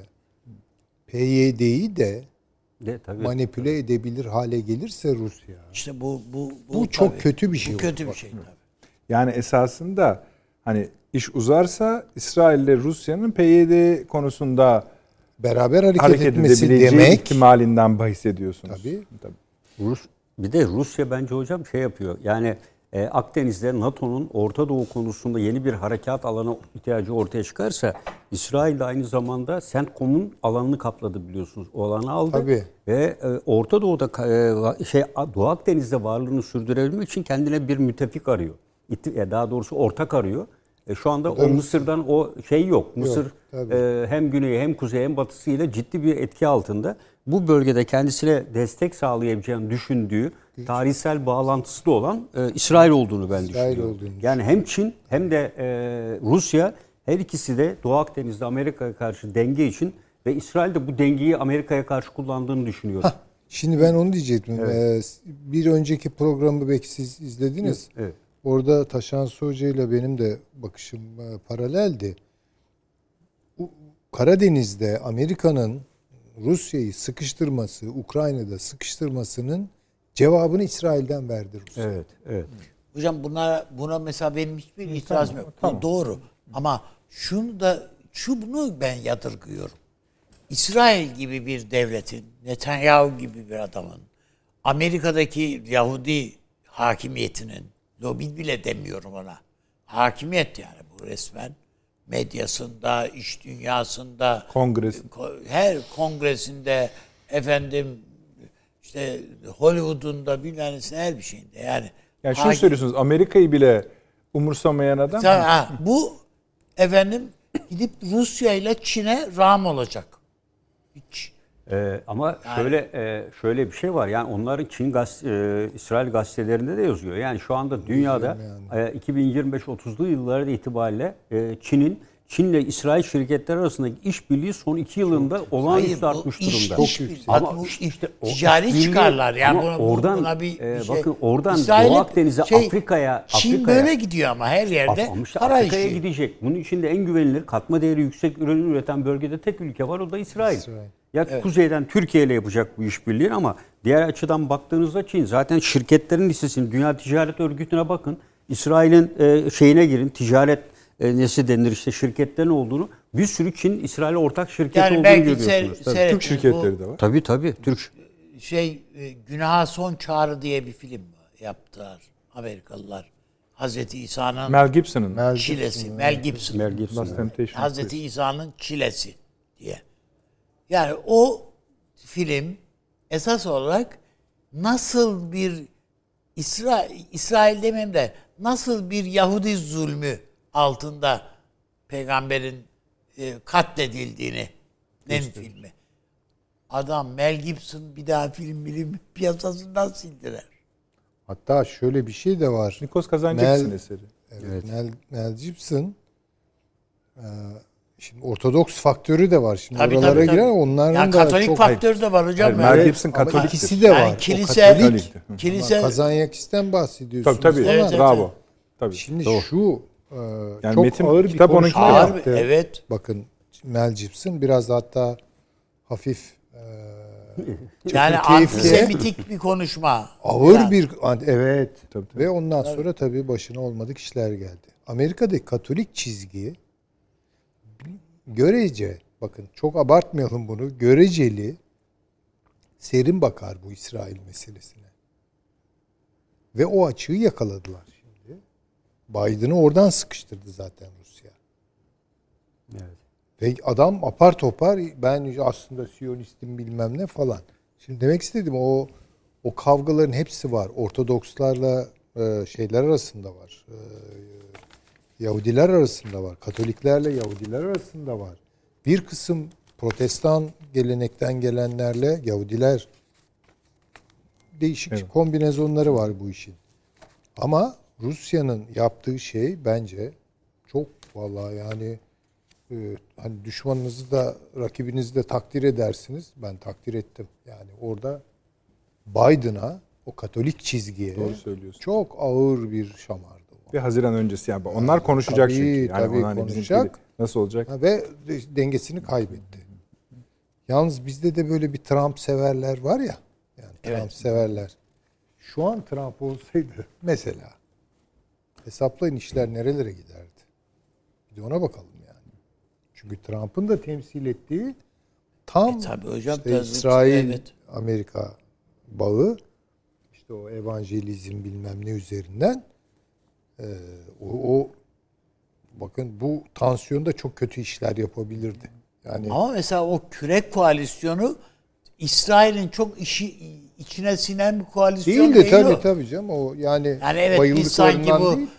[SPEAKER 3] PYD'yi de
[SPEAKER 5] Tabii.
[SPEAKER 3] manipüle edebilir hale gelirse Rusya.
[SPEAKER 2] İşte bu
[SPEAKER 3] çok
[SPEAKER 2] tabii.
[SPEAKER 3] kötü bir şey.
[SPEAKER 2] Bu kötü
[SPEAKER 3] olur.
[SPEAKER 2] bir şey tabii.
[SPEAKER 1] Yani esasında hani iş uzarsa İsrail ile Rusya'nın PYD konusunda
[SPEAKER 3] Beraber hareket
[SPEAKER 1] edebileceği
[SPEAKER 3] etmesi demek
[SPEAKER 1] ihtimalinden bahsediyorsunuz.
[SPEAKER 3] tabii.
[SPEAKER 5] Bir de Rusya bence hocam şey yapıyor. Yani Akdeniz'de NATO'nun Orta Doğu konusunda yeni bir harekat alanı ihtiyacı ortaya çıkarsa İsrail de aynı zamanda CENTCOM'un alanını kapladı biliyorsunuz. O alanı aldı.
[SPEAKER 3] Tabii.
[SPEAKER 5] Ve Orta Doğu'da Doğu Akdeniz'de varlığını sürdürebilmek için kendine bir müttefik arıyor. Daha doğrusu ortak arıyor. Şu anda o Mısır'dan o şey yok. Mısır hem güneyi hem kuzeyi hem batısıyla ciddi bir etki altında. Bu bölgede kendisine destek sağlayabileceğini düşündüğü tarihsel bağlantısı da olan İsrail olduğunu ben düşünüyorum. Yani hem Çin hem de Rusya her ikisi de Doğu Akdeniz'de Amerika'ya karşı denge için ve İsrail de bu dengeyi Amerika'ya karşı kullandığını düşünüyorum.
[SPEAKER 3] Şimdi ben onu diyecektim. Evet. Bir önceki programı belki siz izlediniz.
[SPEAKER 5] Evet.
[SPEAKER 3] Orada Taşansı Hoca ile benim de bakışım paraleldi. Karadeniz'de Amerika'nın Rusya'yı sıkıştırması, Ukrayna'da sıkıştırmasının cevabını İsrail'den verdi Rusya.
[SPEAKER 5] Evet.
[SPEAKER 2] Hocam buna mesela benim hiçbir itirazım yok.
[SPEAKER 3] Tamam.
[SPEAKER 2] Bu doğru. Ama bunu ben yadırgıyorum. İsrail gibi bir devletin, Netanyahu gibi bir adamın, Amerika'daki Yahudi hakimiyetinin, lobi bile demiyorum ona, hakimiyet yani bu resmen, medyasında, iş dünyasında, her kongresinde, işte Hollywood'unda bilmem her bir şeyinde yani.
[SPEAKER 1] Yani şunu söylüyorsunuz, Amerika'yı bile umursamayan adam.
[SPEAKER 2] Bu gidip Rusya ile Çin'e rağm olacak. Hiç.
[SPEAKER 5] Ama şöyle bir şey var. Yani onların İsrail gazetelerinde de yazıyor. Yani şu anda dünyada 2025-30'lu yıllarda itibariyle Çin'le İsrail şirketleri arasındaki işbirliği son 2 yılında olağanüstü artmış durumda.
[SPEAKER 2] Çok yüksek. Ama işte ticari çıkarlar. Yani buna bir şey.
[SPEAKER 5] Bakın oradan
[SPEAKER 2] İsrail'in
[SPEAKER 5] Doğu Akdeniz'e, Afrika'ya.
[SPEAKER 2] Çin böyle gidiyor ama her yerde para
[SPEAKER 5] Afrika'ya
[SPEAKER 2] işi.
[SPEAKER 5] gidecek. Bunun içinde en güvenilir, katma değeri yüksek ürün üreten bölgede tek ülke var, o da İsrail. Kuzeyden Türkiye ile yapacak bu işbirliğini ama diğer açıdan baktığınızda Çin. Zaten şirketlerin listesini Dünya Ticaret Örgütü'ne bakın. İsrail'in şeyine girin. Ticaret nesi denir işte şirketlerin olduğunu. Bir sürü Çin-İsrail ortak şirket olduğunu görüyorsunuz.
[SPEAKER 1] Türk şirketleri de var.
[SPEAKER 5] Tabii. Türk.
[SPEAKER 2] Günaha Son Çağrı diye bir film yaptılar Amerikalılar. Hazreti İsa'nın
[SPEAKER 1] Mel Gibson'ın.
[SPEAKER 2] çilesi. Mel Gibson. Hazreti İsa'nın çilesi diye. Yani o film esas olarak nasıl bir İsrail demeyeyim de nasıl bir Yahudi zulmü altında peygamberin katledildiğini filmi. Adam Mel Gibson bir daha film piyasasından sildiler.
[SPEAKER 3] Hatta şöyle bir şey de var.
[SPEAKER 1] Nikos Kazantzakis'in eseri.
[SPEAKER 3] Evet. Mel Gibson şimdi Ortodoks faktörü de var. Şimdi oralara girer onların
[SPEAKER 2] yani
[SPEAKER 3] da
[SPEAKER 2] Katolik faktörü de var hocam.
[SPEAKER 1] Mel Gibson Katolik'tir.
[SPEAKER 3] İkisi de var.
[SPEAKER 2] Yani kilise
[SPEAKER 3] Kazanyakis'ten bahsediyorsunuz.
[SPEAKER 1] Tabii.
[SPEAKER 2] Evet,
[SPEAKER 1] bravo. Tabii.
[SPEAKER 3] Şimdi
[SPEAKER 1] Doğru. Yani
[SPEAKER 3] çok
[SPEAKER 1] metin,
[SPEAKER 3] ağır bir
[SPEAKER 1] kitap onun
[SPEAKER 3] konuşma
[SPEAKER 1] kitabı.
[SPEAKER 3] yaptı.
[SPEAKER 2] Evet.
[SPEAKER 3] Bakın Mel Gibson biraz da hatta hafif
[SPEAKER 2] yani antisemitik bir konuşma.
[SPEAKER 3] Ağır
[SPEAKER 2] yani.
[SPEAKER 3] bir evet.
[SPEAKER 1] Tabii.
[SPEAKER 3] Ve ondan sonra tabii başına olmadık işler geldi. Amerika'daki Katolik çizgi görece bakın çok abartmayalım bunu, göreceli serin bakar bu İsrail meselesine. Ve o açığı yakaladılar şimdi. Biden'ı oradan sıkıştırdı zaten Rusya.
[SPEAKER 5] Evet.
[SPEAKER 3] Ve adam apar topar ben aslında Siyonistim bilmem ne falan. Şimdi demek istedim o kavgaların hepsi var. Ortodokslarla şeyler arasında var. Yahudiler arasında var. Katoliklerle Yahudiler arasında var. Bir kısım Protestan gelenekten gelenlerle Yahudiler, değişik kombinezonları var bu işin. Ama Rusya'nın yaptığı şey bence çok, vallahi yani hani düşmanınızı da rakibinizi de takdir edersiniz. Ben takdir ettim. Yani orada Biden'a, o Katolik çizgiye çok ağır bir şamardı.
[SPEAKER 1] Bir Haziran öncesi yani. Onlar konuşacak
[SPEAKER 3] tabii,
[SPEAKER 1] çünkü. Yani
[SPEAKER 3] tabii
[SPEAKER 1] hani
[SPEAKER 3] konuşacak.
[SPEAKER 1] Nasıl olacak?
[SPEAKER 3] Ve dengesini kaybetti. Yalnız bizde de böyle bir Trump severler var ya. Yani Trump severler. Şu an Trump olsaydı mesela hesaplayın işler nerelere giderdi. Bir de ona bakalım yani. Çünkü Trump'ın da temsil ettiği tam
[SPEAKER 2] tabii hocam,
[SPEAKER 3] işte İsrail Amerika bağı, işte o evangelizm bilmem ne üzerinden bakın bu tansiyonda çok kötü işler yapabilirdi. Yani
[SPEAKER 2] ama mesela o kürek koalisyonu İsrail'in çok içine sinen bir koalisyon
[SPEAKER 3] değildi tabii canım. O yani
[SPEAKER 2] evet biz sanki bu
[SPEAKER 3] değil.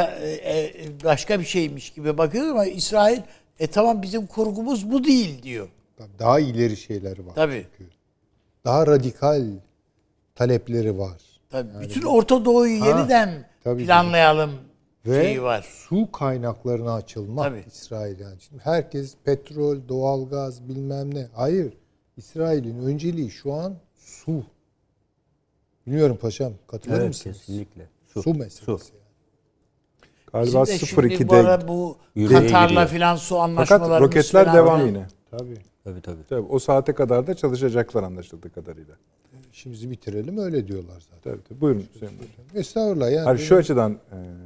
[SPEAKER 2] Başka bir şeymiş gibi bakıyoruz ama İsrail tamam bizim kurgumuz bu değil diyor.
[SPEAKER 3] Daha ileri şeyleri var.
[SPEAKER 2] Tabii.
[SPEAKER 3] Çünkü. Daha radikal talepleri var.
[SPEAKER 2] Tabii. Yani bütün Orta Doğu'yu yeniden planlayalım şeyi var.
[SPEAKER 3] Su kaynaklarına açılmak İsrail yani. Şimdi herkes petrol, doğalgaz bilmem ne. Hayır. İsrail'in önceliği şu an su. Bilmiyorum paşam, katılır mısınız?
[SPEAKER 5] Kesinlikle.
[SPEAKER 3] Su meselesi.
[SPEAKER 5] Su.
[SPEAKER 1] Galiba
[SPEAKER 2] 0-2'de bu ara bu Katar'la filan su anlaşmaları.
[SPEAKER 1] Fakat roketler devam yine.
[SPEAKER 3] Tabii.
[SPEAKER 1] O saate kadar da çalışacaklar anlaşıldığı kadarıyla.
[SPEAKER 3] İşimizi bitirelim öyle diyorlar zaten.
[SPEAKER 1] Tabii. Buyurun Hüseyin Bey.
[SPEAKER 3] Estağfurullah yani.
[SPEAKER 1] Hayır, şu açıdan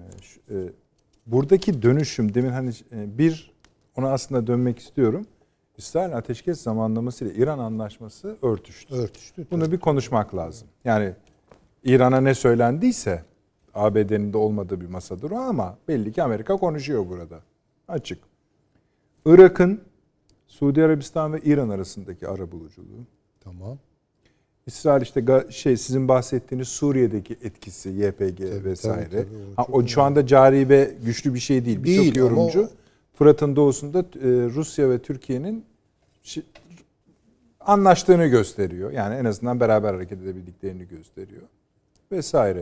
[SPEAKER 1] buradaki dönüşüm demin hani ona aslında dönmek istiyorum. İsrail ateşkes zamanlaması ile İran anlaşması örtüştü. Bunu bir konuşmak lazım. Yani İran'a ne söylendiyse ABD'nin de olmadığı bir masadır o ama belli ki Amerika konuşuyor burada. Açık. Irak'ın Suudi Arabistan ve İran arasındaki arabuluculuğu.
[SPEAKER 3] Tamam.
[SPEAKER 1] İsrail işte sizin bahsettiğiniz Suriye'deki etkisi, YPG vesaire.
[SPEAKER 3] Tabii,
[SPEAKER 1] o şu anda cari ve güçlü bir şey değil. Birçok yorumcu Fırat'ın doğusunda Rusya ve Türkiye'nin anlaştığını gösteriyor. Yani en azından beraber hareket edebildiklerini gösteriyor. Vesaire.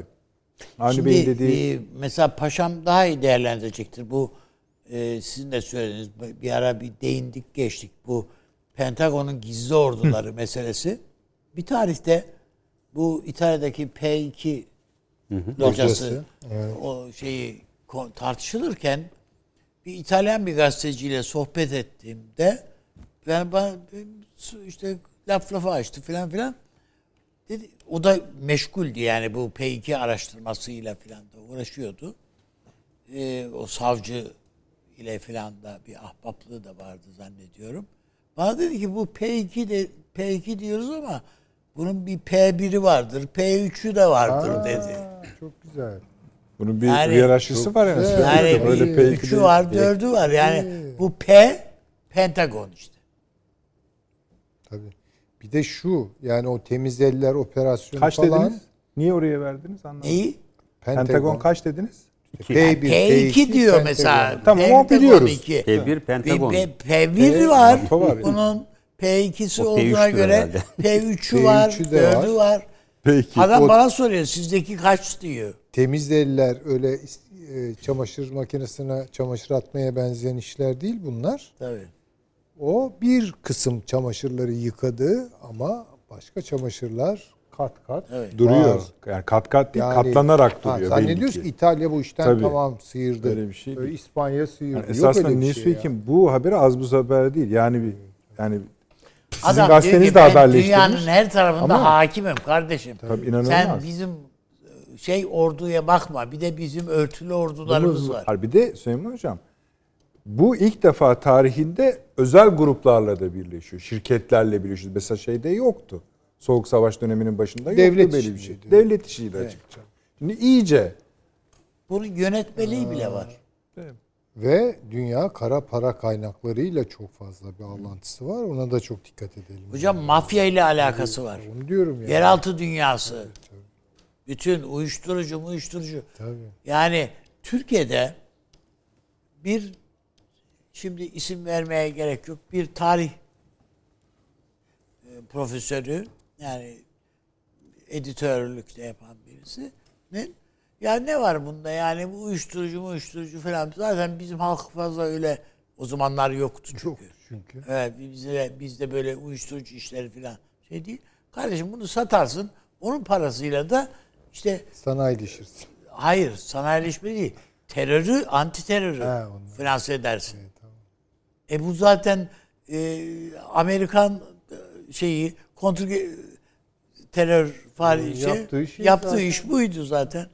[SPEAKER 2] Şimdi mesela paşam daha iyi değerlendirecektir. Bu sizin de söylediğiniz bir ara bir değindik geçtik. Bu Pentagon'un gizli orduları meselesi. Bir tarihte bu İtalya'daki P2 locası o şeyi tartışılırken bir İtalyan bir gazeteciyle sohbet ettiğimde ben işte lafa açtı filan dedi. O da meşguldü yani bu P2 araştırmasıyla filan da uğraşıyordu. O savcı ile filan da bir ahbaplığı da vardı zannediyorum. Bana dedi ki bu P2 diyoruz ama bunun bir P1'i vardır, P3'ü de vardır dedi.
[SPEAKER 3] Çok güzel.
[SPEAKER 1] Bunun bir hiyerarşisi var yani.
[SPEAKER 2] Yani böyle P3'ü var, 4'ü var. Yani bu Pentagon işte.
[SPEAKER 3] Tabii. Bir de şu yani o temiz eller operasyonu
[SPEAKER 1] kaç
[SPEAKER 3] falan.
[SPEAKER 1] Dediniz? Niye oraya verdiniz anlamadım.
[SPEAKER 2] Neyi?
[SPEAKER 1] Pentagon kaç dediniz?
[SPEAKER 2] P2 diyor Pentagon. Mesela.
[SPEAKER 1] Tamam o biliyoruz.
[SPEAKER 5] P1 Pentagon.
[SPEAKER 2] P1 var. Bunun P2'si olduğuna göre P3'ü var, 4'ü var.
[SPEAKER 1] Peki.
[SPEAKER 2] Adam bana soruyor sizdeki kaç diyor.
[SPEAKER 3] Temiz eller öyle çamaşır makinesine çamaşır atmaya benzeyen işler değil bunlar.
[SPEAKER 2] Tabii.
[SPEAKER 3] O bir kısım çamaşırları yıkadı ama başka çamaşırlar kat
[SPEAKER 1] duruyor.
[SPEAKER 3] var.
[SPEAKER 1] Yani kat değil, katlanarak duruyor.
[SPEAKER 3] Zannediyoruz ki İtalya bu işten tamam sıyırdı.
[SPEAKER 1] Öyle bir şey değil.
[SPEAKER 3] İspanya sıyırdı.
[SPEAKER 1] Yani esasında Newsweek'in bu haberi az buz haber değil. Yani sizin
[SPEAKER 2] adam
[SPEAKER 1] gazeteniz de haberleştirmiş.
[SPEAKER 2] Dünyanın her tarafında hakimim kardeşim.
[SPEAKER 1] Tabii inanılmaz.
[SPEAKER 2] Sen bizim orduya bakma. Bir de bizim örtülü ordularımız var.
[SPEAKER 1] Bir de Süleyman Hocam Bu ilk defa tarihinde özel gruplarla da birleşiyor. Şirketlerle birleşiyor. Mesela şeyde yoktu. Soğuk Savaş döneminin başında
[SPEAKER 3] Devlet
[SPEAKER 1] yoktu böyle bir şey.
[SPEAKER 3] işiydi.
[SPEAKER 1] Devlet işiyle açıkça. Şimdi iyice.
[SPEAKER 2] Bunun yönetmeliği bile var.
[SPEAKER 3] Ve dünya kara para kaynaklarıyla çok fazla bir bağlantısı var. Ona da çok dikkat edelim.
[SPEAKER 2] Hocam mafya ile alakası var.
[SPEAKER 3] Onu diyorum yani.
[SPEAKER 2] Yeraltı dünyası. Bütün uyuşturucu.
[SPEAKER 3] Tabii.
[SPEAKER 2] Yani Türkiye'de şimdi isim vermeye gerek yok, bir tarih profesörü, yani editörlük de yapan birisi. Ne var bunda, yani bu uyuşturucu falan, zaten bizim halk fazla öyle o zamanlar yoktu çünkü. Evet, bizde böyle uyuşturucu işleri falan şey değil. Kardeşim bunu satarsın, onun parasıyla da işte
[SPEAKER 3] Sanayileşirsin.
[SPEAKER 2] hayır, sanayileşme değil. Anti terörü finanse edersin. Evet, tamam. Bu zaten Amerikan kontra terör yaptığı iş buydu zaten.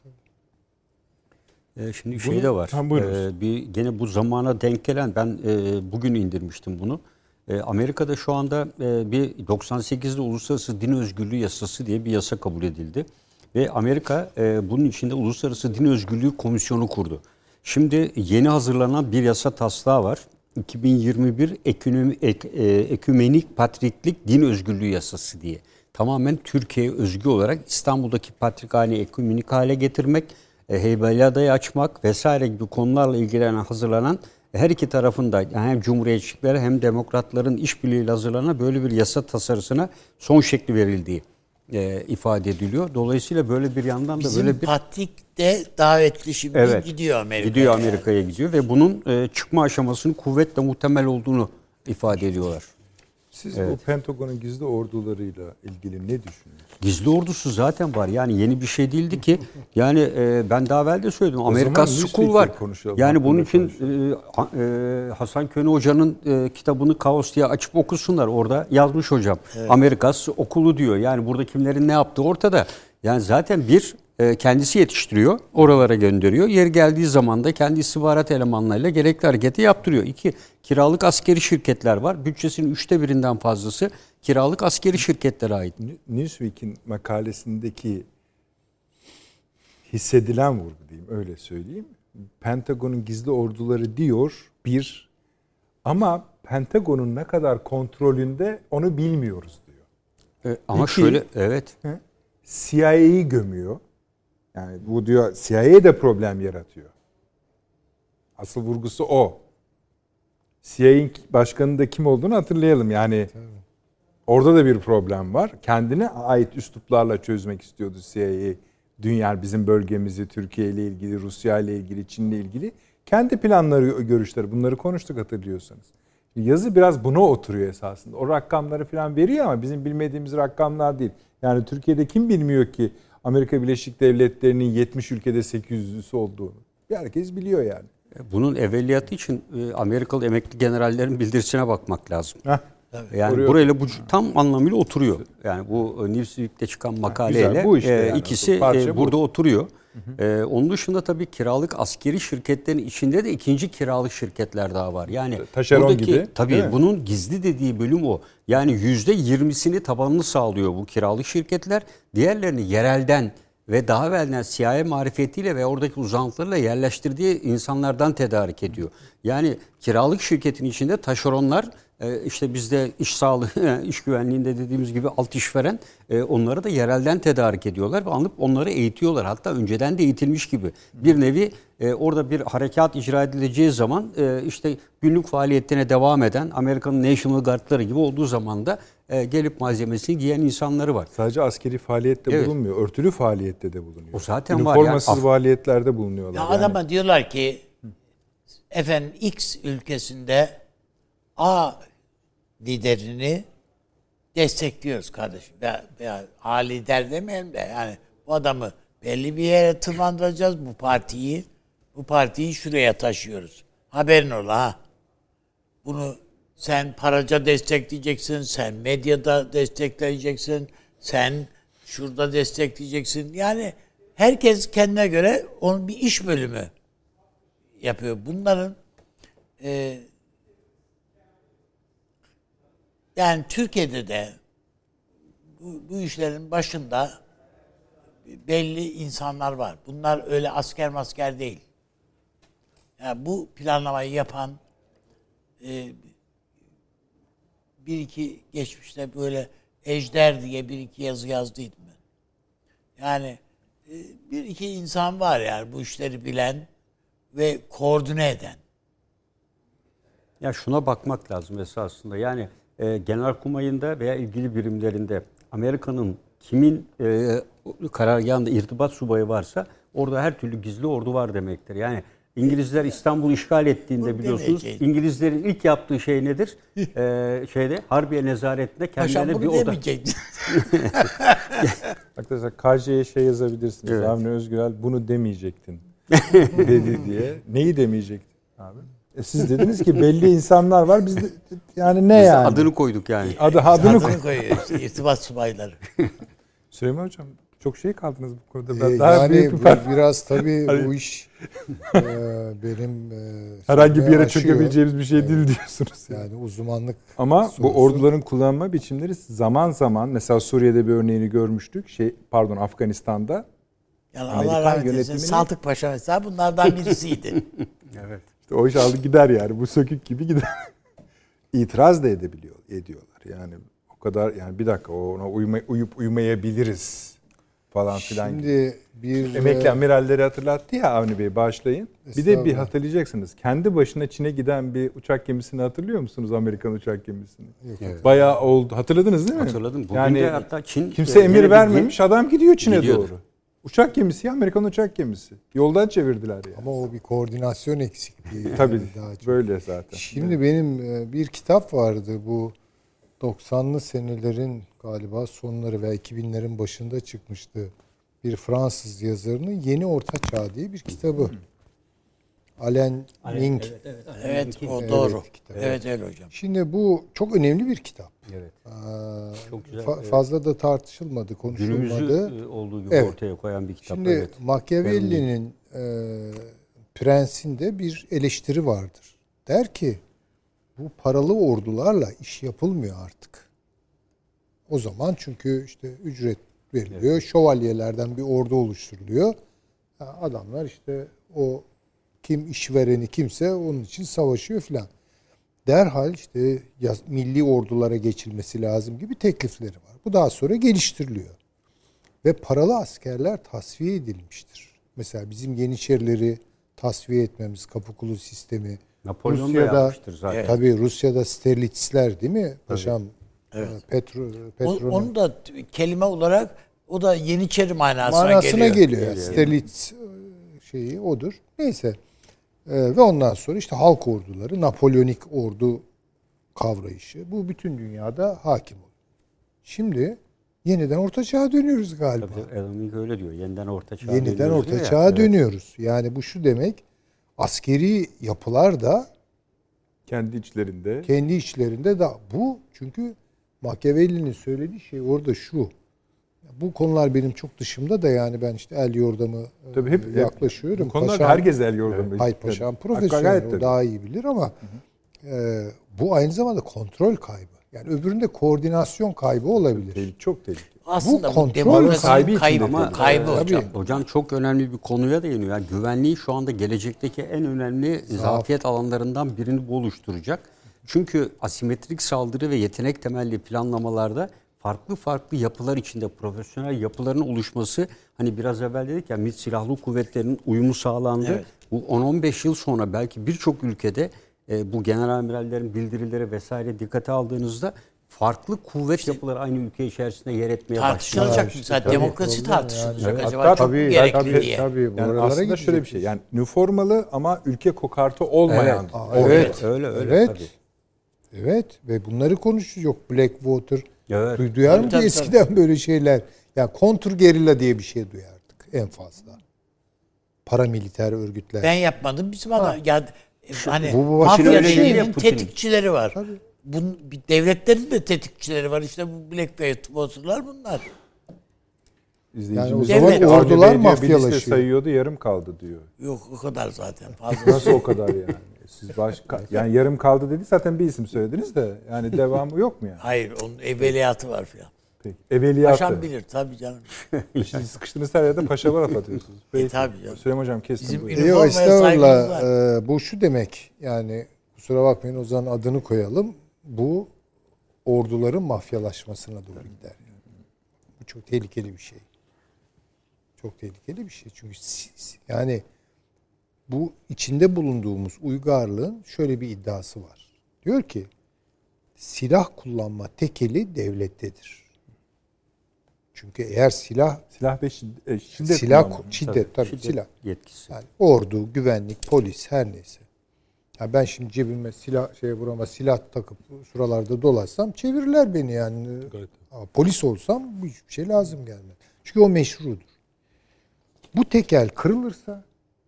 [SPEAKER 5] Şimdi şey de var. Gene bu zamana denk gelen, ben bugün indirmiştim bunu. Amerika'da şu anda bir 98'de Uluslararası Din Özgürlüğü Yasası diye bir yasa kabul edildi. Ve Amerika bunun içinde Uluslararası Din Özgürlüğü Komisyonu kurdu. Şimdi yeni hazırlanan bir yasa taslağı var. 2021 Ekümenik Patriklik Din Özgürlüğü Yasası diye. Tamamen Türkiye'ye özgü olarak İstanbul'daki patrikhaneyi ekümenik hale getirmek, Heybeliada'yı açmak vesaire gibi konularla ilgilenen hazırlanan, her iki tarafında hem cumhuriyetçiler hem demokratların işbirliğiyle hazırlanan böyle bir yasa tasarısına son şekli verildiği ifade ediliyor. Dolayısıyla böyle bir yandan da böyle bir...
[SPEAKER 2] Bizim Patrik de davetli şimdi gidiyor Amerika'ya.
[SPEAKER 5] Gidiyor Amerika'ya gidiyor ve bunun çıkma aşamasının kuvvetle muhtemel olduğunu ifade ediyorlar.
[SPEAKER 1] Siz bu Pentagon'un gizli ordularıyla ilgili ne düşünüyorsunuz?
[SPEAKER 5] Gizli ordusu zaten var. Yani yeni bir şey değildi ki. Yani ben daha evvel de söyledim. Amerika School var. Yani bunun için Hasan Köne Hoca'nın kitabını Kaos diye açıp okusunlar. Orada yazmış hocam. Evet. Amerikas okulu diyor. Yani burada kimlerin ne yaptığı ortada. Yani zaten kendisi yetiştiriyor. Oralara gönderiyor. Yeri geldiği zaman da kendi istihbarat elemanlarıyla gerekli hareketi yaptırıyor. 2. Kiralık askeri şirketler var. Bütçesinin 1/3'ünden fazlası kiralık askeri şirketlere ait.
[SPEAKER 1] Newsweek'in makalesindeki hissedilen vurgu diyeyim, öyle söyleyeyim. Pentagon'un gizli orduları diyor ama Pentagon'un ne kadar kontrolünde onu bilmiyoruz diyor.
[SPEAKER 5] Ama şöyle
[SPEAKER 1] CIA'yı gömüyor. Yani bu diyor CIA de problem yaratıyor. Asıl vurgusu o. CIA'nin başkanının da kim olduğunu hatırlayalım. Yani orada da bir problem var. Kendine ait üsluplarla çözmek istiyordu CIA. Dünya, bizim bölgemizi, Türkiye ile ilgili, Rusya ile ilgili, Çin ile ilgili. Kendi planları, görüşleri, bunları konuştuk hatırlıyorsanız. Yazı biraz buna oturuyor esasında. O rakamları falan veriyor ama bizim bilmediğimiz rakamlar değil. Yani Türkiye'de kim bilmiyor ki Amerika Birleşik Devletleri'nin 70 ülkede 800'lüsü olduğunu. Herkes biliyor yani.
[SPEAKER 5] Bunun evveliyatı için Amerikalı emekli generallerin bildirisine bakmak lazım. Yani burayla bu tam anlamıyla oturuyor. Yani bu Newsweek'te çıkan makaleyle bu işte yani. İkisi burada oturuyor. Onun dışında tabii kiralık askeri şirketlerin içinde de ikinci kiralık şirketler daha var. Yani
[SPEAKER 1] taşeron gibi.
[SPEAKER 5] Tabii bunun gizli dediği bölüm o. Yani %20'sini tabanını sağlıyor bu kiralık şirketler. Diğerlerini yerelden ve daha evvelden CIA marifetiyle ve oradaki uzantılarla yerleştirdiği insanlardan tedarik ediyor. Yani kiralık şirketin içinde taşeronlar, işte bizde iş sağlığı, iş güvenliğinde dediğimiz gibi alt işveren, onları da yerelden tedarik ediyorlar ve alıp onları eğitiyorlar. Hatta önceden de eğitilmiş gibi. Bir nevi orada bir harekat icra edileceği zaman işte günlük faaliyetlerine devam eden Amerika'nın National Guard'ları gibi olduğu zaman da gelip malzemesini giyen insanları var.
[SPEAKER 1] Sadece askeri faaliyette bulunmuyor. Örtülü faaliyette de bulunuyor.
[SPEAKER 5] O zaten
[SPEAKER 1] üniformasız var. Faaliyetlerde bulunuyorlar.
[SPEAKER 2] Ya adama diyorlar ki efendim X ülkesinde A liderini destekliyoruz kardeşim. Veya A lider demeyelim de, yani bu adamı belli bir yere tırmandıracağız, bu partiyi şuraya taşıyoruz. Haberin ola ha. Bunu sen paraca destekleyeceksin, sen medyada destekleyeceksin, sen şurada destekleyeceksin. Yani herkes kendine göre onun bir iş bölümü yapıyor. Bunların yani Türkiye'de de bu işlerin başında belli insanlar var. Bunlar öyle asker değil. Yani bu planlamayı yapan bir iki geçmişte böyle Ejder diye bir iki yazı yazdıydım ben. Yani bir iki insan var yani bu işleri bilen ve koordine eden.
[SPEAKER 5] Ya şuna bakmak lazım esasında. Yani Genelkurmay'ında veya ilgili birimlerinde Amerika'nın kimin karargahında irtibat subayı varsa orada her türlü gizli ordu var demektir. Yani İngilizler İstanbul'u işgal ettiğinde biliyorsunuz İngilizlerin ilk yaptığı şey nedir? Harbiye nezaretinde kendilerine bir oda.
[SPEAKER 1] Arkadaşlar KJ'ye şey yazabilirsiniz.
[SPEAKER 5] Evet.
[SPEAKER 1] Avni Özgürel bunu demeyecektin dedi diye. Neyi demeyecektin abi? Siz dediniz ki belli insanlar var. Biz de, yani ne
[SPEAKER 5] Biz de
[SPEAKER 1] yani?
[SPEAKER 5] adını koyduk yani.
[SPEAKER 2] Adını koyuyor işte, irtibat subayları.
[SPEAKER 1] Süleyman Hocam çok şey kaldınız bu konuda. Ben daha
[SPEAKER 3] Yani
[SPEAKER 1] büyük
[SPEAKER 3] bu
[SPEAKER 1] bir
[SPEAKER 3] biraz tabii bu iş benim
[SPEAKER 1] herhangi bir yere
[SPEAKER 3] aşıyor.
[SPEAKER 1] çökebileceğimiz bir şey değil diyorsunuz.
[SPEAKER 3] Yani uzmanlık
[SPEAKER 1] Ama
[SPEAKER 3] sorusu.
[SPEAKER 1] bu orduların kullanma biçimleri zaman zaman mesela Suriye'de bir örneğini görmüştük. Afganistan'da
[SPEAKER 2] Yani
[SPEAKER 1] Amerikan
[SPEAKER 2] Allah rahmet eylesin.
[SPEAKER 1] yönetimini-
[SPEAKER 2] Saltık Paşa mesela bunlardan birisiydi.
[SPEAKER 5] Evet.
[SPEAKER 1] işte o iş aldı gider yani. Bu sökük gibi gider. İtiraz da ediyorlar. Yani o kadar yani bir dakika ona uyup uymayabiliriz falan filan gibi.
[SPEAKER 3] Şimdi bir
[SPEAKER 1] Emekli amiralleri hatırlattı ya Avni Bey, bağışlayın. Bir de bir
[SPEAKER 3] Estağfurullah.
[SPEAKER 1] hatırlayacaksınız. Kendi başına Çin'e giden bir uçak gemisini hatırlıyor musunuz? Amerikan uçak gemisini.
[SPEAKER 5] Evet.
[SPEAKER 1] Bayağı oldu. Hatırladınız değil mi?
[SPEAKER 5] Hatırladım. Bugün
[SPEAKER 1] Yani
[SPEAKER 5] de hatta Çin
[SPEAKER 1] kimse
[SPEAKER 5] yine
[SPEAKER 1] emir
[SPEAKER 5] bir-
[SPEAKER 1] vermemiş. Adam gidiyor Çin'e
[SPEAKER 5] Gidiyordu.
[SPEAKER 1] doğru. Uçak gemisi, Amerikan uçak gemisi. Yoldan çevirdiler yani.
[SPEAKER 3] ama o bir koordinasyon eksikliği.
[SPEAKER 1] Tabii
[SPEAKER 3] daha çok.
[SPEAKER 1] böyle zaten.
[SPEAKER 3] Şimdi benim bir kitap vardı bu 90'lı senelerin galiba sonları ve 2000'lerin başında çıkmıştı. Bir Fransız yazarının Yeni Orta Çağ diye bir kitabı. Alain Mink.
[SPEAKER 2] Evet o
[SPEAKER 3] Evet,
[SPEAKER 2] doğru.
[SPEAKER 3] kitap.
[SPEAKER 2] Evet öyle hocam.
[SPEAKER 3] Şimdi bu çok önemli bir kitap.
[SPEAKER 5] Evet. Çok güzel.
[SPEAKER 3] Fazla da tartışılmadı, konuşulmadı.
[SPEAKER 5] Günümüzü olduğu gibi
[SPEAKER 3] Evet.
[SPEAKER 5] ortaya koyan bir kitap.
[SPEAKER 3] Şimdi
[SPEAKER 5] evet.
[SPEAKER 3] Machiavelli'nin Prens'inde bir eleştiri vardır. Der ki bu paralı ordularla iş yapılmıyor artık. O zaman çünkü işte ücret veriliyor. Evet. Şövalyelerden bir ordu oluşturuluyor. Adamlar işte o kim işvereni kimse onun için savaşıyor filan. Derhal işte milli ordulara geçilmesi lazım gibi teklifleri var. Bu daha sonra geliştiriliyor. Ve paralı askerler tasfiye edilmiştir. Mesela bizim Yeniçerileri tasfiye etmemiz, kapı sistemi.
[SPEAKER 5] Napolyon da yapmıştır zaten.
[SPEAKER 3] Evet. Tabii Rusya'da Sterlitsler değil mi paşam?
[SPEAKER 2] Evet.
[SPEAKER 3] Petron'un
[SPEAKER 2] Onu da kelime olarak o da Yeniçeri manasına
[SPEAKER 3] geliyor. Sterlitz şeyi odur. Neyse. Ve ondan sonra işte halk orduları, Napolyonik ordu kavrayışı. Bu bütün dünyada hakim oluyor. Şimdi yeniden Orta Çağ'a dönüyoruz galiba.
[SPEAKER 5] Tabii Alan Mink öyle diyor. Yeniden Orta Çağ'a
[SPEAKER 3] Yeniden
[SPEAKER 5] dönüyoruz
[SPEAKER 3] Orta
[SPEAKER 5] diyor
[SPEAKER 3] Çağ'a
[SPEAKER 5] ya.
[SPEAKER 3] dönüyoruz. Yani bu şu demek, askeri yapılar da
[SPEAKER 1] Kendi içlerinde.
[SPEAKER 3] kendi içlerinde de bu çünkü Machiavelli'nin söylediği şey orada şu. Bu konular benim çok dışımda da yani ben işte el yordamı
[SPEAKER 1] Tabii hep
[SPEAKER 3] yaklaşıyorum.
[SPEAKER 1] Bu konular
[SPEAKER 3] Paşam-
[SPEAKER 1] herkes el yordamı.
[SPEAKER 3] Hayır paşam
[SPEAKER 1] Gayet
[SPEAKER 3] profesyonel o
[SPEAKER 1] tabii.
[SPEAKER 3] daha iyi bilir ama bu aynı zamanda kontrol kaybı. Yani öbüründe koordinasyon kaybı olabilir.
[SPEAKER 1] Çok tehlikeli.
[SPEAKER 2] Aslında bu
[SPEAKER 3] kontrol
[SPEAKER 2] demokrasinin
[SPEAKER 1] sahibi için
[SPEAKER 2] kaybı,
[SPEAKER 1] de tabii.
[SPEAKER 2] kaybı hocam.
[SPEAKER 5] Hocam çok önemli bir konuya değiniyor. Yani güvenliği şu anda gelecekteki en önemli zafiyet alanlarından birini bu oluşturacak. Çünkü asimetrik saldırı ve yetenek temelli planlamalarda farklı yapılar içinde profesyonel yapıların oluşması, hani biraz evvel dedik ya, MİT silahlı kuvvetlerinin uyumu sağlandı.
[SPEAKER 2] Evet.
[SPEAKER 5] Bu 10-15 yıl sonra belki birçok ülkede bu generamirallerin bildirileri vesaire dikkate aldığınızda farklı kuvvet yapıları aynı ülke içerisinde yer etmeye başlayacak.
[SPEAKER 2] Tartışılacak mesela demokrasi tartışılacak. Acaba çok
[SPEAKER 3] tabii,
[SPEAKER 2] gerekli diye.
[SPEAKER 3] Tabii,
[SPEAKER 1] Yani
[SPEAKER 3] buralara
[SPEAKER 1] aslında şöyle bir
[SPEAKER 3] gidecek.
[SPEAKER 1] şey. Yani üniformalı ama ülke kokartı olmayan.
[SPEAKER 3] Evet.
[SPEAKER 5] Öyle
[SPEAKER 3] Evet.
[SPEAKER 5] tabii.
[SPEAKER 3] Evet ve bunları konuşuyor. Blackwater.
[SPEAKER 5] Evet.
[SPEAKER 3] Duyar mı ki
[SPEAKER 2] Tabii,
[SPEAKER 3] eskiden böyle şeyler? Yani kontur gerilla diye bir şey duyardık en fazla. Paramiliter örgütler.
[SPEAKER 2] Ben yapmadım. Bizim adam ya hani
[SPEAKER 3] bu
[SPEAKER 2] mafya
[SPEAKER 5] öyle değil ya
[SPEAKER 2] şeyinin
[SPEAKER 5] Putin'in.
[SPEAKER 2] tetikçileri var. Devletlerin de tetikçileri var. İşte bu Blackwater'lar bunlar.
[SPEAKER 1] İzleyicimiz
[SPEAKER 3] Yani
[SPEAKER 2] o zaman
[SPEAKER 1] diyor,
[SPEAKER 3] ordular
[SPEAKER 1] Avni Bey diyor, bir liste
[SPEAKER 3] mafyalaşıyor.
[SPEAKER 1] sayıyordu, yarım kaldı diyor.
[SPEAKER 2] Yok o kadar zaten. Fazla.
[SPEAKER 1] Nasıl o kadar yani? Siz yani yarım kaldı dedi, zaten bir isim söylediniz de yani devamı yok mu yani?
[SPEAKER 2] Hayır onun evveliyatı var filan.
[SPEAKER 1] Peki. Evveliyatı.
[SPEAKER 2] Paşam bilir tabii canım.
[SPEAKER 1] Siz sıkıştığınız her yerde paşa laf atıyorsunuz. Peki.
[SPEAKER 2] Tabii canım.
[SPEAKER 1] Süleyman Hocam kestim.
[SPEAKER 2] Bizim
[SPEAKER 1] Buyurun.
[SPEAKER 2] üniformaya
[SPEAKER 3] Yok
[SPEAKER 2] saygımız var.
[SPEAKER 3] estağfurullah. Bu şu demek, yani kusura bakmayın o zaman adını koyalım. Bu orduların mafyalaşmasına doğru gider. Bu çok tehlikeli bir şey. Çok tehlikeli bir şey. Çünkü yani bu içinde bulunduğumuz uygarlığın şöyle bir iddiası var. Diyor ki silah kullanma tekeli devlettedir. Çünkü eğer silah
[SPEAKER 1] Silah ve şiddet
[SPEAKER 3] silah
[SPEAKER 1] kullanımı.
[SPEAKER 3] şiddet tabii
[SPEAKER 5] Şiddet
[SPEAKER 3] silah.
[SPEAKER 5] yetkisi.
[SPEAKER 3] Yani ordu, güvenlik, polis her neyse. Ya ben şimdi cebime burama silah takıp şuralarda dolaşsam çevirirler beni yani. Ama polis olsam hiçbir şey lazım gelmez. Çünkü o meşrudur. Bu tekel kırılırsa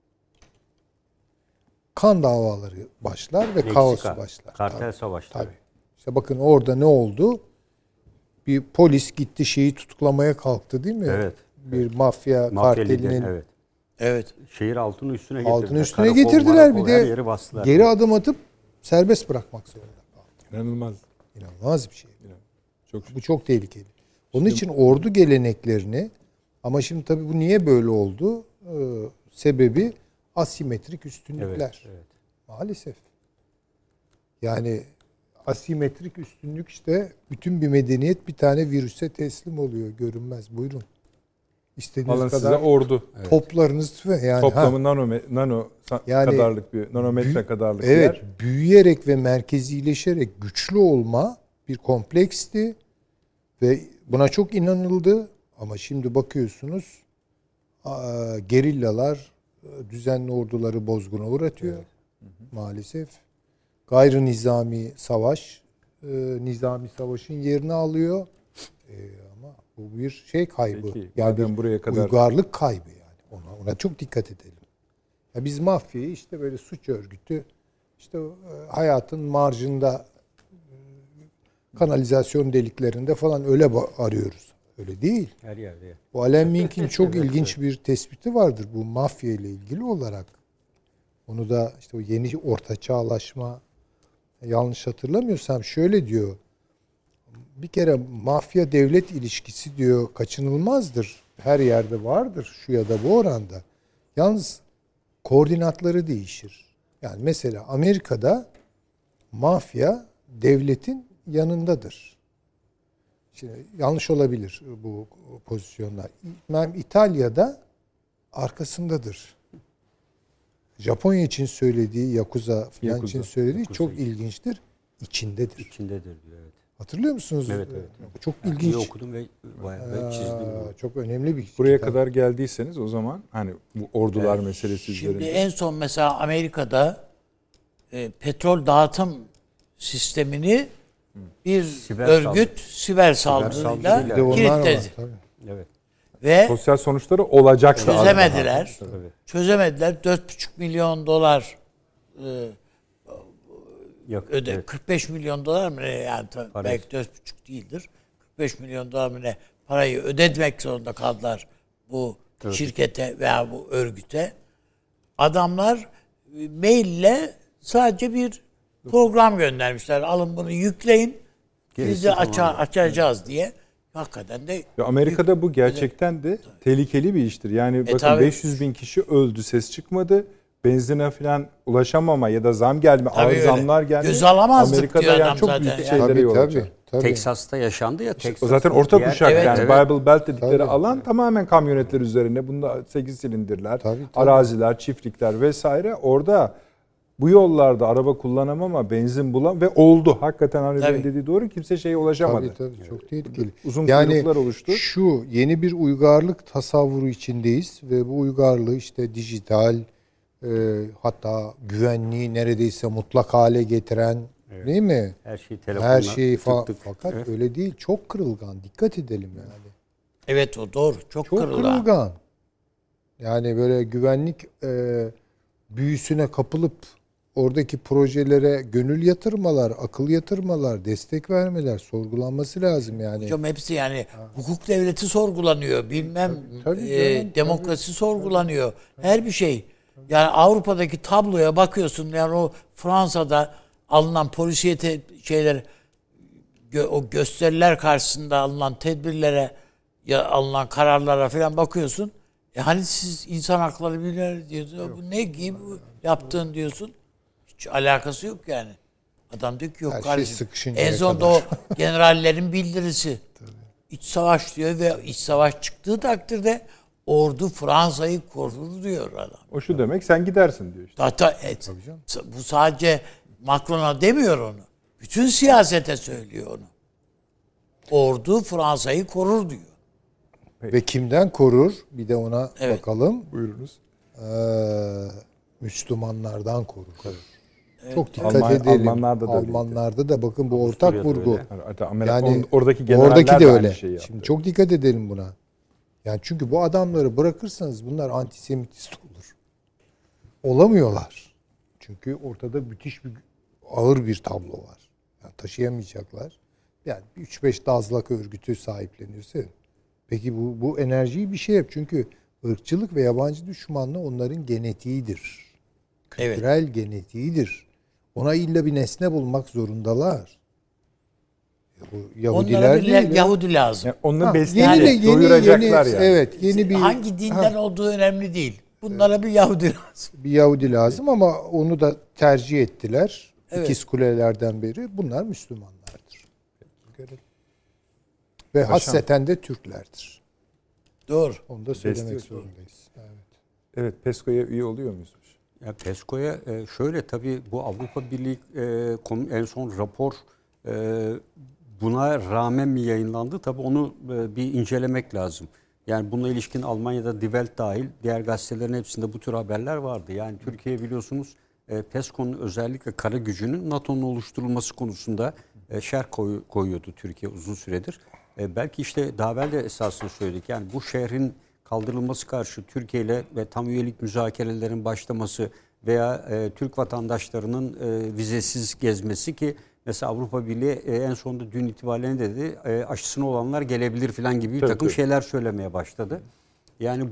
[SPEAKER 3] kan davaları başlar ve kaos başlar.
[SPEAKER 5] Kartel savaşları.
[SPEAKER 3] Tabii. İşte bakın orada ne oldu? Bir polis gitti şeyi tutuklamaya kalktı değil mi?
[SPEAKER 5] Evet.
[SPEAKER 3] Bir mafya
[SPEAKER 5] Mafya
[SPEAKER 3] kartelinin
[SPEAKER 5] lideri, evet.
[SPEAKER 2] Evet.
[SPEAKER 5] Şehir altını üstüne getirdiler.
[SPEAKER 3] altını üstüne
[SPEAKER 5] Karakol,
[SPEAKER 3] getirdiler.
[SPEAKER 5] marakol,
[SPEAKER 3] Bir
[SPEAKER 5] her
[SPEAKER 3] de
[SPEAKER 5] yeri bastılar.
[SPEAKER 3] geri adım atıp serbest bırakmak zorunda kaldı.
[SPEAKER 1] İnanılmaz.
[SPEAKER 3] İnanılmaz bir şey.
[SPEAKER 1] Çok
[SPEAKER 3] Bu çok tehlikeli. Onun için ordu geleneklerini, ama şimdi tabii bu niye böyle oldu? Sebebi asimetrik üstünlükler.
[SPEAKER 5] Evet.
[SPEAKER 3] Maalesef. Yani asimetrik üstünlük işte bütün bir medeniyet bir tane virüse teslim oluyor. Görünmez. Buyurun. İstediğiniz
[SPEAKER 1] alın size
[SPEAKER 3] kadar
[SPEAKER 1] ordu.
[SPEAKER 3] toplarınız yani
[SPEAKER 1] Toplamı nano
[SPEAKER 3] Yani
[SPEAKER 1] kadarlık bir nanometre kadarlık
[SPEAKER 3] evet,
[SPEAKER 1] yer.
[SPEAKER 3] büyüyerek ve merkezileşerek güçlü olma bir kompleksti ve buna çok inanıldı, ama şimdi bakıyorsunuz gerillalar düzenli orduları bozguna uğratıyor. Evet. Maalesef. Gayri nizami savaş nizami savaşın yerini alıyor. Ama bu bir şey kaybı.
[SPEAKER 1] Peki,
[SPEAKER 3] yani
[SPEAKER 1] buraya kadar
[SPEAKER 3] uygarlık kaybı yani. Ona çok dikkat edelim. Ya biz mafyayı işte böyle suç örgütü, işte hayatın marjında, kanalizasyon deliklerinde falan öyle arıyoruz. Öyle değil.
[SPEAKER 5] Her yerde.
[SPEAKER 3] Bu Alan Mink'in çok ilginç bir tespiti vardır bu mafya ile ilgili olarak. Onu da işte o yeni orta çağlaşma, yanlış hatırlamıyorsam şöyle diyor. Bir kere mafya devlet ilişkisi diyor kaçınılmazdır. Her yerde vardır şu ya da bu oranda. Yalnız koordinatları değişir. Yani mesela Amerika'da mafya devletin yanındadır. Şimdi yanlış olabilir bu pozisyonlar. İtalya'da arkasındadır. Japonya için söylediği, Yakuza falan için söylediği çok ilginçtir. İçindedir.
[SPEAKER 5] İçindedir diyor, evet.
[SPEAKER 3] Hatırlıyor musunuz?
[SPEAKER 5] Evet.
[SPEAKER 3] Çok ilginç.
[SPEAKER 5] İyi okudum ve bayağı çizdim.
[SPEAKER 3] Çok önemli bir
[SPEAKER 1] buraya
[SPEAKER 3] kitap.
[SPEAKER 1] kadar geldiyseniz o zaman hani bu ordular meselesi
[SPEAKER 2] Şimdi
[SPEAKER 1] üzerinde.
[SPEAKER 2] en son mesela Amerika'da petrol dağıtım sistemini bir örgüt siber saldırıyla
[SPEAKER 3] Bir de onlar var,
[SPEAKER 2] kilitledi.
[SPEAKER 3] tabii.
[SPEAKER 5] Evet.
[SPEAKER 2] Ve
[SPEAKER 1] Sosyal sonuçları olacaktı.
[SPEAKER 2] çözemediler.
[SPEAKER 5] Evet.
[SPEAKER 2] Çözemediler. 4,5 milyon dolar
[SPEAKER 5] Evet.
[SPEAKER 2] 45 milyon dolar mı ne yani belki 4,5 değildir. 45 milyon dolar mı ne parayı ödetmek zorunda kaldılar bu şirkete veya bu örgüte. Adamlar maille sadece bir program göndermişler. Alın bunu yükleyin. Biz de açacağız diye. Hakikaten de
[SPEAKER 1] Ya Amerika'da bu gerçekten de tehlikeli bir iştir. Yani bakın
[SPEAKER 2] tabii.
[SPEAKER 1] 500 bin kişi öldü, ses çıkmadı. Benzine falan ulaşamama ya da zam gelme,
[SPEAKER 2] Tabii
[SPEAKER 1] ağır
[SPEAKER 2] öyle.
[SPEAKER 1] zamlar gelme.
[SPEAKER 2] Göz alamazdık
[SPEAKER 1] Amerika'da
[SPEAKER 2] diyor
[SPEAKER 1] yani
[SPEAKER 2] adam
[SPEAKER 1] çok
[SPEAKER 2] zaten.
[SPEAKER 1] büyük
[SPEAKER 2] Yani.
[SPEAKER 1] şeylere yol açar.
[SPEAKER 3] Tabii.
[SPEAKER 5] Teksas'ta yaşandı ya.
[SPEAKER 1] O zaten orta kuşak yani Bible Belt dedikleri
[SPEAKER 3] Tabii.
[SPEAKER 1] alan tamamen kamyonetler üzerine. Bunda 8 silindirler,
[SPEAKER 3] Tabii.
[SPEAKER 1] araziler, çiftlikler vesaire. Orada bu yollarda araba kullanamama, benzin bulan ve oldu. Hakikaten hani benim dediği doğru, kimse şeye ulaşamadı.
[SPEAKER 3] Tabii çok tehlikeli.
[SPEAKER 1] Uzun
[SPEAKER 3] yani
[SPEAKER 1] kuyruklar oluştu.
[SPEAKER 3] Şu yeni bir uygarlık tasavvuru içindeyiz ve bu uygarlığı işte dijital, hatta güvenliği neredeyse mutlak hale getiren, değil mi?
[SPEAKER 5] Her şeyi telefonla
[SPEAKER 3] Her şeyi falan.
[SPEAKER 5] tık.
[SPEAKER 3] Fakat
[SPEAKER 5] Evet.
[SPEAKER 3] öyle değil. Çok kırılgan. Dikkat edelim yani.
[SPEAKER 2] evet o doğru. Çok kırılgan.
[SPEAKER 3] Kırılgan. Yani böyle güvenlik büyüsüne kapılıp oradaki projelere gönül yatırmalar, akıl yatırmalar, destek vermeler sorgulanması lazım yani.
[SPEAKER 2] Hocam hepsi yani hukuk devleti sorgulanıyor. Bilmem
[SPEAKER 3] Tabii canım,
[SPEAKER 2] demokrasi sorgulanıyor. Her bir şey. Yani Avrupa'daki tabloya bakıyorsun yani o Fransa'da alınan polisiyete şeyler o gösteriler karşısında alınan tedbirlere alınan kararlara falan bakıyorsun. Hani siz insan hakları bilgileri diyorsun. Bu ne gibi yaptığın diyorsun. Hiç alakası yok yani. Adam diyor ki yok
[SPEAKER 3] Her şey
[SPEAKER 2] kardeşim.
[SPEAKER 3] sıkışıncaya
[SPEAKER 2] En sonunda
[SPEAKER 3] kadar.
[SPEAKER 2] o generallerin bildirisi. İç savaş diyor ve iç savaş çıktığı takdirde ordu Fransa'yı korur diyor adam.
[SPEAKER 1] O şu demek, sen gidersin diyor işte.
[SPEAKER 2] Hatta bu sadece Macron'a demiyor onu. Bütün siyasete söylüyor onu. Ordu Fransa'yı korur diyor.
[SPEAKER 3] Ve kimden korur? Bir de ona
[SPEAKER 2] Evet.
[SPEAKER 3] bakalım.
[SPEAKER 1] Buyurunuz.
[SPEAKER 3] Müslümanlardan korur. Çok dikkat
[SPEAKER 1] Alman-
[SPEAKER 3] edelim.
[SPEAKER 1] Almanlarda da öyleydi.
[SPEAKER 3] Almanlarda da bakın bu ortak
[SPEAKER 5] Avusturya'da
[SPEAKER 3] vurgu.
[SPEAKER 5] öyle.
[SPEAKER 1] Hatta Amerika,
[SPEAKER 3] Yani
[SPEAKER 1] oradaki generaller
[SPEAKER 3] oradaki de
[SPEAKER 1] de
[SPEAKER 3] öyle.
[SPEAKER 1] aynı şeyi yaptı.
[SPEAKER 3] Şimdi çok dikkat edelim buna. Yani çünkü bu adamları bırakırsanız bunlar antisemitist olur. Olamıyorlar. Çünkü ortada müthiş bir ağır bir tablo var. Yani taşıyamayacaklar. Yani 3-5 dazlak örgütü sahiplenirse. Peki bu enerjiyi bir şey yap. Çünkü ırkçılık ve yabancı düşmanlığı onların genetiğidir. Kültürel genetiğidir. Ona illa bir nesne bulmak zorundalar. Bu Yahudiler
[SPEAKER 2] Onlara bir
[SPEAKER 3] değil.
[SPEAKER 2] Yahudi lazım.
[SPEAKER 1] Yani onu
[SPEAKER 3] Ha,
[SPEAKER 1] besleyecek, doyuracaklar yani.
[SPEAKER 3] Evet, yeni bir
[SPEAKER 2] Hangi dinden olduğu önemli değil. Bunlara bir Yahudi lazım.
[SPEAKER 3] bir Yahudi lazım ama onu da tercih ettiler.
[SPEAKER 2] Evet.
[SPEAKER 3] İkiz kulelerden beri. Bunlar Müslümanlardır. Ve hasreten de Türklerdir.
[SPEAKER 2] Doğru.
[SPEAKER 3] Onu da söylemek
[SPEAKER 1] Besliyor.
[SPEAKER 3] zorundayız. Evet.
[SPEAKER 1] Evet, PESCO'ya üye oluyor muyuz?
[SPEAKER 5] Ya PESCO'ya şöyle tabii bu Avrupa Birliği en son rapor buna rağmen mi yayınlandı? Tabii onu bir incelemek lazım. Yani buna ilişkin Almanya'da Die Welt dahil diğer gazetelerin hepsinde bu tür haberler vardı. Yani Türkiye biliyorsunuz PESCO'nun özellikle kara gücünün NATO'nun oluşturulması konusunda şerh koyuyordu Türkiye uzun süredir. Belki işte daha evvel de esasını söyledik. Yani bu şehrin kaldırılması karşı Türkiye ile ve tam üyelik müzakerelerin başlaması veya Türk vatandaşlarının vizesiz gezmesi ki mesela Avrupa Birliği en sonunda dün itibariyle dedi aşısına olanlar gelebilir falan gibi bir takım şeyler söylemeye başladı. Yani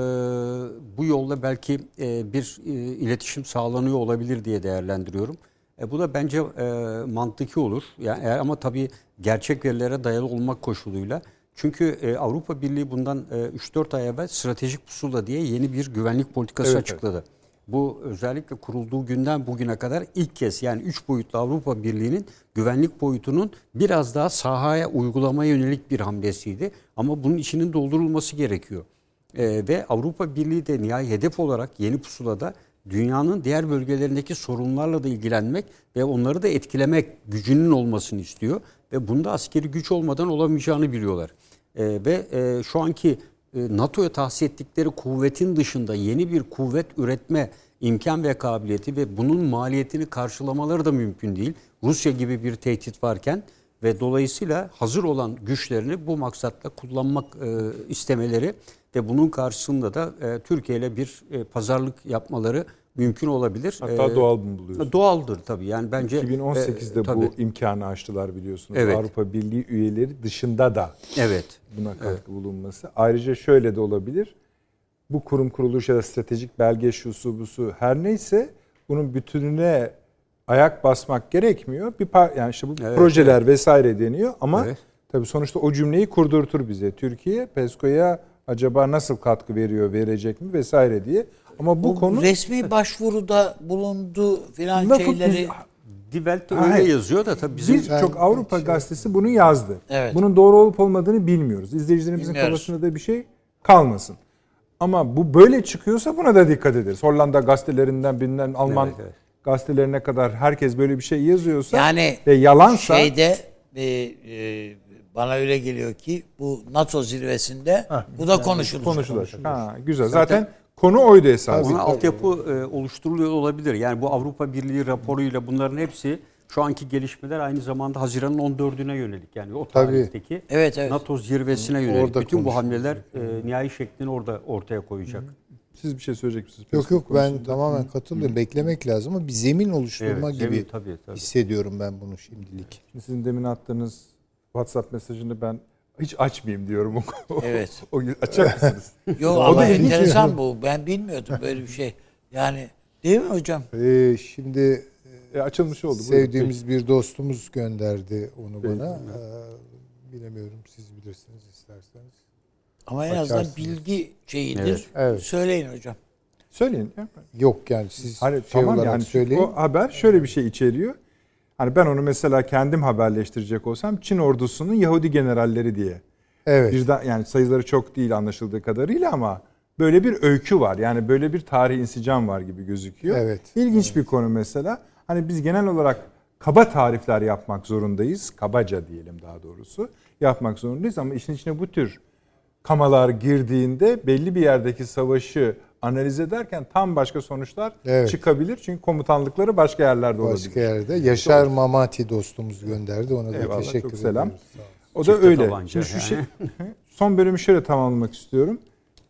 [SPEAKER 5] bu yolla belki bir iletişim sağlanıyor olabilir diye değerlendiriyorum. Bu da bence mantıki olur. Yani ama tabii gerçek verilere dayalı olmak koşuluyla. Çünkü Avrupa Birliği bundan 3-4 ay evvel stratejik pusula diye yeni bir güvenlik politikası açıkladı. Evet. Bu özellikle kurulduğu günden bugüne kadar ilk kez yani 3 boyutlu Avrupa Birliği'nin güvenlik boyutunun biraz daha sahaya uygulamaya yönelik bir hamlesiydi. Ama bunun içinin doldurulması gerekiyor. Ve Avrupa Birliği de nihai hedef olarak yeni pusulada dünyanın diğer bölgelerindeki sorunlarla da ilgilenmek ve onları da etkilemek gücünün olmasını istiyor. Ve bunda askeri güç olmadan olamayacağını biliyorlar. Ve şu anki NATO'ya tahsis ettikleri kuvvetin dışında yeni bir kuvvet üretme imkan ve kabiliyeti ve bunun maliyetini karşılamaları da mümkün değil. Rusya gibi bir tehdit varken ve dolayısıyla hazır olan güçlerini bu maksatla kullanmak istemeleri ve bunun karşısında da Türkiye ile bir pazarlık yapmaları mümkün olabilir.
[SPEAKER 1] Hatta doğal mı buluyorsunuz?
[SPEAKER 5] Doğaldır tabii. Yani bence
[SPEAKER 1] 2018'de
[SPEAKER 5] tabii.
[SPEAKER 1] bu imkanı açtılar biliyorsunuz.
[SPEAKER 5] Evet.
[SPEAKER 1] Avrupa Birliği üyeleri dışında da buna katkı bulunması. Ayrıca şöyle de olabilir. Bu kurum kuruluş ya da stratejik belge şusu busu her neyse bunun bütününe ayak basmak gerekmiyor. Yani işte bu projeler vesaire deniyor ama tabii sonuçta o cümleyi kurdurtur bize. Türkiye PESCO'ya acaba nasıl katkı veriyor, verecek mi vesaire diye. Ama bu konu
[SPEAKER 2] resmi başvuruda bulundu filan şeyleri
[SPEAKER 5] Die Welt'te öyle yazıyor da tabii bizim
[SPEAKER 1] birçok Avrupa gazetesi bunu yazdı.
[SPEAKER 2] Evet.
[SPEAKER 1] Bunun doğru olup olmadığını bilmiyoruz. İzleyicilerimizin kafasında da bir şey kalmasın. Ama bu böyle çıkıyorsa buna da dikkat ederiz. Hollanda gazetelerinden birinden Alman gazetelerine kadar herkes böyle bir şey yazıyorsa
[SPEAKER 2] yani
[SPEAKER 1] ve yalansa
[SPEAKER 2] bana öyle geliyor ki bu NATO zirvesinde bu da konuşulacak.
[SPEAKER 1] Güzel. Zaten konu oydu esasında.
[SPEAKER 5] Buna altyapı oluşturuluyor olabilir. Yani bu Avrupa Birliği raporuyla bunların hepsi şu anki gelişmeler aynı zamanda Haziran'ın 14'üne yönelik. Yani o tarihteki NATO zirvesine yönelik. Bütün bu hamleler nihai şeklini orada ortaya koyacak.
[SPEAKER 1] Siz bir şey söyleyecek misiniz?
[SPEAKER 3] Yok
[SPEAKER 1] Facebook
[SPEAKER 3] ben
[SPEAKER 1] konusunda?
[SPEAKER 3] tamamen katılıyorum. Beklemek lazım ama bir zemin oluşturma
[SPEAKER 4] Evet,
[SPEAKER 3] gibi
[SPEAKER 4] zemin, tabii.
[SPEAKER 3] hissediyorum ben bunu şimdilik.
[SPEAKER 1] Şimdi sizin demin attığınız WhatsApp mesajını ben hiç açmayayım diyorum.
[SPEAKER 2] Evet.
[SPEAKER 1] O açacak mısınız?
[SPEAKER 2] Yok ama enteresan bu. Ben bilmiyordum böyle bir şey. Yani değil mi hocam?
[SPEAKER 3] Şimdi
[SPEAKER 1] Açılmış oldu.
[SPEAKER 3] sevdiğimiz bir dostumuz gönderdi onu bana. Bilemiyorum, siz bilirsiniz isterseniz.
[SPEAKER 2] Ama en azından
[SPEAKER 3] Açarsınız.
[SPEAKER 2] bilgi şeyidir.
[SPEAKER 3] Evet.
[SPEAKER 2] Söyleyin hocam.
[SPEAKER 1] Söyleyin. Ya.
[SPEAKER 3] Yok yani siz
[SPEAKER 1] Hani
[SPEAKER 3] şey
[SPEAKER 1] tamam
[SPEAKER 3] olarak
[SPEAKER 1] yani
[SPEAKER 3] söyleyin.
[SPEAKER 1] o haber şöyle bir şey içeriyor. Hani ben onu mesela kendim haberleştirecek olsam Çin ordusunun Yahudi generalleri diye.
[SPEAKER 3] Evet.
[SPEAKER 1] Birden yani sayıları çok değil anlaşıldığı kadarıyla ama böyle bir öykü var. Yani böyle bir tarihi insicam var gibi gözüküyor.
[SPEAKER 3] Evet.
[SPEAKER 1] İlginç bir konu mesela. Hani biz genel olarak kaba tarifler yapmak zorundayız. Kabaca diyelim daha doğrusu. Yapmak zorundayız ama işin içine bu tür kamalar girdiğinde belli bir yerdeki savaşı analiz ederken tam başka sonuçlar çıkabilir. Çünkü komutanlıkları başka yerlerde olabilir.
[SPEAKER 3] Başka yerde. Yaşar Mamati dostumuz gönderdi. Ona da
[SPEAKER 1] Eyvallah,
[SPEAKER 3] teşekkür
[SPEAKER 1] çok selam.
[SPEAKER 3] ediyoruz. Sağ olun.
[SPEAKER 1] O da
[SPEAKER 4] Çifte
[SPEAKER 1] öyle.
[SPEAKER 4] tabanca.
[SPEAKER 1] Şimdi son bölümü şöyle tamamlamak istiyorum.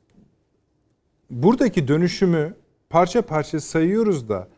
[SPEAKER 1] Buradaki dönüşümü parça parça sayıyoruz da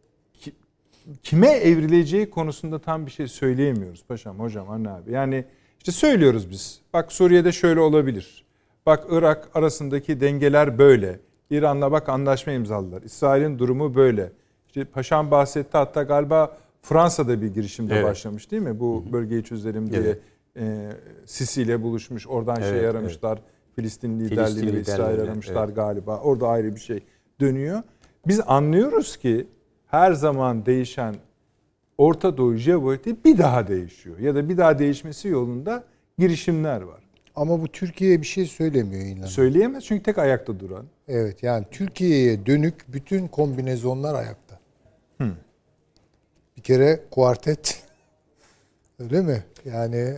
[SPEAKER 1] kime evrileceği konusunda tam bir şey söyleyemiyoruz paşam, hocam, anne abi. Yani işte söylüyoruz biz. Bak Suriye'de şöyle olabilir. Bak Irak arasındaki dengeler böyle. İran'la bak anlaşma imzaladılar. İsrail'in durumu böyle. İşte paşam bahsetti, hatta galiba Fransa'da bir girişimde başlamış değil mi? Bu bölgeyi çözelim diye Sisi ile buluşmuş. Oradan şey aramışlar. Filistin liderliği ve İsrail aramışlar galiba. Orada ayrı bir şey dönüyor. Biz anlıyoruz ki her zaman değişen Orta Doğu jeopolitiği bir daha değişiyor. Ya da bir daha değişmesi yolunda girişimler var.
[SPEAKER 3] Ama bu Türkiye'ye bir şey söylemiyor inan.
[SPEAKER 1] Söyleyemez çünkü tek ayakta duran.
[SPEAKER 3] Evet yani Türkiye'ye dönük bütün kombinezonlar ayakta. Bir kere kuartet öyle mi? Yani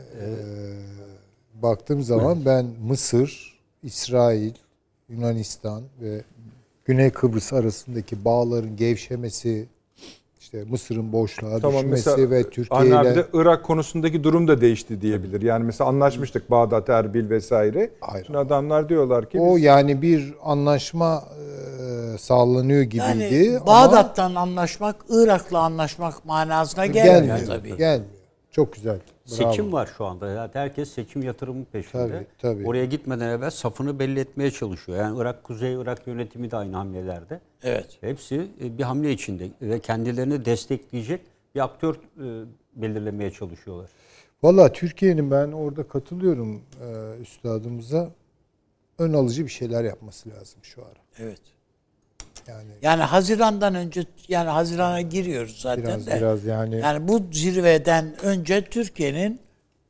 [SPEAKER 3] baktığım zaman ben Mısır, İsrail, Yunanistan ve Güney Kıbrıs arasındaki bağların gevşemesi, işte Mısır'ın boşluğa düşmesi ve Türkiye ile...
[SPEAKER 1] Anlamda Irak konusundaki durum da değişti diyebilir. Yani mesela anlaşmıştık Bağdat, Erbil vesaire.
[SPEAKER 3] Hayır.
[SPEAKER 1] Şimdi adamlar diyorlar ki...
[SPEAKER 3] O yani bir anlaşma sağlanıyor gibiydi.
[SPEAKER 2] Yani Bağdat'tan anlaşmak, Irak'la anlaşmak manasına gelmiyor tabii.
[SPEAKER 3] Gelmiyor. Çok güzel. Bravo.
[SPEAKER 4] Seçim var şu anda. Yani herkes seçim yatırımı peşinde.
[SPEAKER 3] Tabii.
[SPEAKER 4] Oraya gitmeden evvel safını belli etmeye çalışıyor. Yani Irak, Kuzey Irak yönetimi de aynı hamlelerde.
[SPEAKER 2] Evet.
[SPEAKER 4] Hepsi bir hamle içinde ve kendilerini destekleyecek bir aktör belirlemeye çalışıyorlar.
[SPEAKER 3] Valla Türkiye'nin, ben orada katılıyorum üstadımıza, ön alıcı bir şeyler yapması lazım şu ara.
[SPEAKER 2] Evet.
[SPEAKER 3] Yani
[SPEAKER 2] Haziran'dan önce, yani Haziran'a giriyoruz zaten
[SPEAKER 3] biraz yani.
[SPEAKER 2] Yani bu zirveden önce Türkiye'nin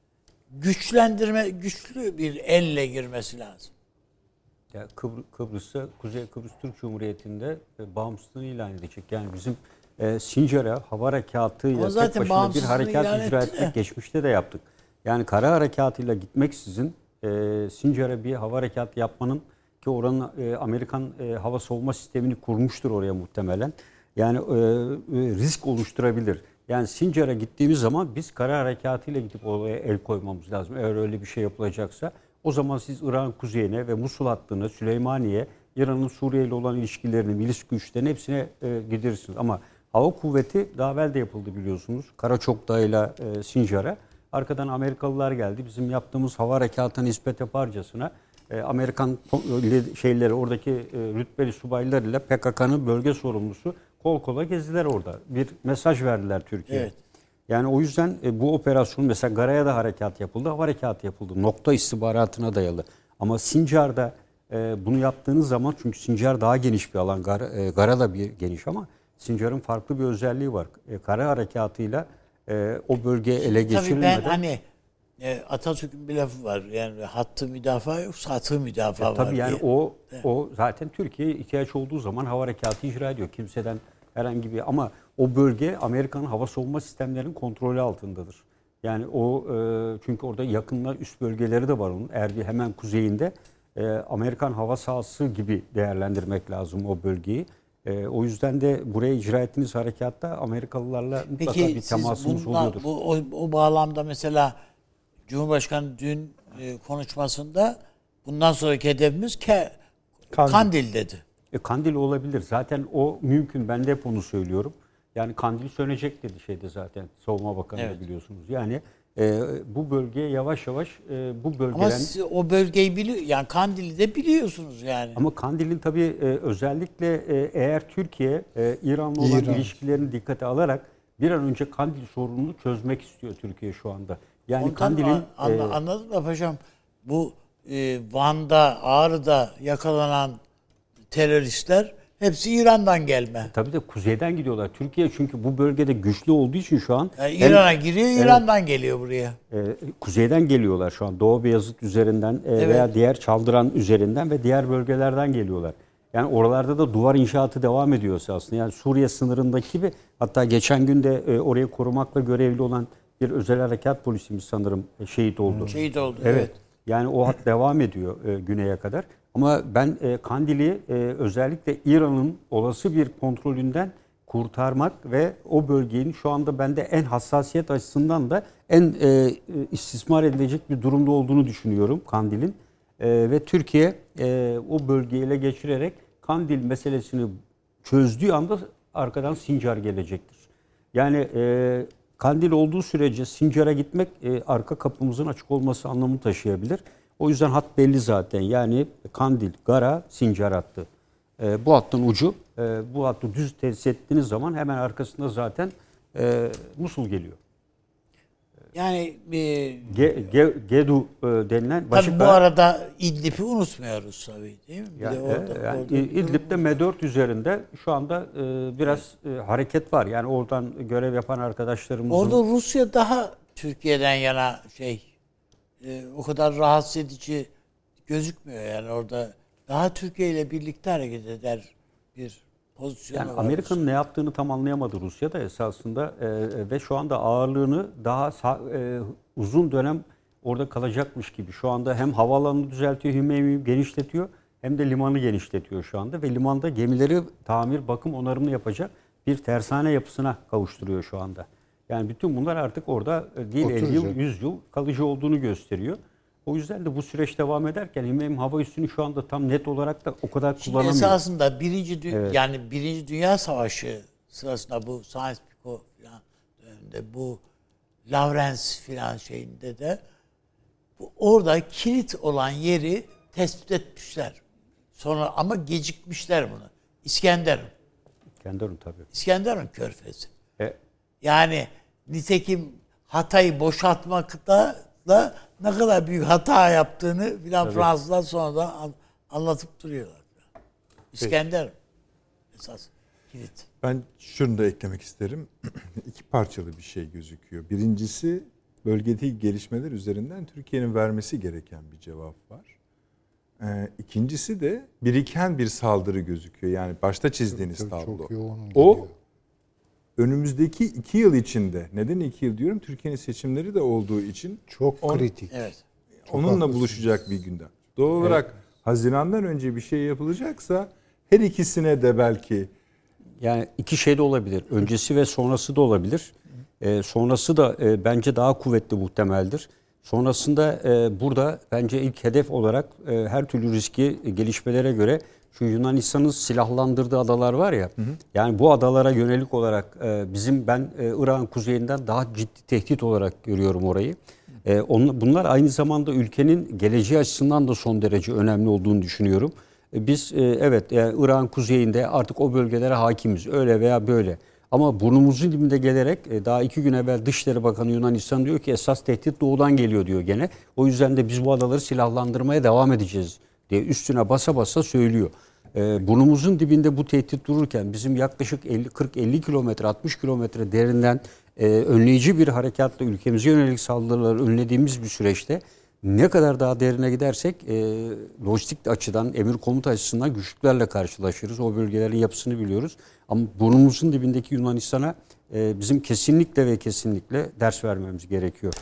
[SPEAKER 2] güçlü bir elle girmesi lazım.
[SPEAKER 4] Ya Kıbrıs'ta, Kuzey Kıbrıs Türk Cumhuriyeti'nde bağımsızlığını ilan edecek. Yani bizim Sincar'a hava harekatıyla tek başına bir harekat icra etmek geçmişte de yaptık. Yani kara harekatıyla gitmeksizin Sincar'a bir hava harekatı yapmanın, ki oranın Amerikan hava savunma sistemini kurmuştur oraya muhtemelen. Yani risk oluşturabilir. Yani Sincar'a gittiğimiz zaman biz kara harekatıyla gidip oraya el koymamız lazım. Eğer öyle bir şey yapılacaksa o zaman siz İran kuzeyine ve Musul hattına, Süleymaniye, İran'ın Suriye ile olan ilişkilerini, milis güçlerini hepsine giderirsiniz. Ama hava kuvveti daha evvel de yapıldı biliyorsunuz. Karaçokdağ'yla Sincar'a. Arkadan Amerikalılar geldi. Bizim yaptığımız hava harekatına nispet yaparcasına Amerikan şeyleri, oradaki rütbeli subaylar ile PKK'nın bölge sorumlusu kol kola gezdiler orada. Bir mesaj verdiler Türkiye'ye. Evet. Yani o yüzden bu operasyon, mesela Gara'ya da harekat yapıldı, hava harekatı yapıldı. Nokta istihbaratına dayalı. Ama Sincar'da bunu yaptığınız zaman, çünkü Sincar daha geniş bir alan, Gara da bir geniş ama Sincar'ın farklı bir özelliği var. Kara harekatıyla o bölgeye ele geçirilmeden...
[SPEAKER 2] Tabii ben hani Atatürk'ün bir lafı var. Yani hattı müdafaa yok, satı müdafaa var.
[SPEAKER 4] Tabii yani
[SPEAKER 2] diye.
[SPEAKER 4] o zaten Türkiye ihtiyaç olduğu zaman hava harekatı icra ediyor. Kimseden herhangi bir, ama o bölge Amerikan hava savunma sistemlerinin kontrolü altındadır. Yani o çünkü orada yakınlar, üst bölgeleri de var onun. Erbil hemen kuzeyinde. Amerikan hava sahası gibi değerlendirmek lazım o bölgeyi. O yüzden de buraya icra ettiğiniz harekatta Amerikalılarla mutlaka bir temasınız oluyordur.
[SPEAKER 2] O bağlamda mesela Cumhurbaşkanı dün konuşmasında bundan sonraki hedefimiz Kandil dedi.
[SPEAKER 5] Kandil olabilir. Zaten o mümkün. Ben de hep onu söylüyorum. Yani Kandil sönecek dedi şeyde zaten. Savunma Bakanı da biliyorsunuz. Yani bu bölgeye yavaş yavaş bu bölgeden...
[SPEAKER 2] Ama siz o bölgeyi biliyor, yani Kandil'i de biliyorsunuz yani.
[SPEAKER 5] Ama Kandil'in tabii özellikle eğer Türkiye İran'la olan ilişkilerini dikkate alarak bir an önce Kandil sorununu çözmek istiyor Türkiye şu anda. Yani
[SPEAKER 2] Ondan
[SPEAKER 5] Kandil'in...
[SPEAKER 2] anladım da paşam, bu Van'da, Ağrı'da yakalanan teröristler hepsi İran'dan gelme.
[SPEAKER 5] Tabii de kuzeyden gidiyorlar. Türkiye çünkü bu bölgede güçlü olduğu için şu an...
[SPEAKER 2] Yani İran'a giriyor, İran'dan geliyor buraya.
[SPEAKER 5] Kuzeyden geliyorlar şu an. Doğu Beyazıt üzerinden veya diğer Çaldıran üzerinden ve diğer bölgelerden geliyorlar. Yani oralarda da duvar inşaatı devam ediyor aslında. Yani Suriye sınırındaki gibi, hatta geçen gün de orayı korumakla görevli olan bir özel harekat polisimiz sanırım şehit oldu.
[SPEAKER 2] Şehit oldu.
[SPEAKER 5] Evet. Yani o hat devam ediyor güneye kadar. Ama ben Kandil'i özellikle İran'ın olası bir kontrolünden kurtarmak ve o bölgenin şu anda bende en hassasiyet açısından da en istismar edilecek bir durumda olduğunu düşünüyorum Kandil'in. Ve Türkiye o bölgeyi ele geçirerek Kandil meselesini çözdüğü anda arkadan Sincar gelecektir. Yani Kandil olduğu sürece Sincar'a gitmek arka kapımızın açık olması anlamını taşıyabilir. O yüzden hat belli zaten. Yani Kandil, Gara, Sincar hattı. Bu hattın ucu, bu hattı düz tesis ettiğiniz zaman hemen arkasında zaten Musul geliyor.
[SPEAKER 2] Yani
[SPEAKER 5] Gedu denilen
[SPEAKER 2] tabii bu arada İdlib'i unutmuyoruz tabii, değil mi?
[SPEAKER 5] Yani İdlib'de M4 üzerinde şu anda biraz hareket var. Yani oradan görev yapan arkadaşlarımızın...
[SPEAKER 2] Orada Rusya daha Türkiye'den yana o kadar rahatsız edici gözükmüyor. Yani orada daha Türkiye ile birlikte hareket eder bir pozisyonu
[SPEAKER 5] yani
[SPEAKER 2] var.
[SPEAKER 5] Amerika'nın ne yaptığını tam anlayamadı Rusya da esasında ve şu anda ağırlığını daha uzun dönem orada kalacakmış gibi. Şu anda hem havaalanını düzeltiyor, Hümeymi'yi genişletiyor, hem de limanı genişletiyor şu anda ve limanda gemileri tamir, bakım, onarımını yapacak bir tersane yapısına kavuşturuyor şu anda. Yani bütün bunlar artık orada değil 50 yıl, 100 yıl kalıcı olduğunu gösteriyor. O yüzden de bu süreç devam ederken Hümeymi hava üssünü şu anda tam net olarak da o kadar kullanamıyor.
[SPEAKER 2] Esasında Birinci Dünya Savaşı sırasında bu Sykes-Picot falan döneminde, bu Lawrence falan şeyinde de orada kilit olan yeri tespit etmişler. Sonra ama gecikmişler bunu. İskenderun
[SPEAKER 5] tabii.
[SPEAKER 2] İskenderun Körfezi. Yani nitekim Hatay'ı boşaltmakta da ne kadar büyük hata yaptığını filan Fransızlar sonra da anlatıp duruyorlar. İskenderun esas kilit.
[SPEAKER 1] Ben şunu da eklemek isterim. İki parçalı bir şey gözüküyor. Birincisi, bölgedeki gelişmeler üzerinden Türkiye'nin vermesi gereken bir cevap var. İkincisi de biriken bir saldırı gözüküyor. Yani başta çizdiğiniz tablo. O önümüzdeki 2 yıl içinde, neden 2 yıl diyorum? Türkiye'nin seçimleri de olduğu için
[SPEAKER 3] çok kritik.
[SPEAKER 2] Evet.
[SPEAKER 1] Onunla buluşacak bir gündem. Doğal olarak Haziran'dan önce bir şey yapılacaksa her ikisine de belki...
[SPEAKER 5] Yani iki şey de olabilir. Öncesi ve sonrası da olabilir. Sonrası da bence daha kuvvetli muhtemeldir. Sonrasında burada bence ilk hedef olarak her türlü riski gelişmelere göre şu Yunanistan'ın silahlandırdığı adalar var ya. Yani bu adalara yönelik olarak ben Irak'ın kuzeyinden daha ciddi tehdit olarak görüyorum orayı. Bunlar aynı zamanda ülkenin geleceği açısından da son derece önemli olduğunu düşünüyorum. Biz yani Irak'ın kuzeyinde artık o bölgelere hakimiz öyle veya böyle. Ama burnumuzun dibinde gelerek daha 2 gün evvel Dışişleri Bakanı Yunanistan diyor ki esas tehdit doğudan geliyor diyor gene. O yüzden de biz bu adaları silahlandırmaya devam edeceğiz diye üstüne basa basa söylüyor. Burnumuzun dibinde bu tehdit dururken bizim yaklaşık 40-50 kilometre 60 kilometre derinden önleyici bir harekatla ülkemize yönelik saldırıları önlediğimiz bir süreçte ne kadar daha derine gidersek lojistik açıdan, emir komuta açısından güçlüklerle karşılaşırız. O bölgelerin yapısını biliyoruz. Ama burnumuzun dibindeki Yunanistan'a bizim kesinlikle ve kesinlikle ders vermemiz gerekiyor.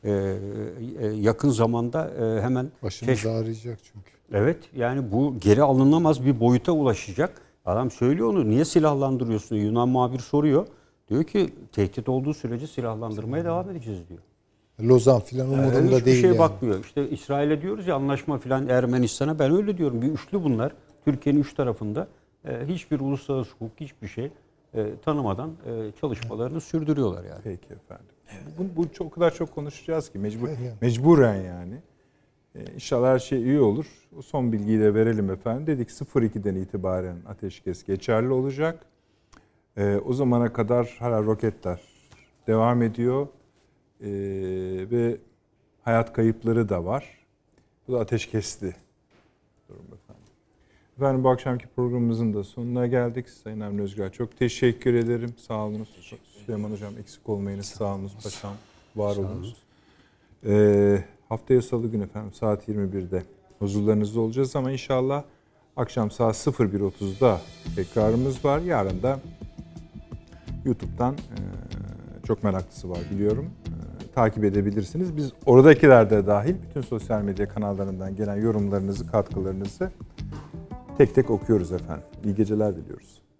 [SPEAKER 5] Yakın zamanda hemen...
[SPEAKER 3] Başımız ağrıyacak çünkü.
[SPEAKER 5] Evet, yani bu geri alınamaz bir boyuta ulaşacak. Adam söylüyor onu. Niye silahlandırıyorsun? Yunan muhabir soruyor. Diyor ki tehdit olduğu sürece silahlandırmaya devam edeceğiz diyor.
[SPEAKER 3] Lozan filan umurunda değil
[SPEAKER 5] şey
[SPEAKER 3] yani.
[SPEAKER 5] Bakmıyor. İşte İsrail'e diyoruz ya anlaşma filan Ermenistan'a. Ben öyle diyorum. Bir üçlü bunlar. Türkiye'nin 3 tarafında. hiçbir uluslararası hukuk, hiçbir şey tanımadan çalışmalarını sürdürüyorlar yani.
[SPEAKER 1] Peki efendim. Bu o kadar çok konuşacağız ki mecburen yani. İnşallah her şey iyi olur. O son bilgiyi de verelim efendim. Dedik 02'den itibaren ateşkes geçerli olacak. O zamana kadar hala roketler devam ediyor. Ve hayat kayıpları da var. Bu da ateşkesli durum efendim. Efendim bu akşamki programımızın da sonuna geldik. Sayın Avni Özgür çok teşekkür ederim. Sağ olunuz. Süleyman Hocam eksik olmayınız. Sağ olunuz paşam. Var olunuz. Haftaya Salı günü efendim saat 21'de huzurlarınızda olacağız ama inşallah akşam saat 01.30'da tekrarımız var. Yarın da YouTube'dan çok meraklısı var biliyorum. Takip edebilirsiniz. Biz oradakiler de dahil bütün sosyal medya kanallarından gelen yorumlarınızı, katkılarınızı tek tek okuyoruz efendim. İyi geceler diliyoruz.